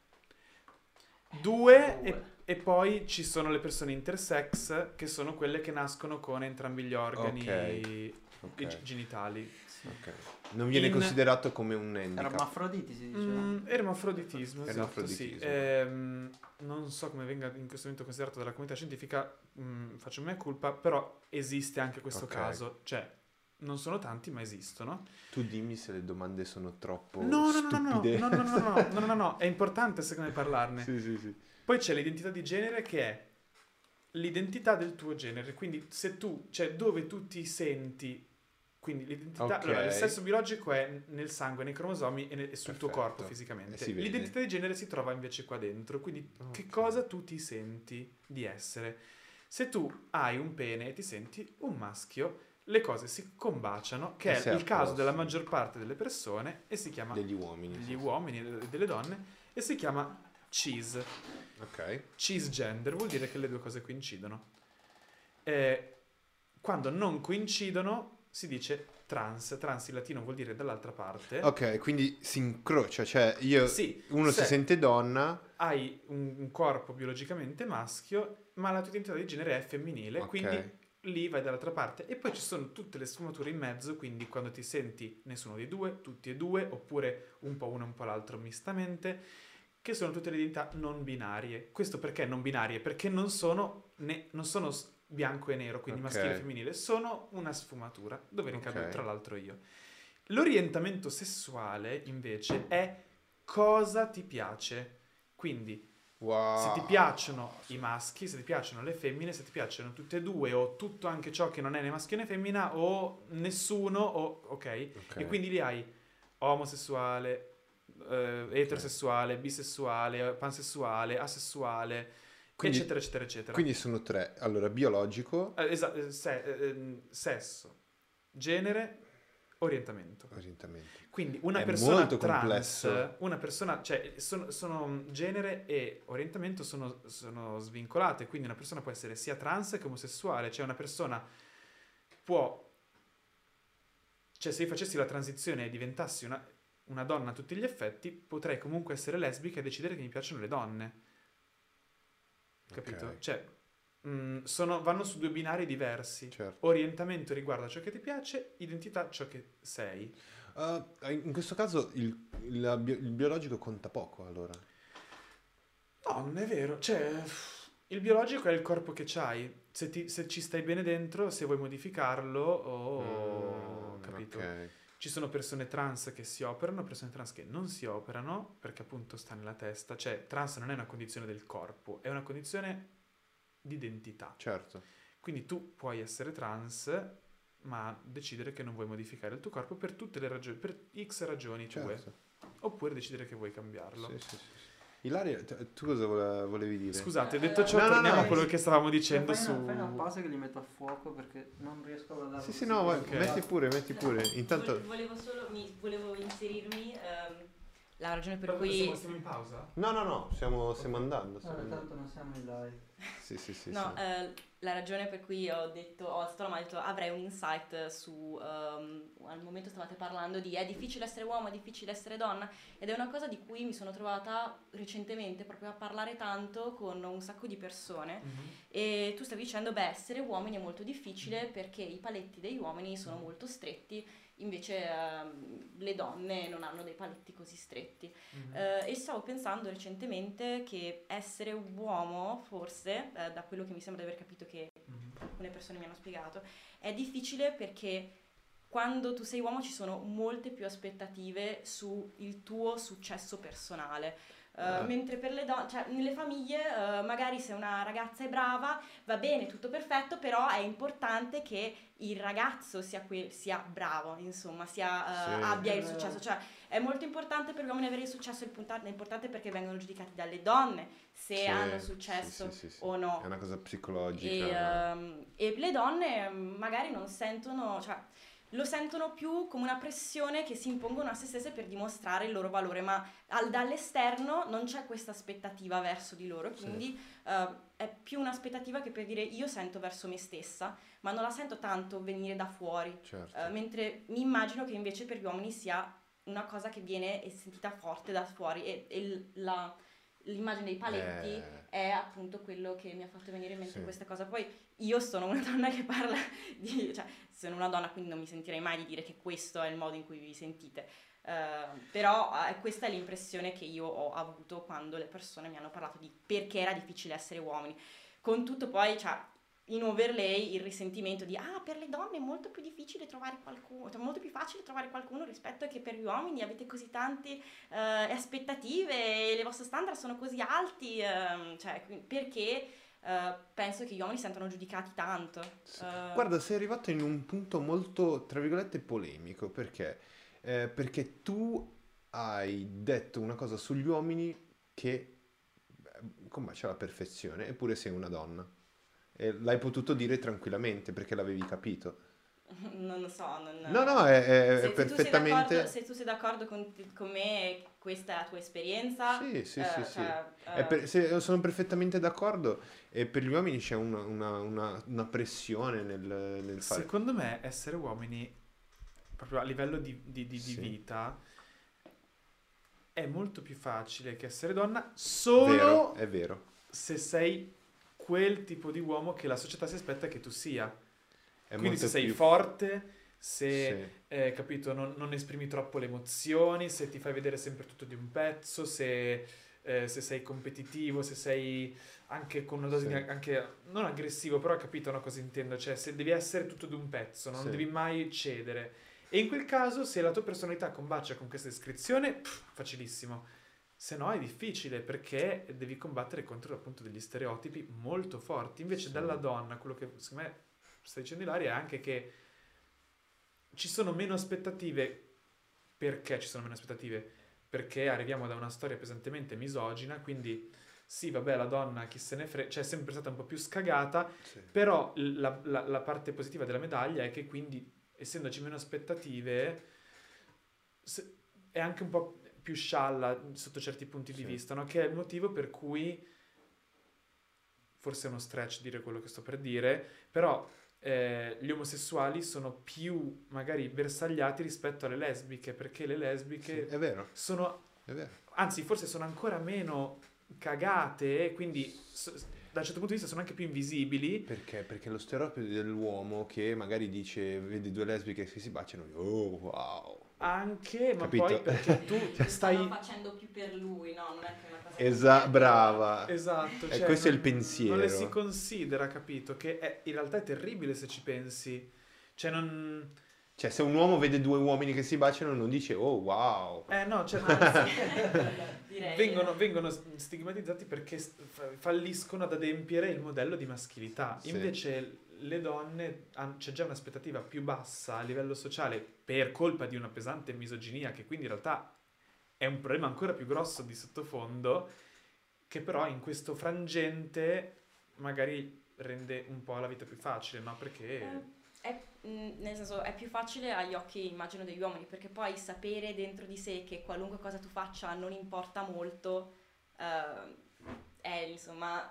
due. E poi ci sono le persone intersex, che sono quelle che nascono con entrambi gli organi Ok. genitali. Ok. Non viene In- considerato come un handicap. Ermafroditi si dice. Ermafroditismo, esatto, Ermafroditismo. sì. Non so come venga in questo momento considerato dalla comunità scientifica, faccio mea culpa, però esiste anche questo Ok. caso, cioè non sono tanti ma esistono. Tu dimmi se le domande sono troppo No, stupide. no, è importante secondo me parlarne. Sì. Poi c'è l'identità di genere che è l'identità del tuo genere, quindi se tu, cioè dove tu ti senti, quindi l'identità, Ok. allora il sesso biologico è nel sangue, nei cromosomi e sul tuo Perfetto. corpo fisicamente. Si vede. L'identità di genere si trova invece qua dentro, quindi che Ok. cosa tu ti senti di essere. Se tu hai un pene e ti senti un maschio, le cose si combaciano, che E è sei il a caso posto. della maggior parte delle persone e si chiama Degli uomini. degli uomini e delle donne e si chiama cis. Ok. Cisgender vuol dire che le due cose coincidono. Quando non coincidono si dice trans. Trans in latino vuol dire dall'altra parte. Ok, quindi si incrocia, cioè Sì, uno se si sente donna. hai un corpo biologicamente maschio, ma la tua identità di genere è femminile, Ok. quindi lì vai dall'altra parte. E poi ci sono tutte le sfumature in mezzo, quindi quando ti senti nessuno dei due, tutti e due, oppure un po' uno e un po' l'altro mistamente, che sono tutte le identità non binarie. Questo perché non binarie? Perché non sono bianco e nero, quindi Ok. maschile e femminile, sono una sfumatura, dove ricado Ok. tra l'altro io. L'orientamento sessuale, invece, è cosa ti piace. Quindi, Wow. se ti piacciono i maschi, se ti piacciono le femmine, se ti piacciono tutte e due, o tutto anche ciò che non è né maschio né femmina, o nessuno, ok? Ok. E quindi lì hai omosessuale, eterosessuale, bisessuale, pansessuale, asessuale, Quindi- eccetera, eccetera, eccetera. Quindi sono 3. Allora, biologico, Sesso, genere, orientamento. orientamento. Quindi una È persona molto trans, complesso. una persona, cioè genere e orientamento sono svincolate, quindi una persona può essere sia trans che omosessuale, cioè una persona può, cioè se io facessi la transizione e diventassi una donna a tutti gli effetti, potrei comunque essere lesbica e decidere che mi piacciono le donne, capito? Ok. Cioè vanno su due binari diversi. Certo. Orientamento riguarda ciò che ti piace, identità ciò che sei. In questo caso il biologico conta poco, allora. No, non è vero. Cioè, il biologico è il corpo che c'hai. Se ci stai bene dentro, se vuoi modificarlo, capito? Ok. Ci sono persone trans che si operano, persone trans che non si operano, perché appunto sta nella testa. Cioè, trans non è una condizione del corpo, è una condizione di identità. Certo. Quindi tu puoi essere trans, ma decidere che non vuoi modificare il tuo corpo per tutte le ragioni, per X ragioni tue. Certo. Oppure decidere che vuoi cambiarlo. Sì, sì, sì. Ilaria, tu cosa volevi dire? Scusate, detto ciò, No, no, torniamo no, a quello sì. che stavamo dicendo Fai su... una pausa che li metto a fuoco perché non riesco a guardare. Sì, sì, no, vai, Ok. metti pure. Intanto... Volevo inserirmi la ragione per Però cui... siamo in pausa? No, stiamo andando. Tanto non siamo in live. Sì. No, la ragione per cui ho alzato la mano e ho detto avrei un insight su al momento stavate parlando di è difficile essere uomo, è difficile essere donna, ed è una cosa di cui mi sono trovata recentemente proprio a parlare tanto con un sacco di persone. E tu stavi dicendo essere uomini è molto difficile perché i paletti degli uomini sono molto stretti, invece le donne non hanno dei paletti così stretti. E stavo pensando recentemente che essere uomo, forse, da quello che mi sembra di aver capito che alcune persone mi hanno spiegato, è difficile perché quando tu sei uomo ci sono molte più aspettative sul tuo successo personale. Mentre per le donne, cioè nelle famiglie, magari se una ragazza è brava, va bene, tutto perfetto, però è importante che il ragazzo sia bravo, insomma, Sì. abbia il successo. Cioè è molto importante per gli uomini avere il successo, è importante perché vengono giudicati dalle donne se Sì, hanno successo sì. o no. È una cosa psicologica. E le donne magari non sentono, cioè lo sentono più come una pressione che si impongono a se stesse per dimostrare il loro valore, ma dall'esterno non c'è questa aspettativa verso di loro, quindi è più un'aspettativa che per dire io sento verso me stessa, ma non la sento tanto venire da fuori, Certo. mentre mi immagino che invece per gli uomini sia una cosa che viene sentita forte da fuori e l'immagine dei paletti è appunto quello che mi ha fatto venire in mente questa cosa. Poi io sono una donna che parla cioè sono una donna, quindi non mi sentirei mai di dire che questo è il modo in cui vi sentite, però questa è l'impressione che io ho avuto quando le persone mi hanno parlato di perché era difficile essere uomini, con tutto poi, cioè, in overlay il risentimento di per le donne è molto più difficile trovare qualcuno, cioè molto più facile trovare qualcuno rispetto a che per gli uomini avete così tante aspettative e le vostre standard sono così alti, cioè perché penso che gli uomini si sentano giudicati tanto. Guarda, sei arrivato in un punto molto, tra virgolette, polemico, perché tu hai detto una cosa sugli uomini che combacia la perfezione, eppure sei una donna. E l'hai potuto dire tranquillamente perché l'avevi capito. Non lo so, No, è perfettamente... Se tu sei d'accordo con me, questa è la tua esperienza. Sì. Cioè, Sono perfettamente d'accordo. E per gli uomini c'è una pressione nel fare... Secondo me essere uomini, proprio a livello di Sì. vita, è molto più facile che essere donna solo È vero. se sei quel tipo di uomo che la società si aspetta che tu sia. Quindi molto se sei più- forte, se, Sì. capito, non esprimi troppo le emozioni, se ti fai vedere sempre tutto di un pezzo, se sei competitivo, se sei anche con una dose Sì. anche non aggressivo, però hai capito una cosa intendo, cioè se devi essere tutto di un pezzo, non Sì. devi mai cedere. E in quel caso, se la tua personalità combacia con questa descrizione, facilissimo. Se no è difficile perché devi combattere contro appunto degli stereotipi molto forti. Invece Sì. dalla donna, quello che secondo me sta dicendo Ilaria è anche che ci sono meno aspettative. Perché ci sono meno aspettative? Perché arriviamo da una storia pesantemente misogina, quindi sì, vabbè, la donna, chi se ne frega, cioè è sempre stata un po' più scagata, Sì. però la parte positiva della medaglia è che quindi, essendoci meno aspettative, è anche un po' più scialla sotto certi punti di Sì. vista, no? Che è il motivo per cui, forse è uno stretch dire quello che sto per dire, però gli omosessuali sono più magari bersagliati rispetto alle lesbiche, perché le Sì, lesbiche è vero, sono, è vero. anzi forse sono ancora meno cagate e quindi da un certo punto di vista sono anche più invisibili. Perché? Perché lo stereotipo dell'uomo che magari dice, vedi due lesbiche che si baciano, oh wow. Anche, ma Capito? poi perché tu Lo stanno stai... facendo più per lui, no? Non è che è una cosa Esatto, brava. Esatto, E cioè questo è il non pensiero. le si considera, capito? Che in realtà è terribile se ci pensi. Cioè non... Cioè, se un uomo vede due uomini che si baciano, non dice, oh wow. No, cioè Anzi, direi. vengono stigmatizzati perché falliscono ad adempiere il modello di maschilità. Sì. Invece le donne c'è già un'aspettativa più bassa a livello sociale per colpa di una pesante misoginia che quindi in realtà è un problema ancora più grosso di sottofondo che però in questo frangente magari rende un po' la vita più facile, no? Perché... Nel senso, è più facile agli occhi, immagino, degli uomini, perché poi sapere dentro di sé che qualunque cosa tu faccia non importa molto è, insomma,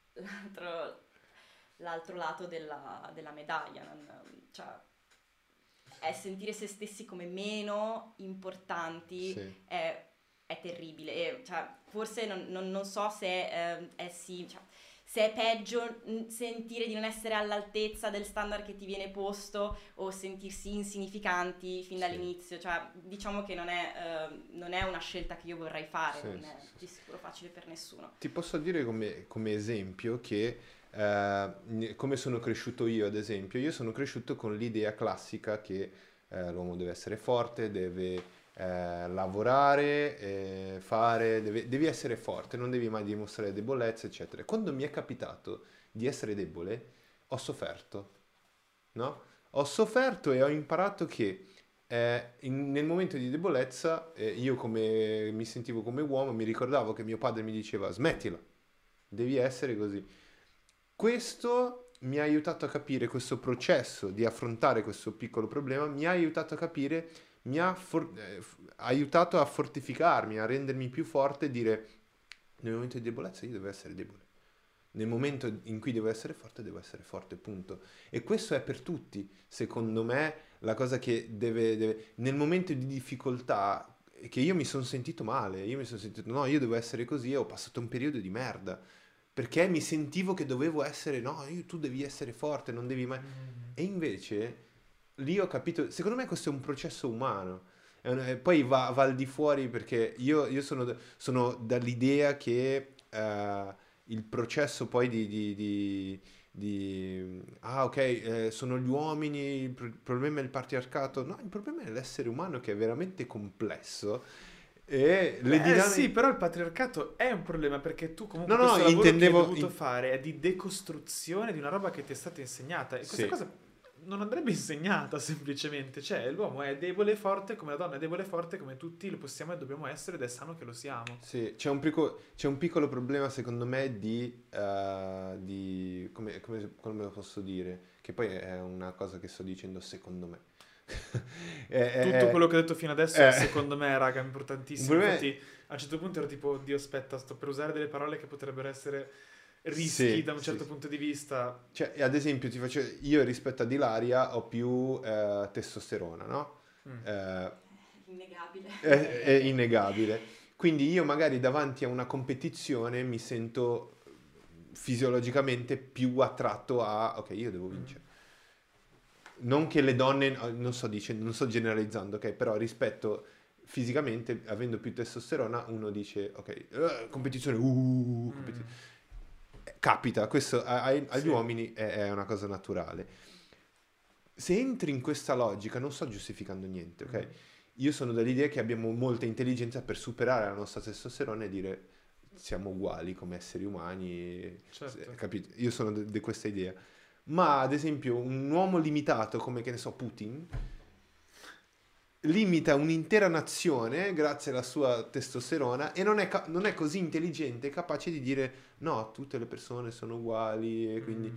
l'altro lato della medaglia. Cioè, è sentire se stessi come meno importanti Sì. è terribile. E, cioè, forse non so se è sì... Cioè, se è peggio sentire di non essere all'altezza del standard che ti viene posto o sentirsi insignificanti fin dall'inizio, cioè diciamo che non è una scelta che io vorrei fare, Sì, non è sì, di sicuro facile per nessuno. Ti posso dire come esempio che come sono cresciuto io, ad esempio, io sono cresciuto con l'idea classica che l'uomo deve essere forte, deve lavorare, fare, devi essere forte, non devi mai dimostrare debolezza, eccetera. Quando mi è capitato di essere debole, ho sofferto, no? Ho sofferto e ho imparato che nel momento di debolezza, io come mi sentivo come uomo, mi ricordavo che mio padre mi diceva smettila, devi essere così. Questo mi ha aiutato a capire questo processo di affrontare questo piccolo problema, mi ha aiutato a capire, mi ha aiutato a fortificarmi, a rendermi più forte e dire nel momento di debolezza io devo essere debole. Nel momento in cui devo essere forte, punto. E questo è per tutti. Secondo me, la cosa che deve nel momento di difficoltà, che io mi sono sentito male, io mi sono sentito, no, io devo essere così e ho passato un periodo di merda. Perché mi sentivo che dovevo essere, no, tu devi essere forte, non devi mai... E invece, lì ho capito, secondo me questo è un processo umano. Poi va al di fuori perché io sono dall'idea che il processo poi sono gli uomini, il problema è il patriarcato. No, il problema è l'essere umano che è veramente complesso. E le dinamiche... Sì, però il patriarcato è un problema perché tu comunque No, questo lavoro intendevo- che hai dovuto fare è di decostruzione di una roba che ti è stata insegnata e questa Sì. cosa non andrebbe insegnata semplicemente, cioè l'uomo è debole e forte come la donna è debole e forte come tutti lo possiamo e dobbiamo essere ed è sano che lo siamo. Sì, c'è un piccolo problema secondo me come lo posso dire? Che poi è una cosa che sto dicendo secondo me. Tutto quello che ho detto fino adesso eh. secondo me, raga, è importantissimo. Il problema è- Infatti a un certo punto ero tipo, oddio aspetta, sto per usare delle parole che potrebbero essere rischi Sì, da un certo sì. punto di vista. Cioè, ad esempio, io rispetto ad Ilaria ho più testosterona, no? Innegabile. È innegabile. Quindi io magari davanti a una competizione mi sento fisiologicamente più attratto a, ok, io devo vincere. non che le donne, non sto generalizzando, ok, però rispetto fisicamente, avendo più testosterona, uno dice, ok, competizione, capita, questo agli Sì. uomini è una cosa naturale. Se entri in questa logica, non sto giustificando niente, ok? Io sono dell'idea che abbiamo molta intelligenza per superare la nostra testosterona e dire siamo uguali come esseri umani, Certo. capito? Io sono di questa idea. Ma ad esempio un uomo limitato come, che ne so, Putin limita un'intera nazione grazie alla sua testosterona e non è così intelligente e capace di dire no, tutte le persone sono uguali e quindi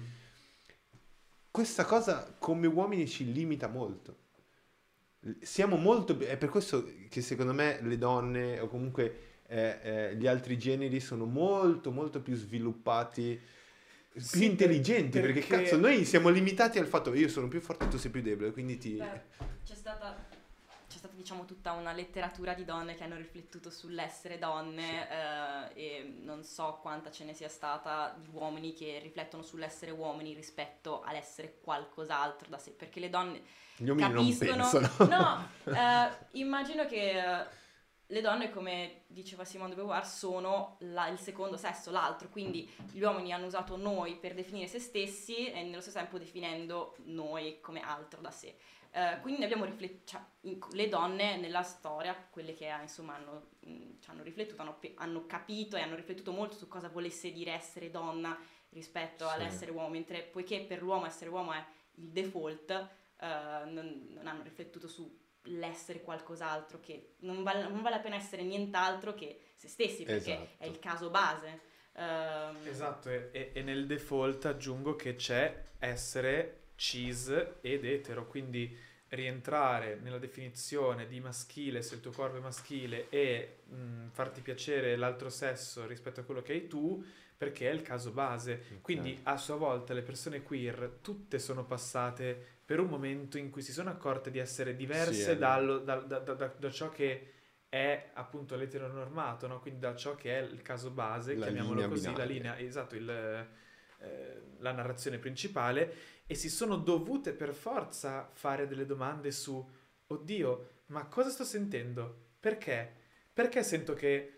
questa cosa come uomini ci limita molto. Siamo molto, è per questo che secondo me le donne o comunque gli altri generi sono molto molto più sviluppati, più Sì, intelligenti, perché perché- cazzo noi siamo limitati al fatto io sono più forte e tu sei più debole, quindi Beh, c'è stata diciamo tutta una letteratura di donne che hanno riflettuto sull'essere donne e non so quanta ce ne sia stata di uomini che riflettono sull'essere uomini rispetto all'essere qualcos'altro da sé, perché le donne gli uomini capiscono... non pensano. No, immagino che le donne, come diceva Simone de Beauvoir, sono il secondo sesso, l'altro, quindi gli uomini hanno usato noi per definire se stessi e nello stesso tempo definendo noi come altro da sé. Quindi abbiamo le donne nella storia, quelle che insomma ci hanno riflettuto, hanno capito e hanno riflettuto molto su cosa volesse dire essere donna rispetto all'essere uomo, mentre poiché per l'uomo essere uomo è il default, non hanno riflettuto su l'essere qualcos'altro, che non vale la pena essere nient'altro che se stessi, perché Esatto. è il caso base. Esatto, e nel default aggiungo che c'è essere cis ed etero, quindi rientrare nella definizione di maschile se il tuo corpo è maschile e farti piacere l'altro sesso rispetto a quello che hai tu, perché è il caso base. Quindi a sua volta le persone queer tutte sono passate per un momento in cui si sono accorte di essere diverse da ciò che è appunto l'eteronormato, no? Quindi da ciò che è il caso base, La chiamiamolo linea così, la binaria. linea, esatto, la narrazione principale, e si sono dovute per forza fare delle domande su oddio, ma cosa sto sentendo? Perché? Perché sento che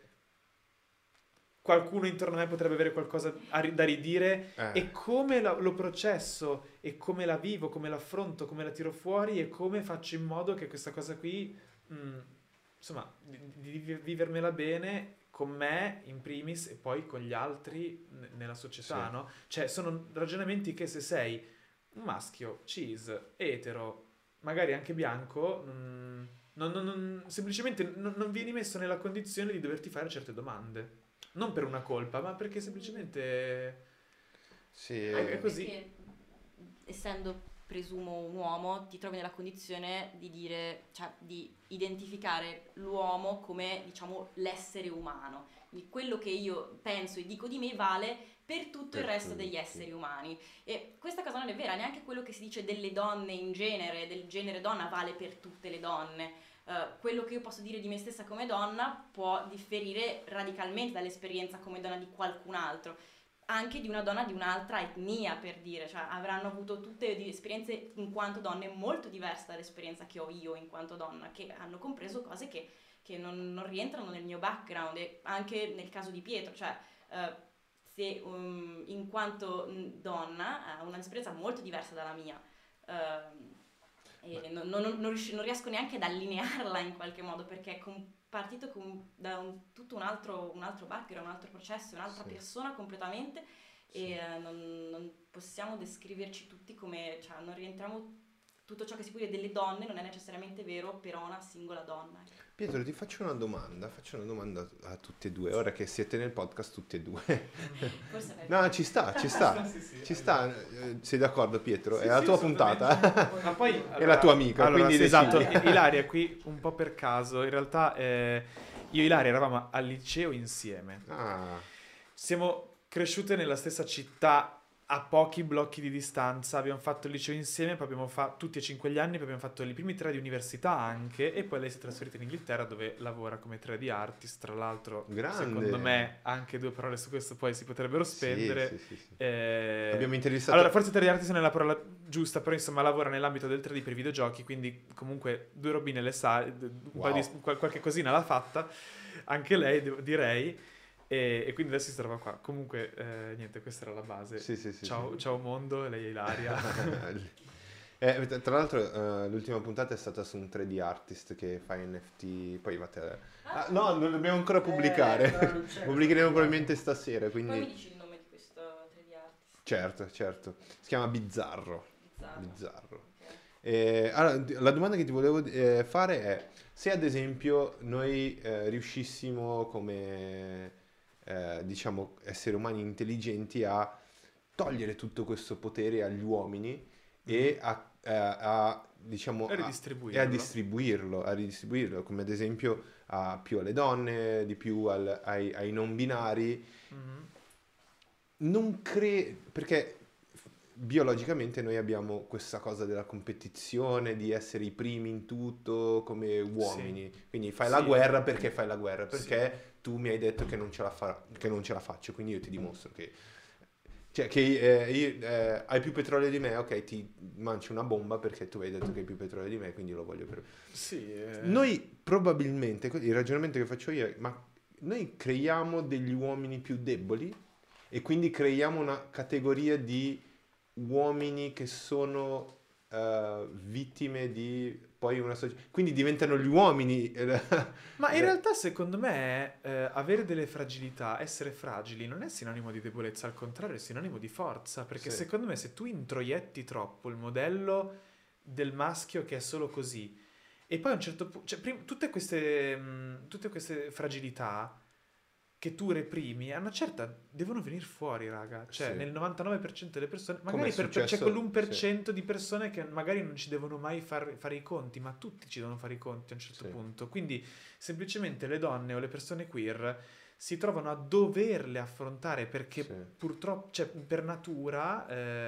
qualcuno intorno a me potrebbe avere qualcosa da ridire e come lo processo e come la vivo, come l'affronto, come la tiro fuori e come faccio in modo che questa cosa qui insomma di vivermela bene con me in primis e poi con gli altri nella società, Sì. no? Cioè sono ragionamenti che se sei un maschio, cis, etero, magari anche bianco, semplicemente non vieni messo nella condizione di doverti fare certe domande. Non per una colpa, ma perché semplicemente Sì, Anche è così. perché, essendo presumo un uomo, ti trovi nella condizione di dire, cioè di identificare l'uomo come, diciamo, l'essere umano. Quindi quello che io penso e dico di me vale per tutto il Per resto tutti. degli esseri umani. E questa cosa non è vera, neanche quello che si dice delle donne in genere, del genere donna vale per tutte le donne. Quello che io posso dire di me stessa come donna può differire radicalmente dall'esperienza come donna di qualcun altro, anche di una donna di un'altra etnia, per dire, cioè avranno avuto tutte esperienze in quanto donne molto diverse dall'esperienza che ho io in quanto donna, che hanno compreso cose che non rientrano nel mio background. E anche nel caso di Pietro, cioè se in quanto donna ha un'esperienza molto diversa dalla mia, e non riesco neanche ad allinearla in qualche modo, perché è partito da tutto un altro background, un altro processo, un'altra persona completamente, e non possiamo descriverci tutti come, cioè non rientriamo, tutto ciò che si può dire delle donne non è necessariamente vero per una singola donna. Pietro, ti faccio una domanda a tutti e due, ora che siete nel podcast tutti e due. Forse è No, ci sta, Sì, ci sta. Sei d'accordo, Pietro? Sì, è la sì, tua assolutamente. puntata. Ma poi È la tua amica, allora, quindi sì, esatto. decidi. Ilaria qui un po' per caso, in realtà io e Ilaria eravamo al liceo insieme. Ah, Siamo cresciute nella stessa città a pochi blocchi di distanza, abbiamo fatto il liceo insieme, poi abbiamo fatto tutti e 5 gli anni, poi abbiamo fatto i primi 3 di università anche, e poi lei si è trasferita in Inghilterra dove lavora come 3D artist, tra l'altro. Grande. Secondo me anche 2 parole su questo poi si potrebbero spendere. Sì. Eh, Abbiamo intervistato... Allora, forse 3D artist non è la parola giusta, però insomma lavora nell'ambito del 3D per i videogiochi, quindi comunque 2 robine le sa, qualche cosina l'ha fatta, anche lei direi. E quindi adesso si trova qua. Comunque, niente, questa era la base. Sì. Ciao mondo, lei è Ilaria. Tra l'altro, l'ultima puntata è stata su un 3D artist che fa NFT. Poi no, non dobbiamo ancora pubblicare. Pubblicheremo probabilmente stasera. Quindi... Poi mi dici il nome di questo 3D artist. Certo. Si chiama Bizzarro. Okay. Allora, la domanda che ti volevo fare è: se ad esempio noi riuscissimo come diciamo esseri umani intelligenti a togliere tutto questo potere agli uomini e diciamo E a ridistribuirlo, come ad esempio più alle donne, di più ai non binari. Mhm. Non perché biologicamente noi abbiamo questa cosa della competizione, di essere i primi in tutto come uomini. Quindi fai la guerra perché fai la guerra, perché tu mi hai detto che non ce la faccio, quindi io ti dimostro che... Cioè che hai più petrolio di me, ok, ti mancio una bomba perché tu hai detto che hai più petrolio di me, quindi lo voglio per... Noi probabilmente, il ragionamento che faccio io è, ma noi creiamo degli uomini più deboli e quindi creiamo una categoria di uomini che sono vittime di poi una società, quindi diventano gli uomini. Ma in realtà secondo me avere delle fragilità, essere fragili non è sinonimo di debolezza, al contrario è sinonimo di forza, perché secondo me se tu introietti troppo il modello del maschio che è solo così e poi a un certo punto, cioè, tutte queste fragilità che tu reprimi, a una certa devono venire fuori, raga. Cioè, nel 99% delle persone, magari c'è quell'1% di persone che magari non ci devono mai fare i conti, ma tutti ci devono fare i conti a un certo punto. Quindi, semplicemente le donne o le persone queer si trovano a doverle affrontare perché purtroppo, cioè, per natura...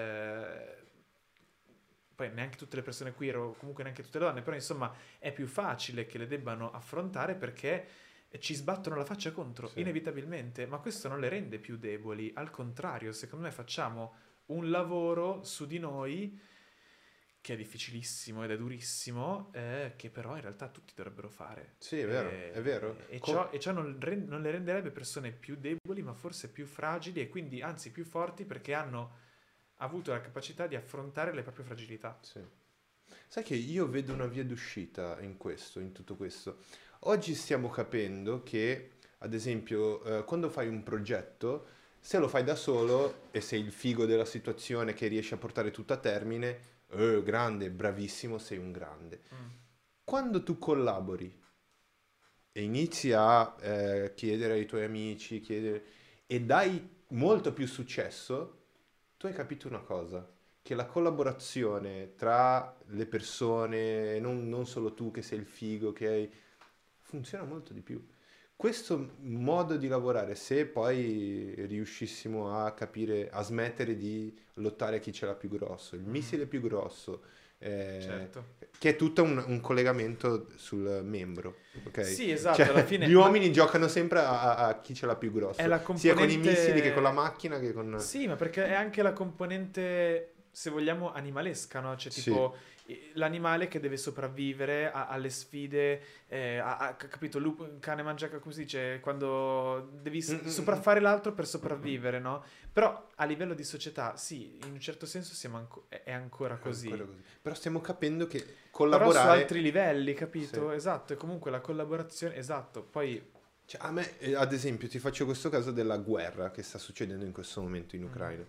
poi neanche tutte le persone queer o comunque neanche tutte le donne, però insomma è più facile che le debbano affrontare perché ci sbattono la faccia contro, inevitabilmente, ma questo non le rende più deboli, al contrario, secondo me facciamo un lavoro su di noi che è difficilissimo ed è durissimo, che però in realtà tutti dovrebbero fare. Sì, è vero. E ciò non le renderebbe persone più deboli, ma forse più fragili e quindi anzi più forti perché hanno avuto la capacità di affrontare le proprie fragilità. Sì. Sai che io vedo una via d'uscita in tutto questo. Oggi stiamo capendo che, ad esempio, quando fai un progetto, se lo fai da solo e sei il figo della situazione che riesci a portare tutto a termine, grande, bravissimo, sei un grande. Quando tu collabori e inizi a chiedere ai tuoi amici, e dai molto più successo, tu hai capito una cosa, che la collaborazione tra le persone, non solo tu che sei il figo, funziona molto di più. Questo modo di lavorare, se poi riuscissimo a capire, a smettere di lottare a chi ce l'ha più grosso, il missile più grosso, che è tutto un collegamento sul membro, ok? Sì, esatto, Cioè, alla fine... gli uomini giocano sempre a chi ce l'ha più grosso, è la componente... sia con i missili che con la macchina che con... Sì, ma perché è anche la componente, se vogliamo, animalesca, no? Cioè tipo l'animale che deve sopravvivere alle sfide, capito, lupo, cane mangia, come si dice, quando devi sopraffare l'altro per sopravvivere, no? Però a livello di società, sì, in un certo senso è ancora così. Però stiamo capendo che collaborare... Però su altri livelli, capito? Sì. Esatto, e comunque la collaborazione, esatto, poi... Cioè, a me, ad esempio, ti faccio questo caso della guerra che sta succedendo in questo momento in Ucraina.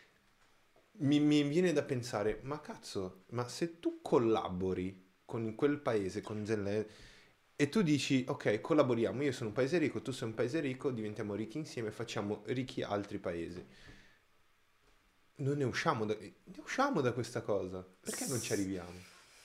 Mi viene da pensare, ma cazzo, ma se tu collabori con quel paese, con Zelensky, e tu dici, ok, collaboriamo, io sono un paese ricco, tu sei un paese ricco, diventiamo ricchi insieme, facciamo ricchi altri paesi. Non ne usciamo da questa cosa. Perché non ci arriviamo?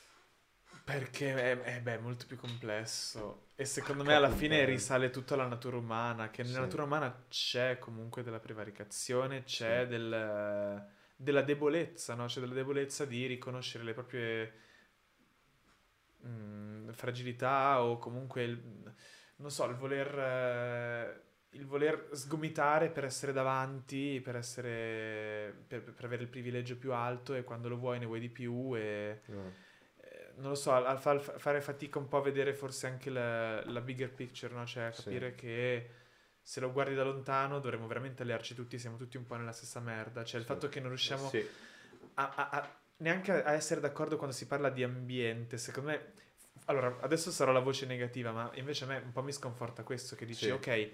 Perché è molto più complesso. E secondo me alla fine risale tutto alla natura umana, che nella natura umana c'è comunque della prevaricazione, c'è del... della debolezza, no? Cioè della debolezza di riconoscere le proprie fragilità o comunque, non so, il voler sgomitare per essere davanti, per avere il privilegio più alto e quando lo vuoi ne vuoi di più e non lo so, fare fatica un po' a vedere forse anche la bigger picture, no? Cioè capire che se lo guardi da lontano dovremmo veramente allearci tutti, siamo tutti un po' nella stessa merda, cioè il fatto che non riusciamo neanche a essere d'accordo quando si parla di ambiente, secondo me, allora adesso sarò la voce negativa, ma invece a me un po' mi sconforta questo, che dici ok,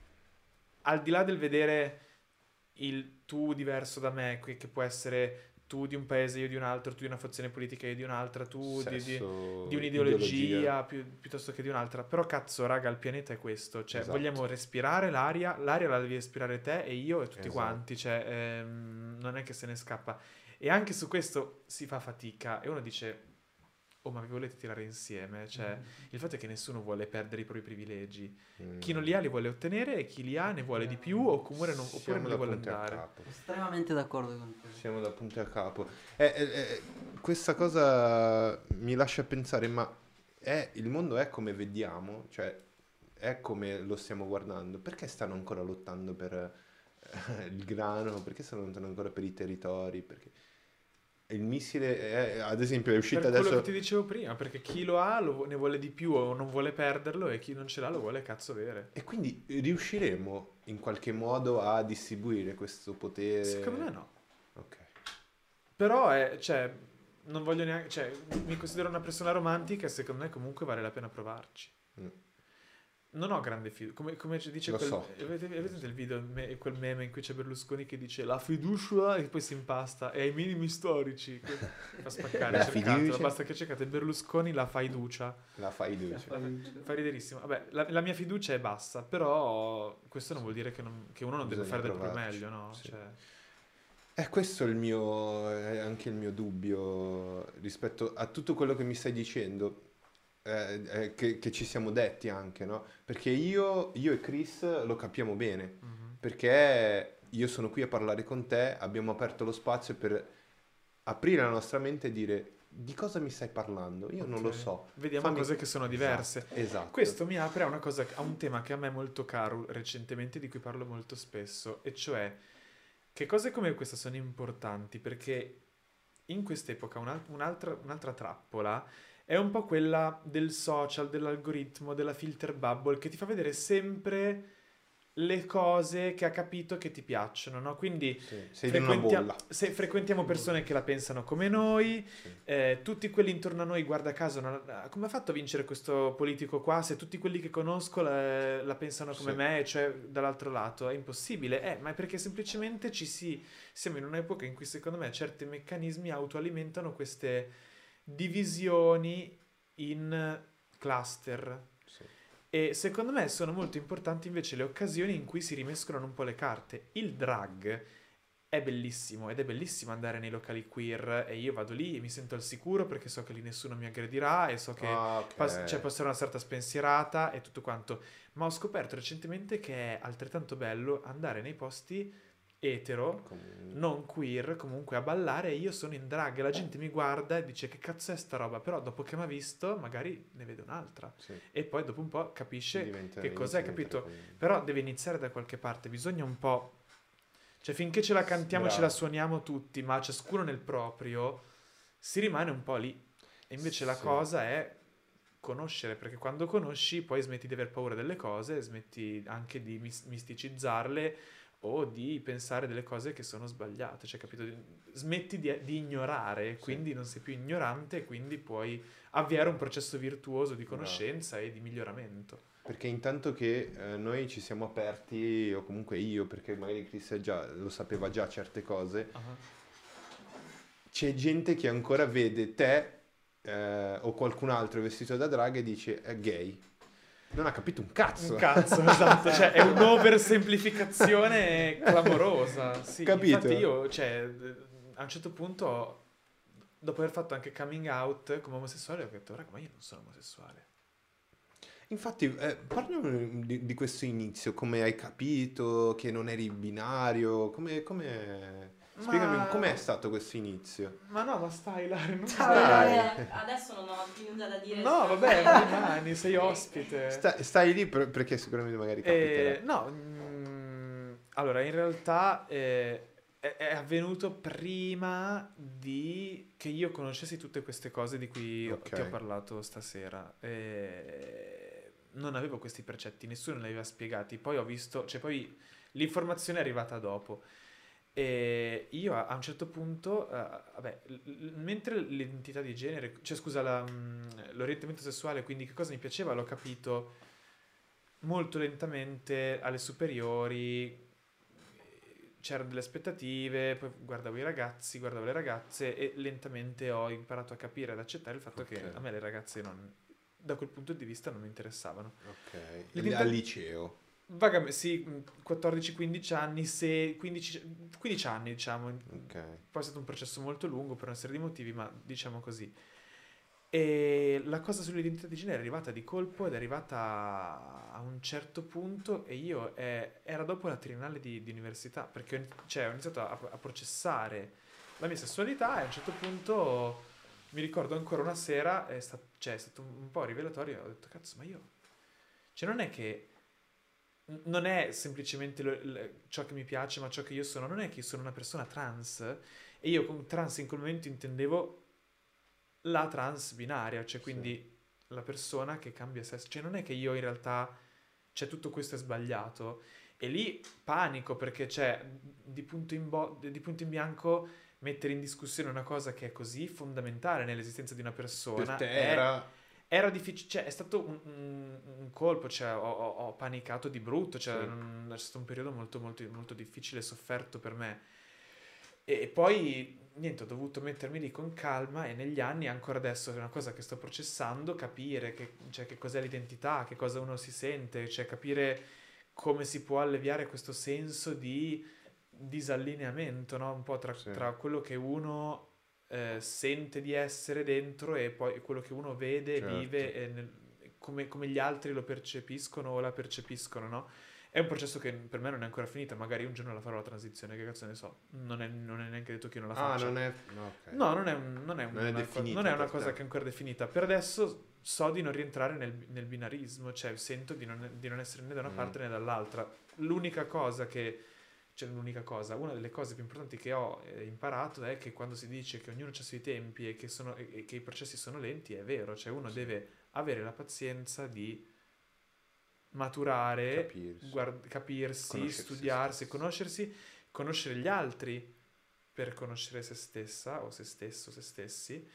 al di là del vedere il tu diverso da me, che può essere tu di un paese, io di un altro, tu di una fazione politica, io di un'altra, tu di un'ideologia piuttosto che di un'altra. Però cazzo, raga, il pianeta è questo. Cioè, vogliamo respirare l'aria la devi respirare te e io e tutti quanti. Cioè, non è che se ne scappa. E anche su questo si fa fatica. E uno dice, oh, ma vi volete tirare insieme? Cioè, il fatto è che nessuno vuole perdere i propri privilegi. Chi non li ha li vuole ottenere e chi li ha ne vuole di più oppure non li vuole andare. Estremamente d'accordo con te. Siamo da punto a capo. Questa cosa mi lascia pensare, ma il mondo è come vediamo? Cioè, è come lo stiamo guardando? Perché stanno ancora lottando per il grano? Perché stanno lottando ancora per i territori? Perché il missile, ad esempio, è uscito per adesso... quello che ti dicevo prima, perché chi lo ha ne vuole di più o non vuole perderlo e chi non ce l'ha lo vuole cazzo avere. E quindi riusciremo in qualche modo a distribuire questo potere? Secondo me no. Ok. Però cioè, non voglio neanche, cioè, mi considero una persona romantica e secondo me comunque vale la pena provarci. Non ho grande fiducia, come dice avete il video, quel meme in cui c'è Berlusconi che dice la fiducia e poi si impasta e ai minimi storici fa spaccare, cercatelo, basta che cercate Berlusconi la fiducia. Fa riderissimo. Vabbè, la mia fiducia è bassa, però questo non vuol dire che uno non deve fare del proprio meglio, no? Sì. Cioè... questo è anche il mio dubbio rispetto a tutto quello che mi stai dicendo. Che ci siamo detti anche, no? Perché io e Chris lo capiamo bene, perché io sono qui a parlare con te, abbiamo aperto lo spazio per aprire la nostra mente e dire di cosa mi stai parlando? Io non lo so. Vediamo cose che sono diverse. Esatto. Questo mi apre a un tema che a me è molto caro recentemente, di cui parlo molto spesso, e cioè che cose come questa sono importanti, perché in quest'epoca un'altra trappola è un po' quella del social, dell'algoritmo, della filter bubble, che ti fa vedere sempre le cose che ha capito che ti piacciono, no? Quindi sei in una bolla. Frequentiamo persone che la pensano come noi, tutti quelli intorno a noi, guarda caso, come ha fatto a vincere questo politico qua se tutti quelli che conosco la pensano come me, cioè dall'altro lato? È impossibile, ma è perché semplicemente siamo in un'epoca in cui secondo me certi meccanismi autoalimentano queste divisioni in cluster. E secondo me sono molto importanti invece le occasioni in cui si rimescolano un po' le carte. Il drag è bellissimo ed è bellissimo andare nei locali queer e io vado lì e mi sento al sicuro perché so che lì nessuno mi aggredirà e so che può essere una certa spensierata e tutto quanto. Ma ho scoperto recentemente che è altrettanto bello andare nei posti etero, non queer, comunque a ballare e io sono in drag e la gente mi guarda e dice che cazzo è sta roba, però dopo che mi ha visto magari ne vede un'altra e poi dopo un po' capisce che cos'è, capito? Però deve iniziare da qualche parte, bisogna un po', cioè finché ce la cantiamo e ce la suoniamo tutti, ma ciascuno nel proprio, si rimane un po' lì e invece la cosa è conoscere, perché quando conosci poi smetti di aver paura delle cose, smetti anche di misticizzarle o di pensare delle cose che sono sbagliate, cioè capito? Smetti di ignorare, quindi non sei più ignorante, quindi puoi avviare un processo virtuoso di conoscenza e di miglioramento. Perché intanto che noi ci siamo aperti, o comunque io, perché magari Chris lo sapeva già certe cose, c'è gente che ancora vede te o qualcun altro vestito da drag e dice è gay. Non ha capito un cazzo. Un cazzo, esatto. Cioè, è un'oversemplificazione clamorosa. Sì, capito? Infatti io, cioè, a un certo punto, dopo aver fatto anche coming out come omosessuale, ho detto, raga, ma io non sono omosessuale. Infatti, parlami di questo inizio, come hai capito che non eri binario, come... Spiegami com'è stato questo inizio. Ma no, ma stai Ilaria, non Dai. Adesso non ho più nulla da dire. No, vabbè, ma rimani, sei ospite. Stai lì perché sicuramente magari capiterà. No, allora in realtà è avvenuto prima di che io conoscessi tutte queste cose di cui Ok. ti ho parlato stasera. Non avevo questi precetti, nessuno li aveva spiegati. Poi ho visto, cioè poi l'informazione è arrivata dopo. E io a un certo punto, vabbè, mentre l'identità di genere, cioè scusa, l'orientamento sessuale, quindi che cosa mi piaceva, l'ho capito molto lentamente alle superiori. C'erano delle aspettative, poi guardavo i ragazzi, guardavo le ragazze e lentamente ho imparato a capire, ad accettare il fatto che Ok. a me le ragazze da quel punto di vista non mi interessavano. Ok. L'identità- Al liceo. Vagamente, sì, 14-15 anni, 15 anni diciamo. Ok. Poi è stato un processo molto lungo per una serie di motivi, ma diciamo così. E la cosa sull'identità di genere è arrivata di colpo ed è arrivata a un certo punto e io era dopo la triennale di università, perché ho iniziato a processare la mia sessualità e a un certo punto mi ricordo ancora una sera, è stato un po' rivelatorio, ho detto cazzo, ma io... Cioè non è che... Non è semplicemente ciò che mi piace, ma ciò che io sono. Non è che io sono una persona trans e io con trans in quel momento intendevo la trans binaria, cioè quindi la persona che cambia sesso. Cioè non è che io in realtà, cioè tutto questo è sbagliato. E lì panico perché c'è di punto in bianco mettere in discussione una cosa che è così fondamentale nell'esistenza di una persona. Per te Era difficile, cioè è stato un colpo, cioè ho panicato di brutto, cioè Sì. è stato un periodo molto, molto, molto difficile e sofferto per me. E poi, niente, ho dovuto mettermi lì con calma e negli anni, ancora adesso è una cosa che sto processando, capire che cos'è l'identità, che cosa uno si sente, cioè capire come si può alleviare questo senso di disallineamento, no? Un po' Sì. tra quello che uno sente di essere dentro e poi quello che uno vede e Certo. vive e come gli altri lo percepiscono o la percepiscono, no? È un processo che per me non è ancora finito, magari un giorno la farò la transizione, che cazzo ne so, non è neanche detto che io non la faccia. non è... No, ok. No, non è definita non è una per cosa te. che è ancora definita. Per adesso so di non rientrare nel binarismo, cioè sento di non essere né da una parte né dall'altra. Una delle cose più importanti che ho imparato è che quando si dice che ognuno ha i suoi tempi e che i processi sono lenti, è vero, cioè uno deve avere la pazienza di maturare, capirsi, Conoscersi studiarsi, stesso. conoscersi, conoscere gli altri per conoscere se stessa o se stesso, se stessi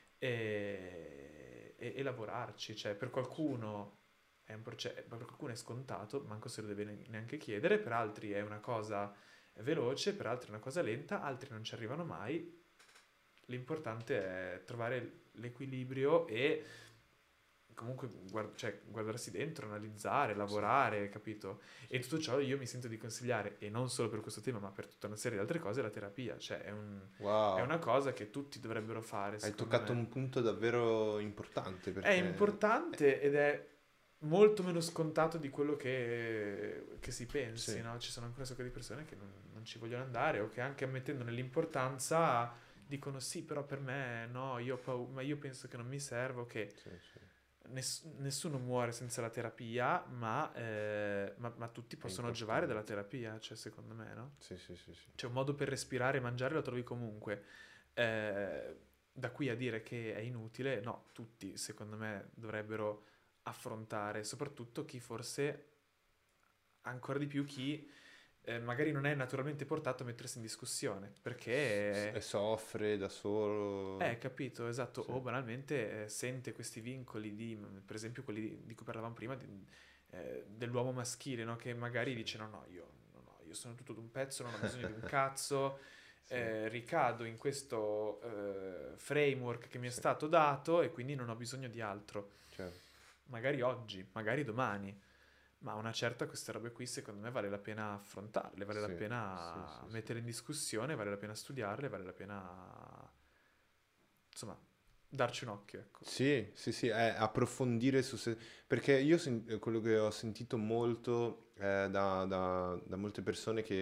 e lavorarci. Cioè, per qualcuno è un processo, per qualcuno è scontato, manco se lo deve neanche chiedere, per altri è una cosa veloce, per altri è una cosa lenta, altri non ci arrivano mai. L'importante è trovare l'equilibrio e comunque guardarsi dentro, analizzare, lavorare, capito? E tutto ciò io mi sento di consigliare, e non solo per questo tema, ma per tutta una serie di altre cose, la terapia. Cioè Wow. è una cosa che tutti dovrebbero fare. Hai toccato un punto davvero importante. È importante ed è molto meno scontato di quello che si pensi, Sì. no? Ci sono ancora un sacco di persone che non ci vogliono andare o che anche ammettendone l'importanza dicono sì, però per me no, ma io penso che non mi servo, che Sì. nessuno muore senza la terapia, ma tutti possono giovare dalla terapia, cioè secondo me, no? Sì. C'è un modo per respirare e mangiare, lo trovi comunque. Da qui a dire che è inutile, no, tutti secondo me dovrebbero affrontare, soprattutto chi forse, ancora di più chi magari non è naturalmente portato a mettersi in discussione, perché... E soffre da solo. capito, esatto, Sì. o banalmente sente questi vincoli per esempio quelli di cui parlavamo prima, dell'uomo maschile, no? Che magari dice no, io sono tutto d'un pezzo, non ho bisogno di un cazzo, ricado in questo framework che mi è stato dato e quindi non ho bisogno di altro. Certo. Magari oggi, magari domani, ma una certa queste robe qui secondo me vale la pena affrontarle, vale la pena mettere in discussione, vale la pena studiarle, vale la pena insomma darci un occhio, ecco. Sì, approfondire su se... Perché io quello che ho sentito molto da molte persone che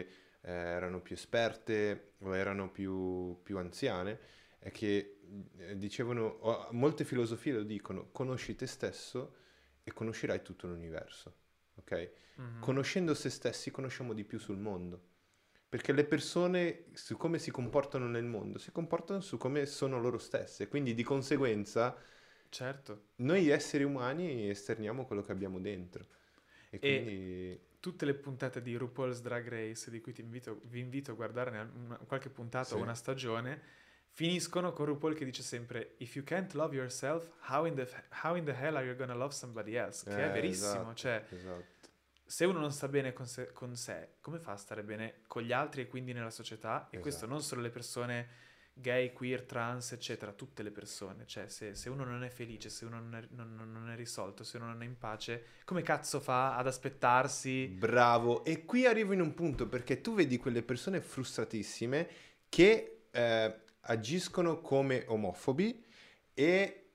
erano più esperte o erano più anziane, è che dicevano, molte filosofie lo dicono, conosci te stesso e conoscerai tutto l'universo, ok? Mhm. Conoscendo se stessi conosciamo di più sul mondo. Perché le persone, su come si comportano nel mondo, si comportano su come sono loro stesse. Quindi di conseguenza Certo. noi esseri umani esterniamo quello che abbiamo dentro. E quindi... Tutte le puntate di RuPaul's Drag Race, di cui vi invito a guardare qualche puntata Sì. o una stagione, finiscono con RuPaul che dice sempre If you can't love yourself, how in the hell are you gonna love somebody else? Che è verissimo, esatto, cioè esatto. se uno non sta bene con sé, come fa a stare bene con gli altri e quindi nella società? E questo Esatto. non solo le persone gay, queer, trans, eccetera, tutte le persone. Cioè, se uno non è felice, se uno non è risolto, se uno non è in pace, come cazzo fa ad aspettarsi? Bravo, e qui arrivo in un punto perché tu vedi quelle persone frustratissime che agiscono come omofobi e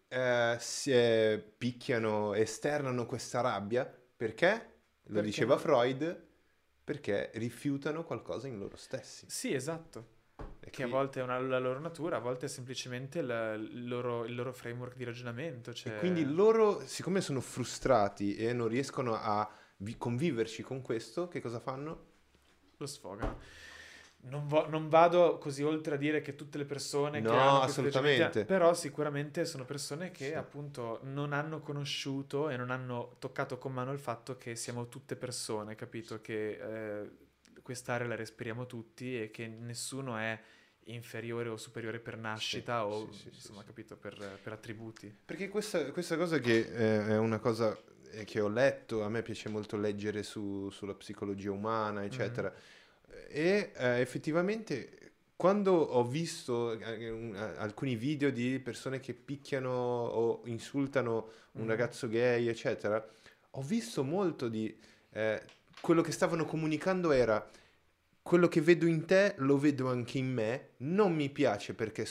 picchiano, esternano questa rabbia perché? Lo Perché diceva no? Freud, perché rifiutano qualcosa in loro stessi. Sì, esatto. E Che a qui- volte è la loro natura, a volte è semplicemente il loro framework di ragionamento. Cioè... E quindi loro, siccome sono frustrati e non riescono a conviverci con questo, che cosa fanno? lo sfogano. Non vado così oltre a dire che tutte le persone che No, hanno questi assolutamente. atteggiamenti, però sicuramente sono persone che Sì. appunto non hanno conosciuto e non hanno toccato con mano il fatto che siamo tutte persone, capito? Che quest'aria la respiriamo tutti e che nessuno è inferiore o superiore per nascita Sì, o sì, sì, insomma, sì. capito, per attributi. Perché questa cosa che è una cosa che ho letto, a me piace molto leggere sulla psicologia umana, eccetera, e effettivamente quando ho visto alcuni video di persone che picchiano o insultano un Mhm. ragazzo gay, eccetera, ho visto molto di quello che stavano comunicando era quello che vedo in te lo vedo anche in me, non mi piace perché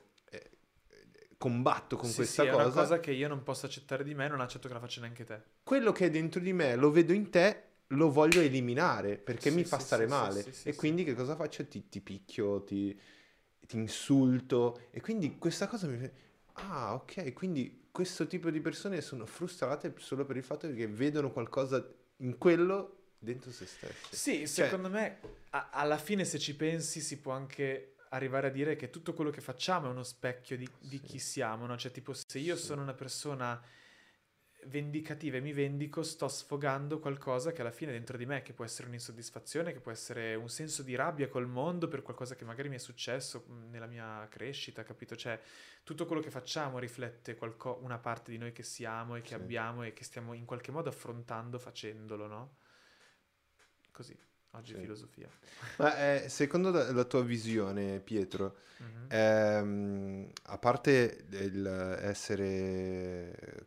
combatto con Sì, questa è una cosa. cosa che io non posso accettare di me, non accetto che la faccia neanche te. Quello che è dentro di me lo vedo in te, lo voglio eliminare perché Sì, mi fa sì, stare sì, sì, male. sì, sì, E sì. quindi che cosa faccio? Ti picchio, ti insulto. E quindi questa cosa mi fa... Ah, ok, quindi questo tipo di persone sono frustrate solo per il fatto che vedono qualcosa in quello dentro se stessi. Sì, Cioè, secondo me alla fine se ci pensi si può anche arrivare a dire che tutto quello che facciamo è uno specchio di Sì. chi siamo, no? Cioè tipo se io Sì. sono una persona vendicativa e mi vendico, sto sfogando qualcosa che alla fine è dentro di me, che può essere un'insoddisfazione, che può essere un senso di rabbia col mondo per qualcosa che magari mi è successo nella mia crescita, capito? Cioè tutto quello che facciamo riflette una parte di noi che siamo e che Sì. abbiamo e che stiamo in qualche modo affrontando facendolo, no? Così, oggi Sì. filosofia. Ma secondo la tua visione, Pietro, Mhm. a parte essere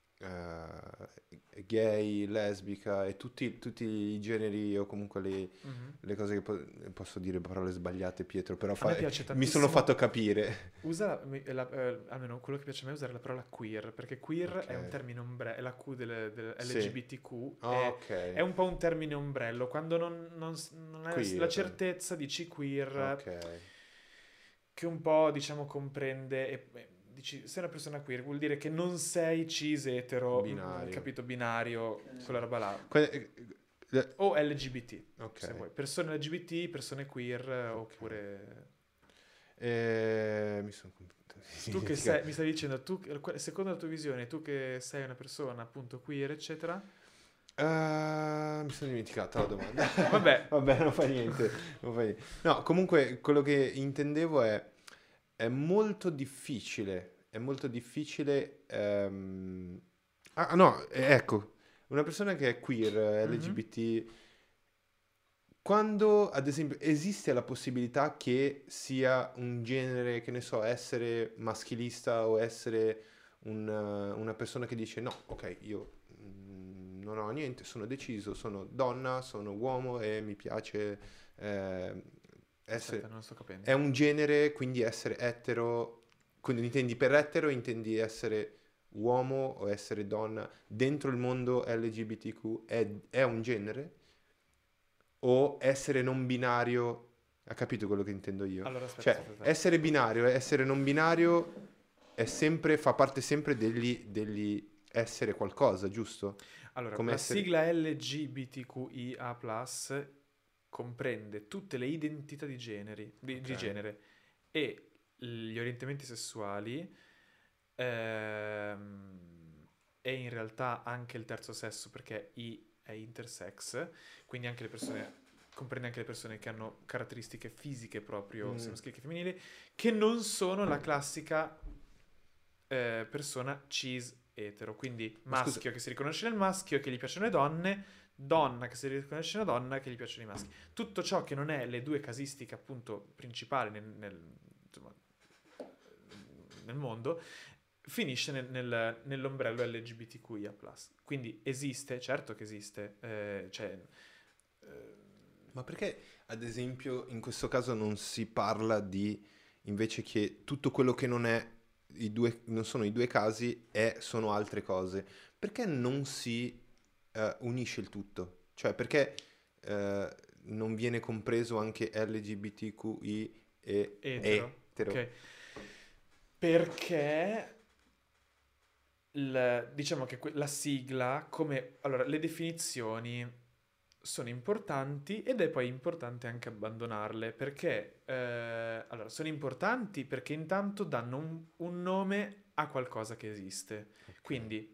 gay, lesbica e tutti i generi o comunque Mhm. le cose che posso dire parole sbagliate, Pietro, però A me piace mi sono tantissimo- fatto capire. Usa, almeno quello che piace a me è usare la parola queer, perché queer Ok. è un termine ombrello, è la Q del Sì. LGBTQ, Ah, ok. è un po' un termine ombrello, quando non hai Queer. la certezza dici queer, Ok. che un po' diciamo comprende, e dici sei una persona queer, vuol dire che non sei cis etero, Binario. capito, binario, quella roba là. Que- O LGBT, ok. se vuoi. Persone LGBT, persone queer, oppure... Mi sono Tu che sei, mi stavi dicendo, secondo la tua visione, tu che sei una persona appunto queer, eccetera, Mi sono dimenticata la domanda. Vabbè. Vabbè, non fa niente. No, comunque quello che intendevo è molto difficile. È molto difficile. No, ecco, una persona che è queer, LGBT, quando ad esempio esiste la possibilità che sia un genere, che ne so, essere maschilista o essere una persona che dice no, ok, io non ho niente, sono deciso, sono donna, sono uomo e mi piace essere... aspetta, non sto capendo. È un genere, quindi essere etero, quindi intendi per etero, intendi essere uomo o essere donna dentro il mondo LGBTQ, è un genere? o essere non binario, ha capito quello che intendo io? Allora, aspetta, Cioè, aspetta. essere binario e essere non binario fa parte sempre degli essere qualcosa, giusto? Allora, Come la essere- sigla LGBTQIA+, comprende tutte le identità di di Ok. genere e gli orientamenti sessuali, e in realtà anche il terzo sesso, perché I è intersex, quindi anche le persone, comprende anche le persone che hanno caratteristiche fisiche proprio, sia maschili che femminili, che non sono la classica persona cis etero, quindi Ma scusa, maschio che si riconosce nel maschio e che gli piacciono le donne, donna che si riconosce nella donna e che gli piacciono i maschi. Tutto ciò che non è le due casistiche appunto principali insomma, nel mondo finisce nell'ombrello LGBTQIA+. Quindi esiste, certo che esiste, ma perché ad esempio in questo caso non si parla di invece che tutto quello che non è non sono i due casi sono altre cose? Perché non si unisce il tutto? Cioè perché non viene compreso anche LGBTQI e etero. etero? Ok. Perché diciamo che la sigla, come allora, le definizioni sono importanti ed è poi importante anche abbandonarle perché allora, sono importanti perché intanto danno un nome a qualcosa che esiste. Ok. Quindi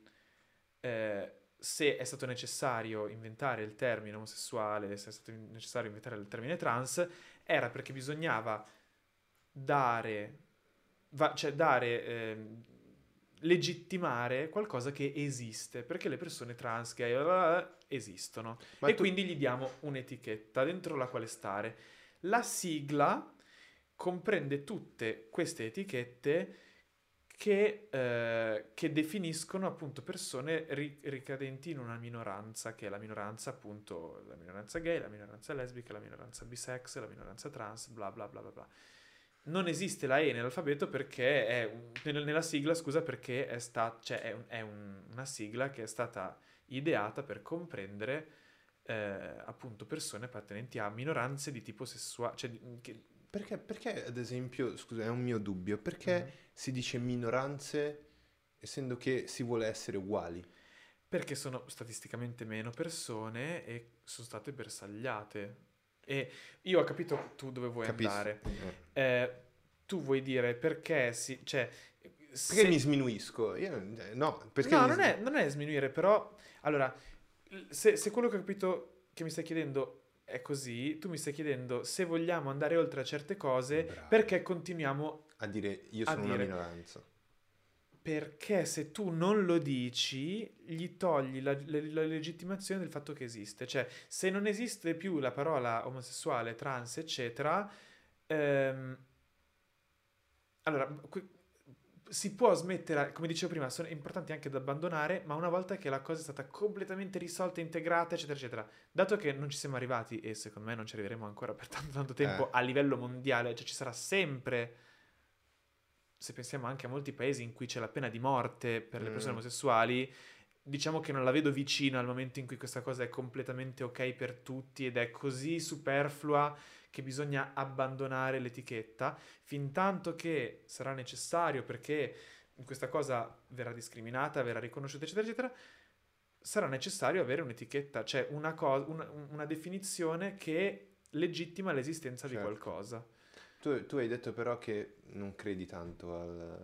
se è stato necessario inventare il termine omosessuale, se è stato necessario inventare il termine trans, era perché bisognava dare, cioè dare, legittimare qualcosa che esiste, perché le persone trans, gay, esistono. Ma E tu, quindi gli diamo un'etichetta dentro la quale stare. La sigla comprende tutte queste etichette che definiscono appunto persone ricadenti in una minoranza, che è la minoranza appunto, la minoranza gay, la minoranza lesbica, la minoranza bisex, la minoranza trans, bla bla bla bla bla. Non esiste la E nell'alfabeto perché nella sigla, scusa, perché cioè una sigla che è stata ideata per comprendere appunto persone appartenenti a minoranze di tipo sessuale, cioè perché ad esempio, scusa, è un mio dubbio, Mhm. perché si dice minoranze essendo che si vuole essere uguali? Perché sono statisticamente meno persone e sono state bersagliate. E io ho capito tu dove vuoi Capisco? andare. Tu vuoi dire perché cioè, Perché mi sminuisco? Io, no, perché No, non è sminuire, però... Allora, se quello che ho capito che mi stai chiedendo è così, tu mi stai chiedendo se vogliamo andare oltre a certe cose, Bravo. perché continuiamo A dire io a sono una dire... minoranza. Perché se tu non lo dici, gli togli la legittimazione del fatto che esiste. Cioè, se non esiste più la parola omosessuale, trans, eccetera, ehm, allora, si può smettere, come dicevo prima, sono importanti anche da abbandonare, ma una volta che la cosa è stata completamente risolta, integrata, eccetera, eccetera. Dato che non ci siamo arrivati, e secondo me non ci arriveremo ancora per tanto, tanto tempo, a livello mondiale, cioè ci sarà sempre, se pensiamo anche a molti paesi in cui c'è la pena di morte per le persone omosessuali, diciamo che non la vedo vicino al momento in cui questa cosa è completamente ok per tutti ed è così superflua che bisogna abbandonare l'etichetta, fin tanto che sarà necessario perché questa cosa verrà discriminata, verrà riconosciuta, eccetera, eccetera, sarà necessario avere un'etichetta, cioè una definizione che legittima l'esistenza di Certo. qualcosa. Tu hai detto però che non credi tanto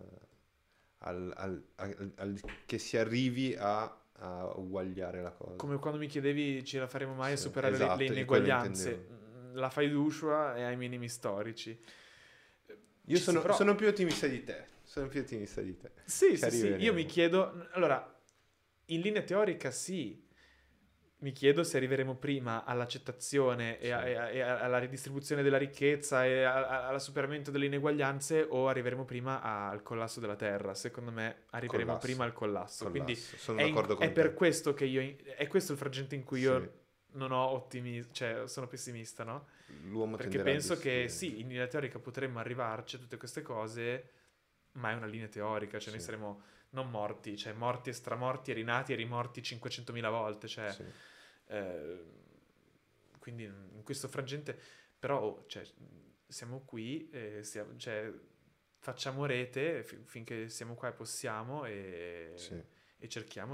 che si arrivi a uguagliare la cosa. Come quando mi chiedevi ce la faremo mai a Sì, superare esatto, le io quello ineguaglianze. intendevo. La fai d'uscia e ai minimi storici. Io Ci si prova. sono più ottimista di te. Sono più ottimista di te. Sì, Ci sì, sì. Io arriveremo. mi chiedo... Allora, in linea teorica sì. Mi chiedo se arriveremo prima all'accettazione Sì. e alla ridistribuzione della ricchezza e al superamento delle ineguaglianze o arriveremo prima al collasso della Terra. Secondo me arriveremo Collasso. prima al collasso. Quindi Sono d'accordo con è per te. questo che è questo il frangente in cui Sì. io non ho ottimismo, cioè sono pessimista, no? L'uomo Perché tenderà a penso che distruggere. sì, in linea teorica potremmo arrivarci a tutte queste cose, ma è una linea teorica, cioè noi Sì. saremo non morti, cioè morti e stramorti e rinati e rimorti 500.000 volte, cioè Sì. quindi in questo frangente, però cioè, siamo qui, cioè, facciamo rete finché siamo qua e possiamo Sì. e cerchiamo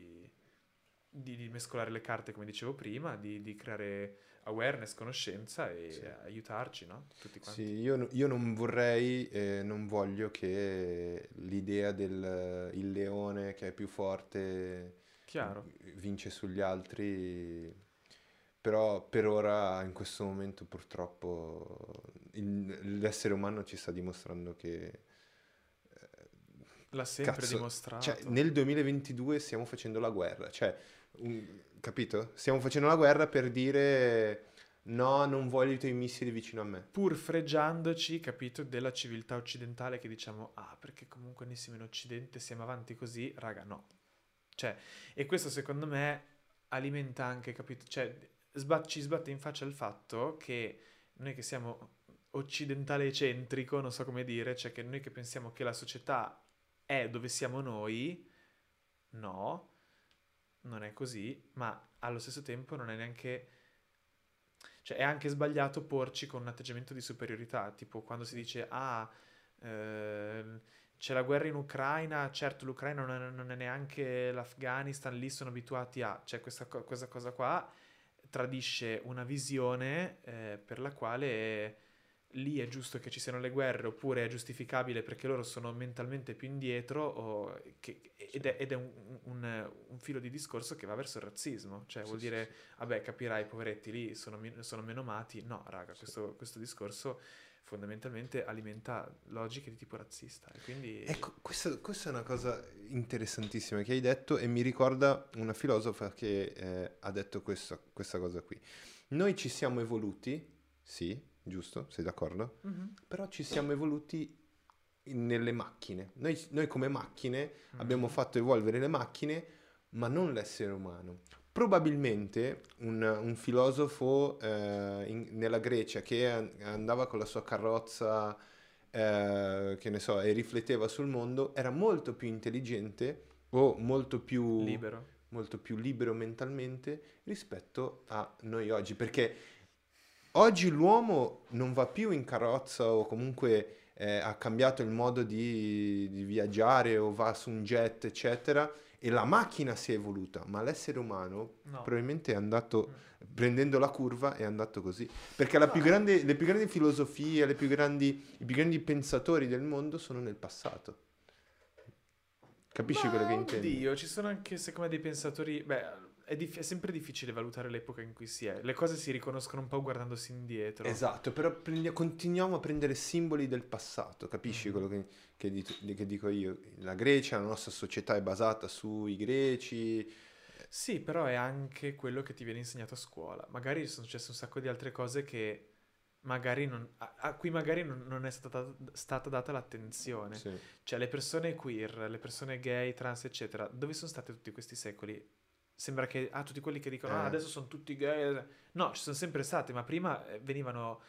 di mescolare le carte, come dicevo prima, di creare awareness, conoscenza e Sì. aiutarci, no? Tutti quanti. Sì, io non vorrei, non voglio che l'idea del il leone che è più forte Chiaro. vince sugli altri, però per ora, in questo momento, purtroppo, l'essere umano ci sta dimostrando che L'ha sempre cazzo, dimostrato. cioè, nel 2022 stiamo facendo la guerra, cioè, capito? Stiamo facendo la guerra per dire no, non voglio i tuoi missili vicino a me. Pur fregiandoci, capito, della civiltà occidentale che diciamo, perché comunque noi siamo in Occidente, siamo avanti così, raga, no. Cioè, e questo secondo me alimenta anche, capito, cioè, ci sbatte in faccia il fatto che noi che siamo occidentale centrico, non so come dire, cioè che noi che pensiamo che la società è dove siamo noi, no, non è così, ma allo stesso tempo non è neanche... Cioè è anche sbagliato porci con un atteggiamento di superiorità, tipo quando si dice c'è la guerra in Ucraina, certo l'Ucraina non è neanche l'Afghanistan, lì sono abituati a... Cioè questa cosa qua tradisce una visione per la quale lì è giusto che ci siano le guerre oppure è giustificabile perché loro sono mentalmente più indietro ed è un filo di discorso che va verso il razzismo, cioè vuol dire vabbè capirai i poveretti lì sono menomati, no raga questo discorso fondamentalmente alimenta logiche di tipo razzista e quindi Ecco, questa è una cosa interessantissima che hai detto e mi ricorda una filosofa che ha detto questa cosa qui. Noi ci siamo evoluti, sì, giusto? Sei d'accordo? Mhm. Però ci siamo evoluti nelle macchine. Noi come macchine abbiamo fatto evolvere le macchine, ma non l'essere umano. Probabilmente un filosofo nella Grecia che andava con la sua carrozza, che ne so, e rifletteva sul mondo, era molto più intelligente o molto più libero mentalmente rispetto a noi oggi, perché oggi l'uomo non va più in carrozza o comunque ha cambiato il modo di viaggiare o va su un jet, eccetera, e la macchina si è evoluta, ma l'essere umano No. probabilmente è andato, prendendo la curva, è andato così. Perché le più grandi filosofie, i più grandi pensatori del mondo sono nel passato. Capisci quello che intendo? Oddio, ci sono anche secondo me dei pensatori... Beh, è sempre difficile valutare l'epoca in cui si è. Le cose si riconoscono un po' guardandosi indietro. Esatto, però continuiamo a prendere simboli del passato, capisci quello che dico io? La Grecia, la nostra società è basata sui greci. Sì, però è anche quello che ti viene insegnato a scuola. Magari sono successe un sacco di altre cose che magari a cui magari non è stata data l'attenzione. Sì. Cioè le persone queer, le persone gay, trans, eccetera, dove sono state tutti questi secoli? Sembra che tutti quelli che dicono adesso sono tutti gay. No, ci sono sempre stati, ma prima venivano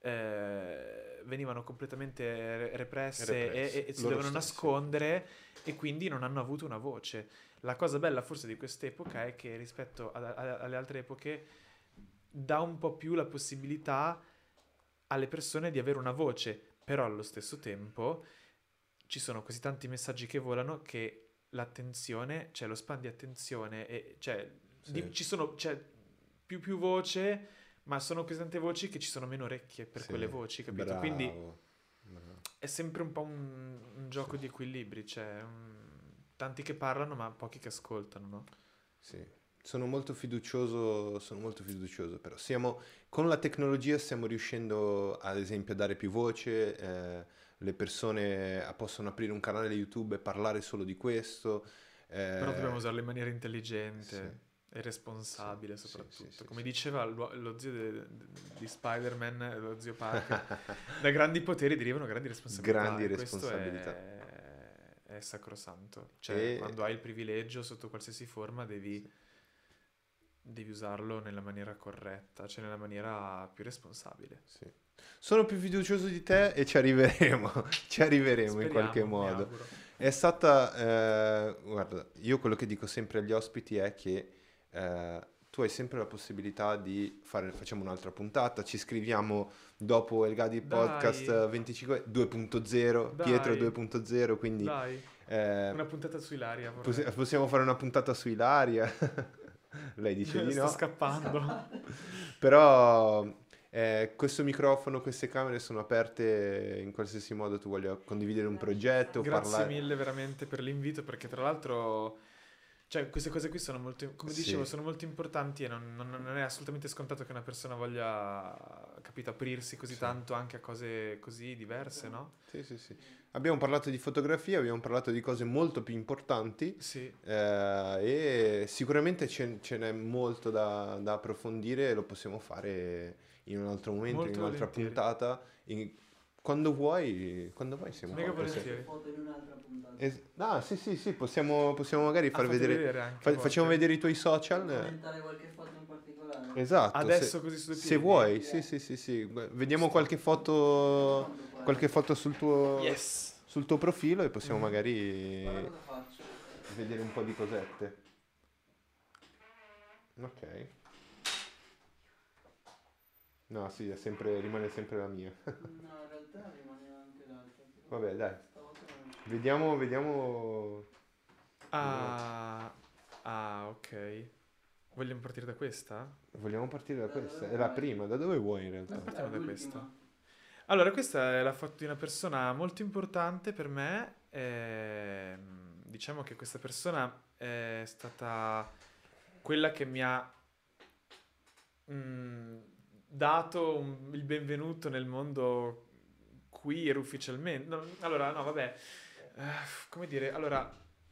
completamente represse e si dovevano nascondere e quindi non hanno avuto una voce. La cosa bella forse di quest'epoca è che rispetto alle altre epoche dà un po' più la possibilità alle persone di avere una voce, però allo stesso tempo ci sono così tanti messaggi che volano che l'attenzione, cioè lo span di attenzione e cioè ci sono più voce, ma sono così tante voci che ci sono meno orecchie per quelle voci, capito? Bravo. Quindi è sempre un po' un gioco di equilibri, cioè tanti che parlano ma pochi che ascoltano, no? Sì. Sono molto fiducioso, però con la tecnologia stiamo riuscendo ad esempio a dare più voce, le persone possono aprire un canale YouTube e parlare solo di questo. Però dobbiamo usarlo in maniera intelligente e responsabile soprattutto. Come diceva lo zio di Spider-Man, lo zio Parker, da grandi poteri derivano grandi responsabilità. Questo è sacrosanto. Cioè quando hai il privilegio sotto qualsiasi forma devi usarlo nella maniera corretta, cioè nella maniera più responsabile. Sì. Sono più fiducioso di te e ci arriveremo Speriamo, in qualche mi modo. auguro. È stata, guarda, io quello che dico sempre agli ospiti è che tu hai sempre la possibilità di facciamo un'altra puntata, ci scriviamo dopo El Gadi Podcast Dai. 25 2.0, Dai. Pietro 2.0, quindi Dai, eh, una puntata su Ilaria vorrei. possiamo fare una puntata su Ilaria. Lei dice di Sta no. scappando. Però questo microfono, queste camere sono aperte in qualsiasi modo tu voglia condividere un progetto, Grazie parlare. mille veramente per l'invito, perché tra l'altro, cioè, queste cose qui sono molto, come Sì. dicevo, sono molto importanti e non è assolutamente scontato che una persona voglia, capito, aprirsi così Sì. tanto anche a cose così diverse, no? Sì, sì, sì. Abbiamo parlato di fotografia, abbiamo parlato di cose molto più importanti Sì, e sicuramente ce n'è molto da approfondire e lo possiamo fare in un altro momento, Molto in un'altra volentieri. puntata, quando vuoi siamo Mega qua. volentieri. Foto in un'altra puntata. Sì, possiamo magari far fate vedere, anche a volte. facciamo vedere i tuoi social. Commentare qualche foto in particolare. Esatto, Adesso così su due se piedi? vuoi, sì. Vediamo qualche foto Yes! sul tuo profilo e possiamo magari Guarda cosa faccio. vedere un po' di cosette. Ok. No, sì, rimane sempre la mia. No, in realtà rimane anche l'altra. Vabbè, dai. Stavolta non Vediamo. Ok. Vogliamo partire da questa? Vogliamo partire da questa? È la prima, da dove vuoi in realtà? Partiamo da questa. Allora, questa è la foto di una persona molto importante per me. Diciamo che questa persona è stata quella che mi ha dato il benvenuto nel mondo queer ufficialmente. Allora, no, vabbè. Come dire? Allora,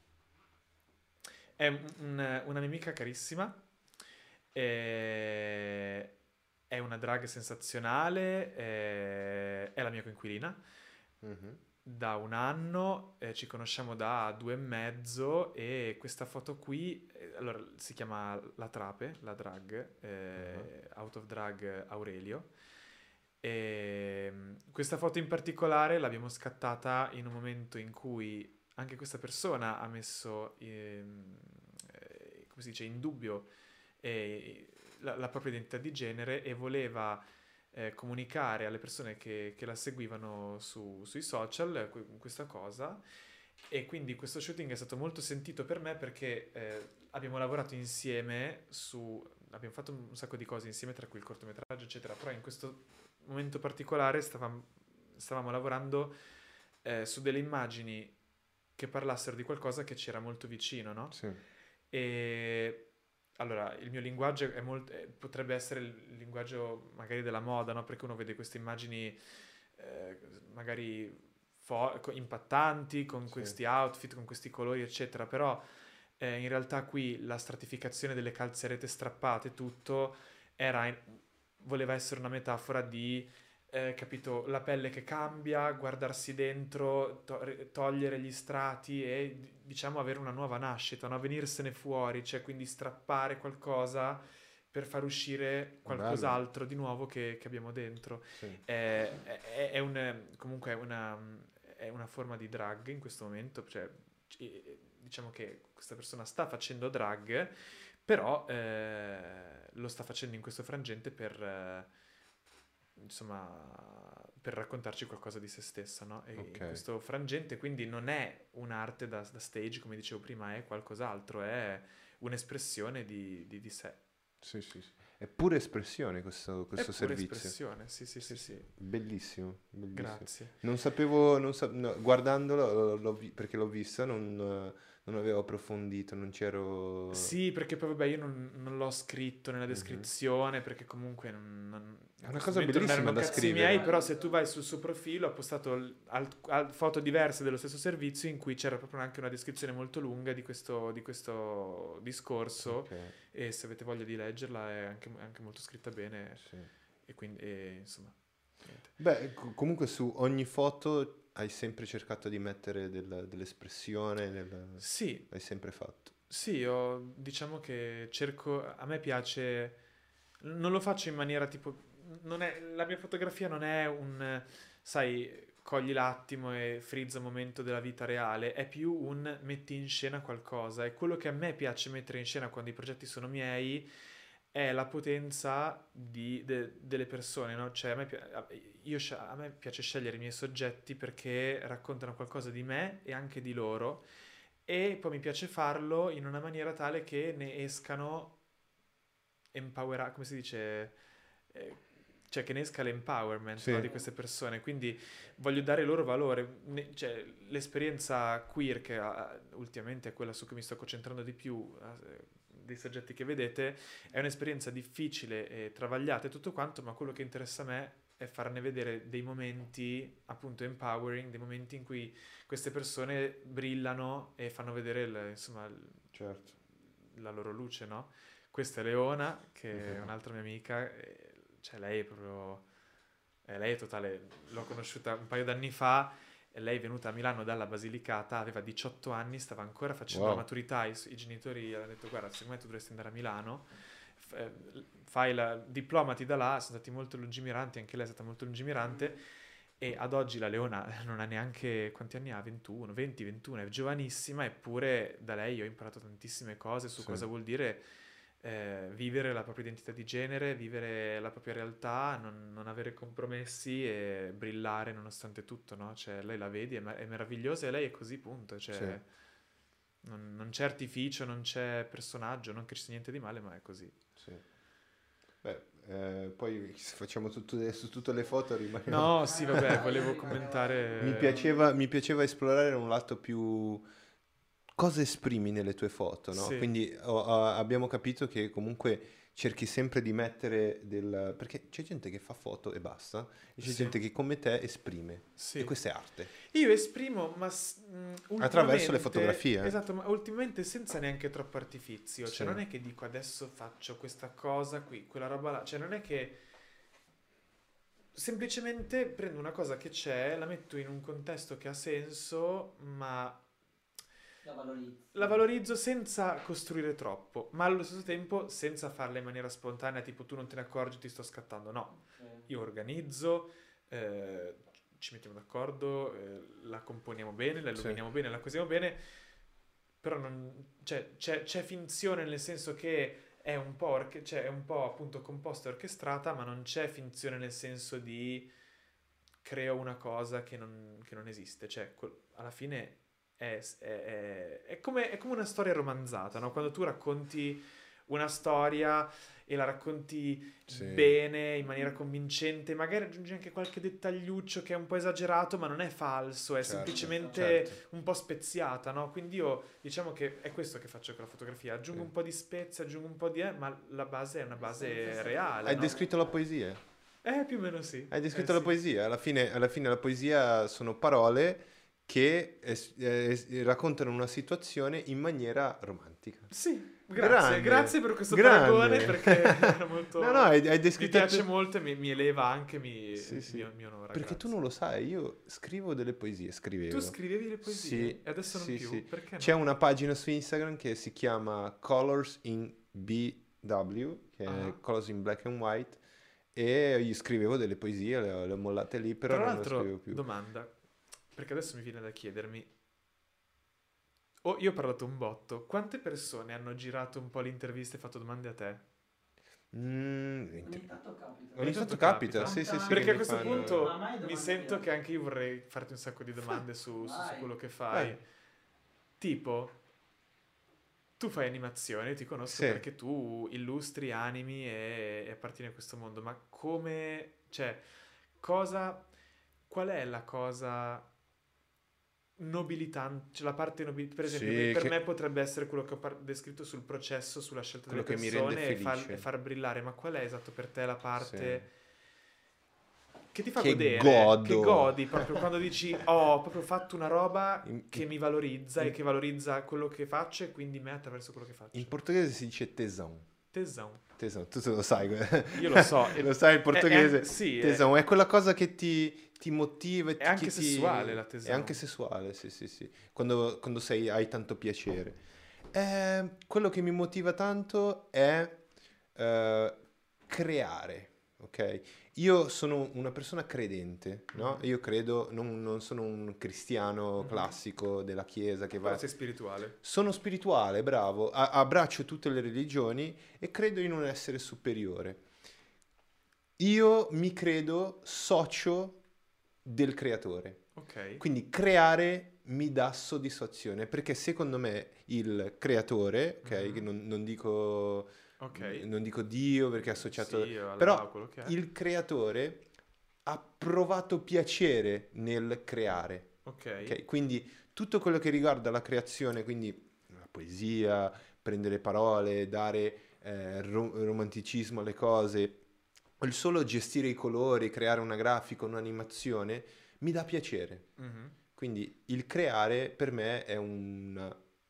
è una mia amica carissima. È una drag sensazionale. È la mia coinquilina. Mhm. Da 1 anno, ci conosciamo da 2 e mezzo e questa foto qui, allora si chiama La Trape, la drag, Out of Drag Aurelio. E questa foto in particolare l'abbiamo scattata in un momento in cui anche questa persona ha messo, come si dice, in dubbio la propria identità di genere e voleva comunicare alle persone che la seguivano sui social questa cosa, e quindi questo shooting è stato molto sentito per me perché abbiamo lavorato insieme abbiamo fatto un sacco di cose insieme, tra cui il cortometraggio eccetera, però in questo momento particolare stavamo lavorando su delle immagini che parlassero di qualcosa che ci era molto vicino, no? Sì. E allora, il mio linguaggio potrebbe essere il linguaggio magari della moda, no? Perché uno vede queste immagini magari impattanti, con Sì. questi outfit, con questi colori, eccetera. Però in realtà qui la stratificazione delle calzarete strappate, tutto, voleva essere una metafora di, capito, la pelle che cambia, guardarsi dentro, togliere gli strati e diciamo avere una nuova nascita, no? Venirsene fuori, cioè quindi strappare qualcosa per far uscire qualcos'altro di nuovo che abbiamo dentro. Sì. Comunque è una forma di drag in questo momento, cioè diciamo che questa persona sta facendo drag, però lo sta facendo in questo frangente per raccontarci qualcosa di se stessa, no? E Ok. in questo frangente quindi non è un'arte da stage, come dicevo prima, è qualcos'altro, è un'espressione di sé. Sì. È pure espressione questo È pure servizio. espressione, sì. Bellissimo. Grazie. Non sapevo, no, guardandolo, perché l'ho vista, non avevo approfondito, non c'ero. Sì, perché poi vabbè io non l'ho scritto nella descrizione, perché comunque È una cosa non bellissima erano da cazzi scrivere. miei, però se tu vai sul suo profilo ha postato foto diverse dello stesso servizio in cui c'era proprio anche una descrizione molto lunga di questo discorso, Ok, e se avete voglia di leggerla è anche molto scritta bene, sì. e quindi insomma niente. Beh, comunque su ogni foto hai sempre cercato di mettere dell'espressione, Sì, l'hai sempre fatto. sì, io diciamo che a me piace, non lo faccio in maniera tipo, la mia fotografia non è sai, cogli l'attimo e frizza un momento della vita reale, è più un metti in scena qualcosa, e quello che a me piace mettere in scena quando i progetti sono miei è la potenza delle persone, no? Cioè, a me piace scegliere i miei soggetti perché raccontano qualcosa di me e anche di loro, e poi mi piace farlo in una maniera tale che ne escano come si dice? Cioè che ne esca l'empowerment, Sì. no, di queste persone, quindi voglio dare loro valore. Cioè, l'esperienza queer che ultimamente è quella su cui mi sto concentrando di più, dei soggetti che vedete, è un'esperienza difficile e travagliata e tutto quanto, ma quello che interessa a me è farne vedere dei momenti appunto empowering, dei momenti in cui queste persone brillano e fanno vedere insomma Certo. la loro luce, no? Questa è Leona, che è un'altra mia amica, cioè lei è proprio, lei è totale, l'ho conosciuta un paio d'anni fa, e lei è venuta a Milano dalla Basilicata, aveva 18 anni, stava ancora facendo la maturità, i genitori hanno detto guarda, secondo me tu dovresti andare a Milano, diplomati da là, sono stati molto lungimiranti, anche lei è stata molto lungimirante, e ad oggi la Leona non ha neanche, quanti anni ha? 21, 20, 21, è giovanissima, eppure da lei ho imparato tantissime cose su cosa vuol dire vivere la propria identità di genere, vivere la propria realtà, non avere compromessi e brillare nonostante tutto, no? Cioè, lei la vedi, è meravigliosa e lei è così, punto. Cioè, non c'è artificio, non c'è personaggio, non che ci sia niente di male, ma è così. Sì. Beh, poi se facciamo su tutte le foto rimaniamo... No, sì, vabbè, volevo commentare... Mi piaceva esplorare un lato più... Cosa esprimi nelle tue foto, no? Sì. Quindi abbiamo capito che comunque cerchi sempre di mettere del... Perché c'è gente che fa foto e basta, e c'è gente che come te esprime. Sì. E questa è arte. Io esprimo, ma attraverso le fotografie. Esatto, ma ultimamente senza neanche troppo artifizio. Cioè, Sì. non è che dico adesso faccio questa cosa qui, quella roba là. Cioè, non è che... Semplicemente prendo una cosa che c'è, la metto in un contesto che ha senso, ma... La valorizzo senza costruire troppo, ma allo stesso tempo senza farla in maniera spontanea, tipo tu non te ne accorgi, ti sto scattando. No, io organizzo, ci mettiamo d'accordo, la componiamo bene, la illuminiamo bene, la cosiamo bene, però c'è finzione nel senso che è un po', è un po' appunto composta e orchestrata, ma non c'è finzione nel senso di creo una cosa che non esiste. Cioè, alla fine... È come una storia romanzata, no? Quando tu racconti una storia e la racconti bene, in maniera convincente, magari aggiungi anche qualche dettagliuccio che è un po' esagerato, ma non è falso, è semplicemente un po' speziata, no? Quindi io diciamo che è questo che faccio con la fotografia, aggiungo un po' di spezie, aggiungo un po' di... ma la base è una base reale. Hai descritto la poesia? Più o meno sì. Hai descritto la poesia, alla fine la poesia sono parole che raccontano una situazione in maniera romantica. Sì, Grande, grazie per questo grande. paragone, perché era molto... No, hai descritto... Mi piace molto e mi eleva anche, mi onora. Perché grazie. tu non lo sai, io scrivo delle poesie, scrivevo. Tu scrivevi le poesie? Sì, E adesso non più? sì. Perché no? C'è una pagina su Instagram che si chiama Colors in BW, che è Colors in Black and White, e io scrivevo delle poesie, le ho mollate lì, però Tra non le l'altro, scrivevo più. domanda, perché adesso mi viene da chiedermi, io ho parlato un botto, quante persone hanno girato un po' l'intervista e fatto domande a te? Ogni tanto capita. Ogni tanto capita, sì. Perché che a questo fanno- punto mai mi domande sento io. che anche io vorrei farti un sacco di domande su Vai. quello che fai. Vai. Tipo, tu fai animazione, ti conosco Sì. perché tu illustri, animi e appartieni a questo mondo, ma come, cioè, qual è la cosa nobilitante, cioè la parte per esempio, Sì, per che- me potrebbe essere quello che ho descritto sul processo, sulla scelta Quello delle che mi persone rende e felice. far brillare, ma qual è esatto per te la parte... Sì. Che ti fa Che godere, godo. che godi proprio quando dici ho proprio fatto una roba In- che mi valorizza e che valorizza quello che faccio e quindi me attraverso quello che faccio. In portoghese si dice tesão. Tesão. Tesão, tu lo sai. Io lo so. Lo sai il portoghese? Sì, tesão è quella cosa che ti motiva. È anche sessuale la tesão. È anche sessuale, sì. Quando hai tanto piacere. Quello che mi motiva tanto è creare. ok? Io sono una persona credente, no? Io credo, non sono un cristiano classico della chiesa che va... Però sei spirituale. Sono spirituale, bravo, abbraccio tutte le religioni e credo in un essere superiore. Io mi credo socio del creatore. Ok. Quindi creare mi dà soddisfazione, perché secondo me il creatore, ok, che non dico, Ok. non dico Dio perché è associato, Sì, Allah, però quello che è. il creatore ha provato piacere nel creare, Ok. ok? Quindi tutto quello che riguarda la creazione, quindi la poesia, prendere parole, dare romanticismo alle cose, o il solo gestire i colori, creare una grafica, un'animazione, mi dà piacere. Mhm. Quindi il creare per me è un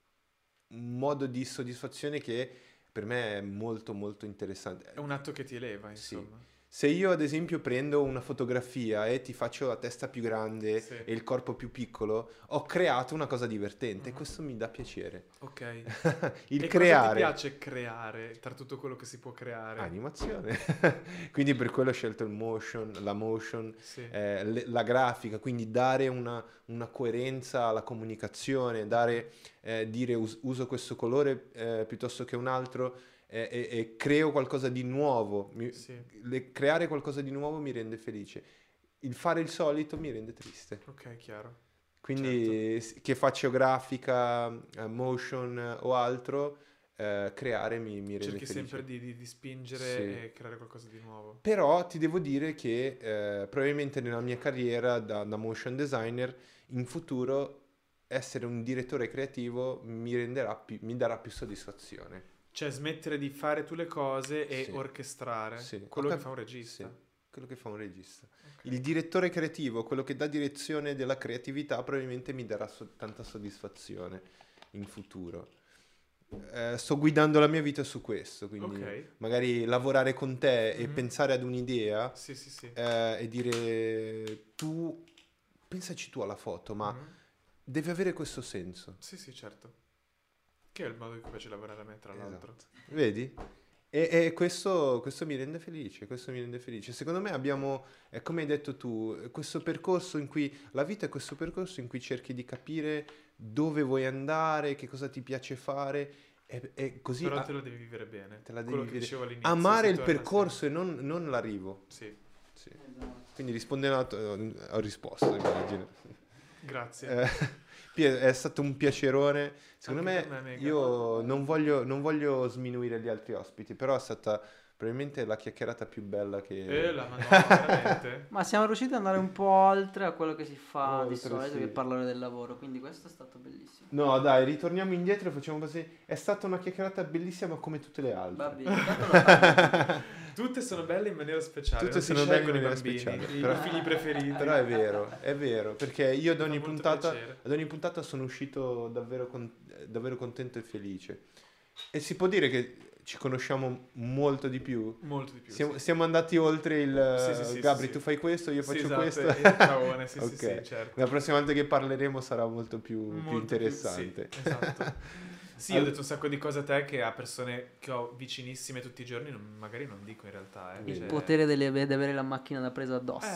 modo di soddisfazione che per me è molto molto interessante. È un atto che ti eleva, Sì. insomma. Se io ad esempio prendo una fotografia e ti faccio la testa più grande Sì. e il corpo più piccolo, ho creato una cosa divertente e Mhm. questo mi dà piacere. Ok. Il E cosa ti creare piace creare tra tutto quello che si può creare? animazione. Quindi per quello ho scelto il motion, la motion, Sì. la grafica, quindi dare una coerenza alla comunicazione, dire uso questo colore piuttosto che un altro e creo qualcosa di nuovo. Sì. Creare qualcosa di nuovo mi rende felice. Il fare il solito mi rende triste. Ok, chiaro. Quindi che faccio grafica, motion o altro, creare mi rende Cerchi felice. sempre di spingere Sì. e creare qualcosa di nuovo. Però ti devo dire che probabilmente nella mia carriera da motion designer, in futuro essere un direttore creativo mi darà più soddisfazione. Cioè smettere di fare tu le cose e Sì. orchestrare. Sì. Quello Ho che cap- fa un regista. Sì, quello che fa un regista. Ok. Il direttore creativo, quello che dà direzione della creatività, probabilmente mi darà tanta soddisfazione in futuro. Sto guidando la mia vita su questo, quindi Ok. magari lavorare con te e Mhm. pensare ad un'idea Sì, sì, sì. e dire tu, pensaci tu alla foto, ma Mhm. deve avere questo senso. Sì, sì, certo. Che è il modo in cui piace lavorare a me, tra l'altro. Esatto. Vedi? E questo mi rende felice, questo mi rende felice. Secondo me abbiamo, come hai detto tu, questo percorso in cui la vita è questo percorso in cui cerchi di capire dove vuoi andare, che cosa ti piace fare e così Però te lo devi vivere bene. te la devi Quello che vivere. dicevo all'inizio. Amare si il torna percorso e non l'arrivo. sempre- Sì. Quindi rispondendo ho risposto, immagino. Sì, grazie. È stato un piacerone. Secondo Anche me, per me, mega. io non voglio sminuire gli altri ospiti, però è stata probabilmente la chiacchierata più bella che... La madonna, veramente. Ma siamo riusciti ad andare un po' oltre a quello che si fa di Oltre, solito, sì. che è parlare del lavoro, quindi questo è stato bellissimo. No, dai, ritorniamo indietro e facciamo così. È stata una chiacchierata bellissima come tutte le altre. Va bene, intanto lo fai. Tutte sono belle in maniera speciale. Tutte non si sono belle in scelgono i maniera bambini, speciale, i però- figli preferiti. Però è vero, perché io ad Mi fa ogni molto puntata, piacere. ad ogni puntata sono uscito davvero contento e felice. E si può dire che ci conosciamo molto di più. Molto di più. Siamo, sì. siamo andati oltre il Sì, sì, sì, Gabri, sì, tu sì. fai questo, io Sì, faccio esatto, questo. e il ciaone, sì, sì, Ok. sì, certo. La prossima volta che parleremo sarà molto più Molto interessante. sì, esatto. Sì, ho detto un sacco di cose a te che a persone che ho vicinissime tutti i giorni magari non dico in realtà. Il Cioè- potere di avere la macchina da presa addosso.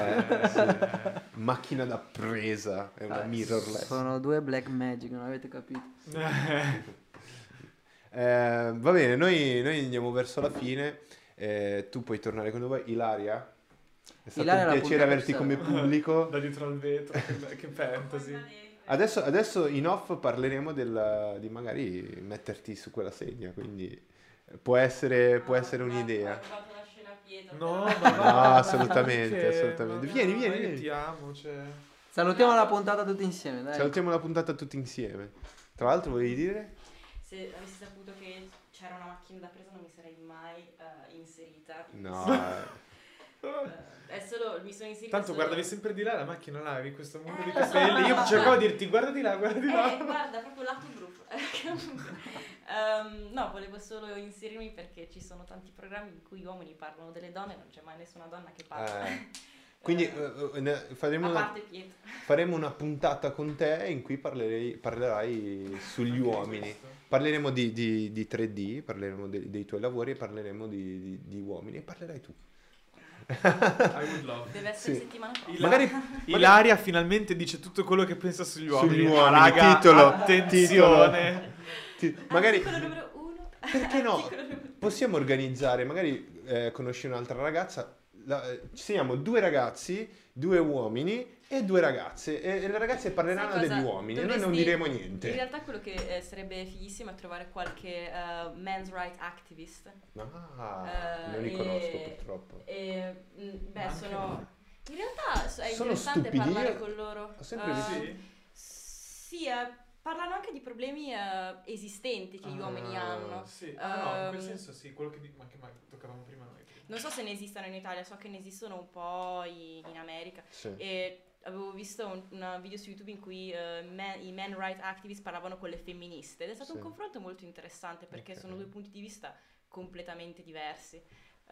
Sì. Macchina da presa, è una mirrorless. Sono due black magic, non avete capito. Va bene, noi andiamo verso la fine. Tu puoi tornare quando vuoi. Ilaria, è stato Ilaria, un la piacere puntata averti come pubblico. Da dietro al vetro, che fantasy. Adesso in off parleremo di magari metterti su quella sedia, quindi può essere un'idea. No, No, ma assolutamente, perché? assolutamente. Ma Vieni, no, vieni, io vieni. ti amo, cioè. Salutiamo la puntata tutti insieme, dai. Salutiamo la puntata tutti insieme. Tra l'altro volevi dire? Se avessi saputo che c'era una macchina da presa non mi sarei mai inserita. No. È solo, mi sono inserita Tanto solo... guardavi sempre di là la macchina, là, avevi questo muro di capelli. Io cercavo di dirti guarda di là, guarda di là. Guarda, proprio lato gruppo. No, volevo solo inserirmi perché ci sono tanti programmi in cui gli uomini parlano delle donne, non c'è mai nessuna donna che parla. Quindi a faremo parte Pietro. faremo una puntata con te in cui parlerai sugli uomini. Parleremo di 3D, parleremo dei tuoi lavori e parleremo di uomini e parlerai tu. I would love. Deve essere Sì. settimana prossima. Magari Ilaria finalmente dice tutto quello che pensa sugli uomini. Sugli Ma uomini, raga, titolo. attenzione. Magari Articolo numero 1. perché no? Possiamo organizzare, magari conosci un'altra ragazza, ci siamo 2 ragazzi, 2 uomini e 2 ragazze e le ragazze parleranno Sai cosa? degli uomini e noi non Dovresti- diremo In niente. realtà quello che sarebbe fighissimo è trovare qualche men's right activist. Non li conosco purtroppo. Beh, Anche sono... In realtà è Sono interessante stupidi, parlare io con loro. ho sempre visto- Sì, parlano anche di problemi esistenti che gli uomini hanno. Sì. No, in quel Ehm, senso sì, quello che ma che toccavamo prima noi. Non so se ne esistano in Italia, so che ne esistono un po' in America. Sì. E avevo visto un video su YouTube in cui i men right activists parlavano con le femministe ed è stato Sì. un confronto molto interessante perché Ok. sono 2 punti di vista completamente diversi.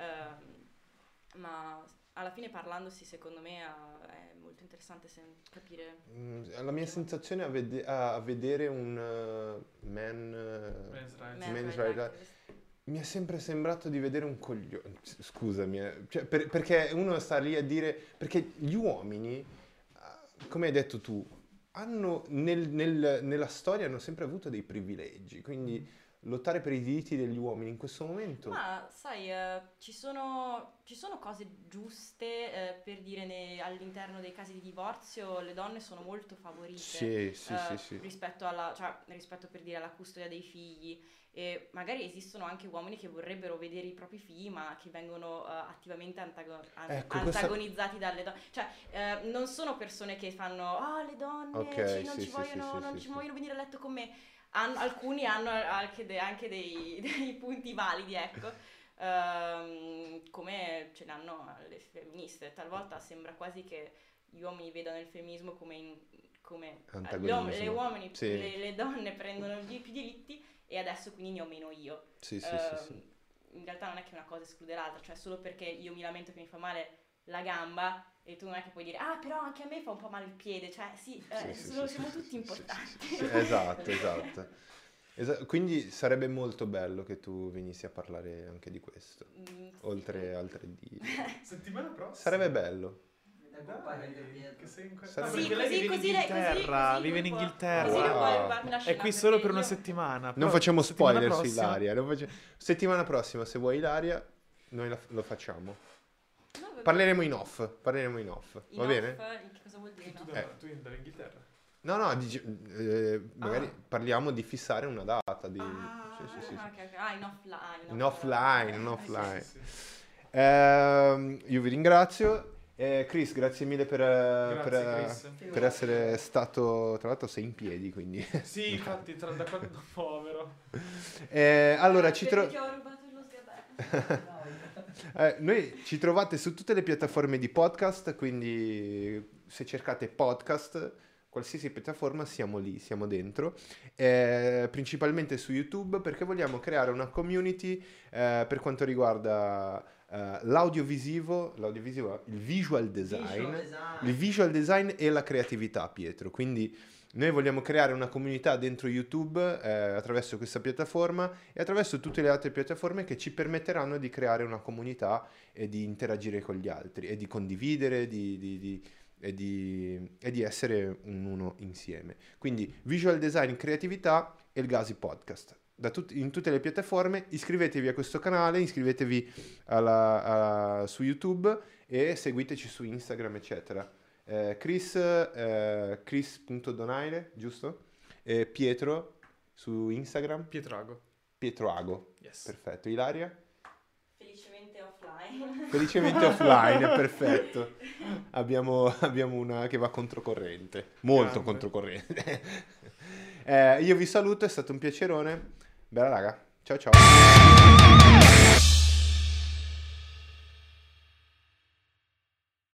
Ma alla fine parlandosi secondo me è molto interessante capire. La mia sensazione a vedere un man Men's men's rights. right activist. mi è sempre sembrato di vedere un coglione. Scusami, cioè, perché uno sta lì a dire perché gli uomini, come hai detto tu, hanno nella storia hanno sempre avuto dei privilegi, quindi lottare per i diritti degli uomini in questo momento. Ma sai, ci sono cose giuste per dire all'interno dei casi di divorzio le donne sono molto favorite. Sì. Rispetto rispetto per dire alla custodia dei figli e magari esistono anche uomini che vorrebbero vedere i propri figli ma che vengono attivamente Ecco, questa- antagonizzati dalle donne, cioè non sono persone che fanno le donne Ok, non sì, ci sì, vogliono, sì, non sì, ci sì. vogliono venire a letto con me. Alcuni hanno anche dei punti validi, ecco. Come ce l'hanno le femministe. Talvolta sembra quasi che gli uomini vedano il femminismo come Antagonismo. le uomini, Sì. le donne prendono più diritti e adesso quindi ne ho meno io. Sì. In realtà non è che una cosa esclude l'altra, cioè solo perché io mi lamento che mi fa male la gamba e tu non è che puoi dire però anche a me fa un po' male il piede, cioè siamo tutti importanti. Sì. Esatto. Quindi sarebbe molto bello che tu venissi a parlare anche di questo, oltre al 3D. Settimana prossima. Sarebbe bello. Che sei in Sarebbe- perché Sì, lei vive in così Inghilterra, lui vive in può- Inghilterra. Così lui Wow. può rubarmi la È scena qui solo per perché una io- settimana. Non però facciamo settimana spoiler su prossima- Ilaria. Settimana prossima, se vuoi Ilaria, noi lo facciamo. No, vabbè. Parleremo in off. In Va off, bene? che cosa vuol dire? Tu, No? tu dall'Inghilterra? No, magari parliamo di fissare una data. Sì. Ok. In offline. Sì. Io vi ringrazio. Chris, grazie mille Grazie, Chris. per essere stato. Tra l'altro sei in piedi, quindi. Sì, infatti, da quando povero. Allora, Perché ti ho rubato lo sgabello. noi ci trovate su tutte le piattaforme di podcast, quindi se cercate podcast, qualsiasi piattaforma siamo lì, siamo dentro, principalmente su YouTube perché vogliamo creare una community per quanto riguarda l'audiovisivo, il visual design e la creatività, Pietro. Quindi noi vogliamo creare una comunità dentro YouTube attraverso questa piattaforma e attraverso tutte le altre piattaforme che ci permetteranno di creare una comunità e di interagire con gli altri e di condividere e di essere uno insieme. Quindi visual design, creatività e il Gazi Podcast. In tutte le piattaforme, iscrivetevi a questo canale, iscrivetevi su YouTube e seguiteci su Instagram, eccetera. Chris.donaire, giusto? Pietro su Instagram, Pietroago. Yes. Perfetto. Ilaria? Felicemente offline. Offline, perfetto. Abbiamo una che va controcorrente, molto Grande. controcorrente. Io vi saluto, è stato un piacerone. Bella raga, ciao ciao.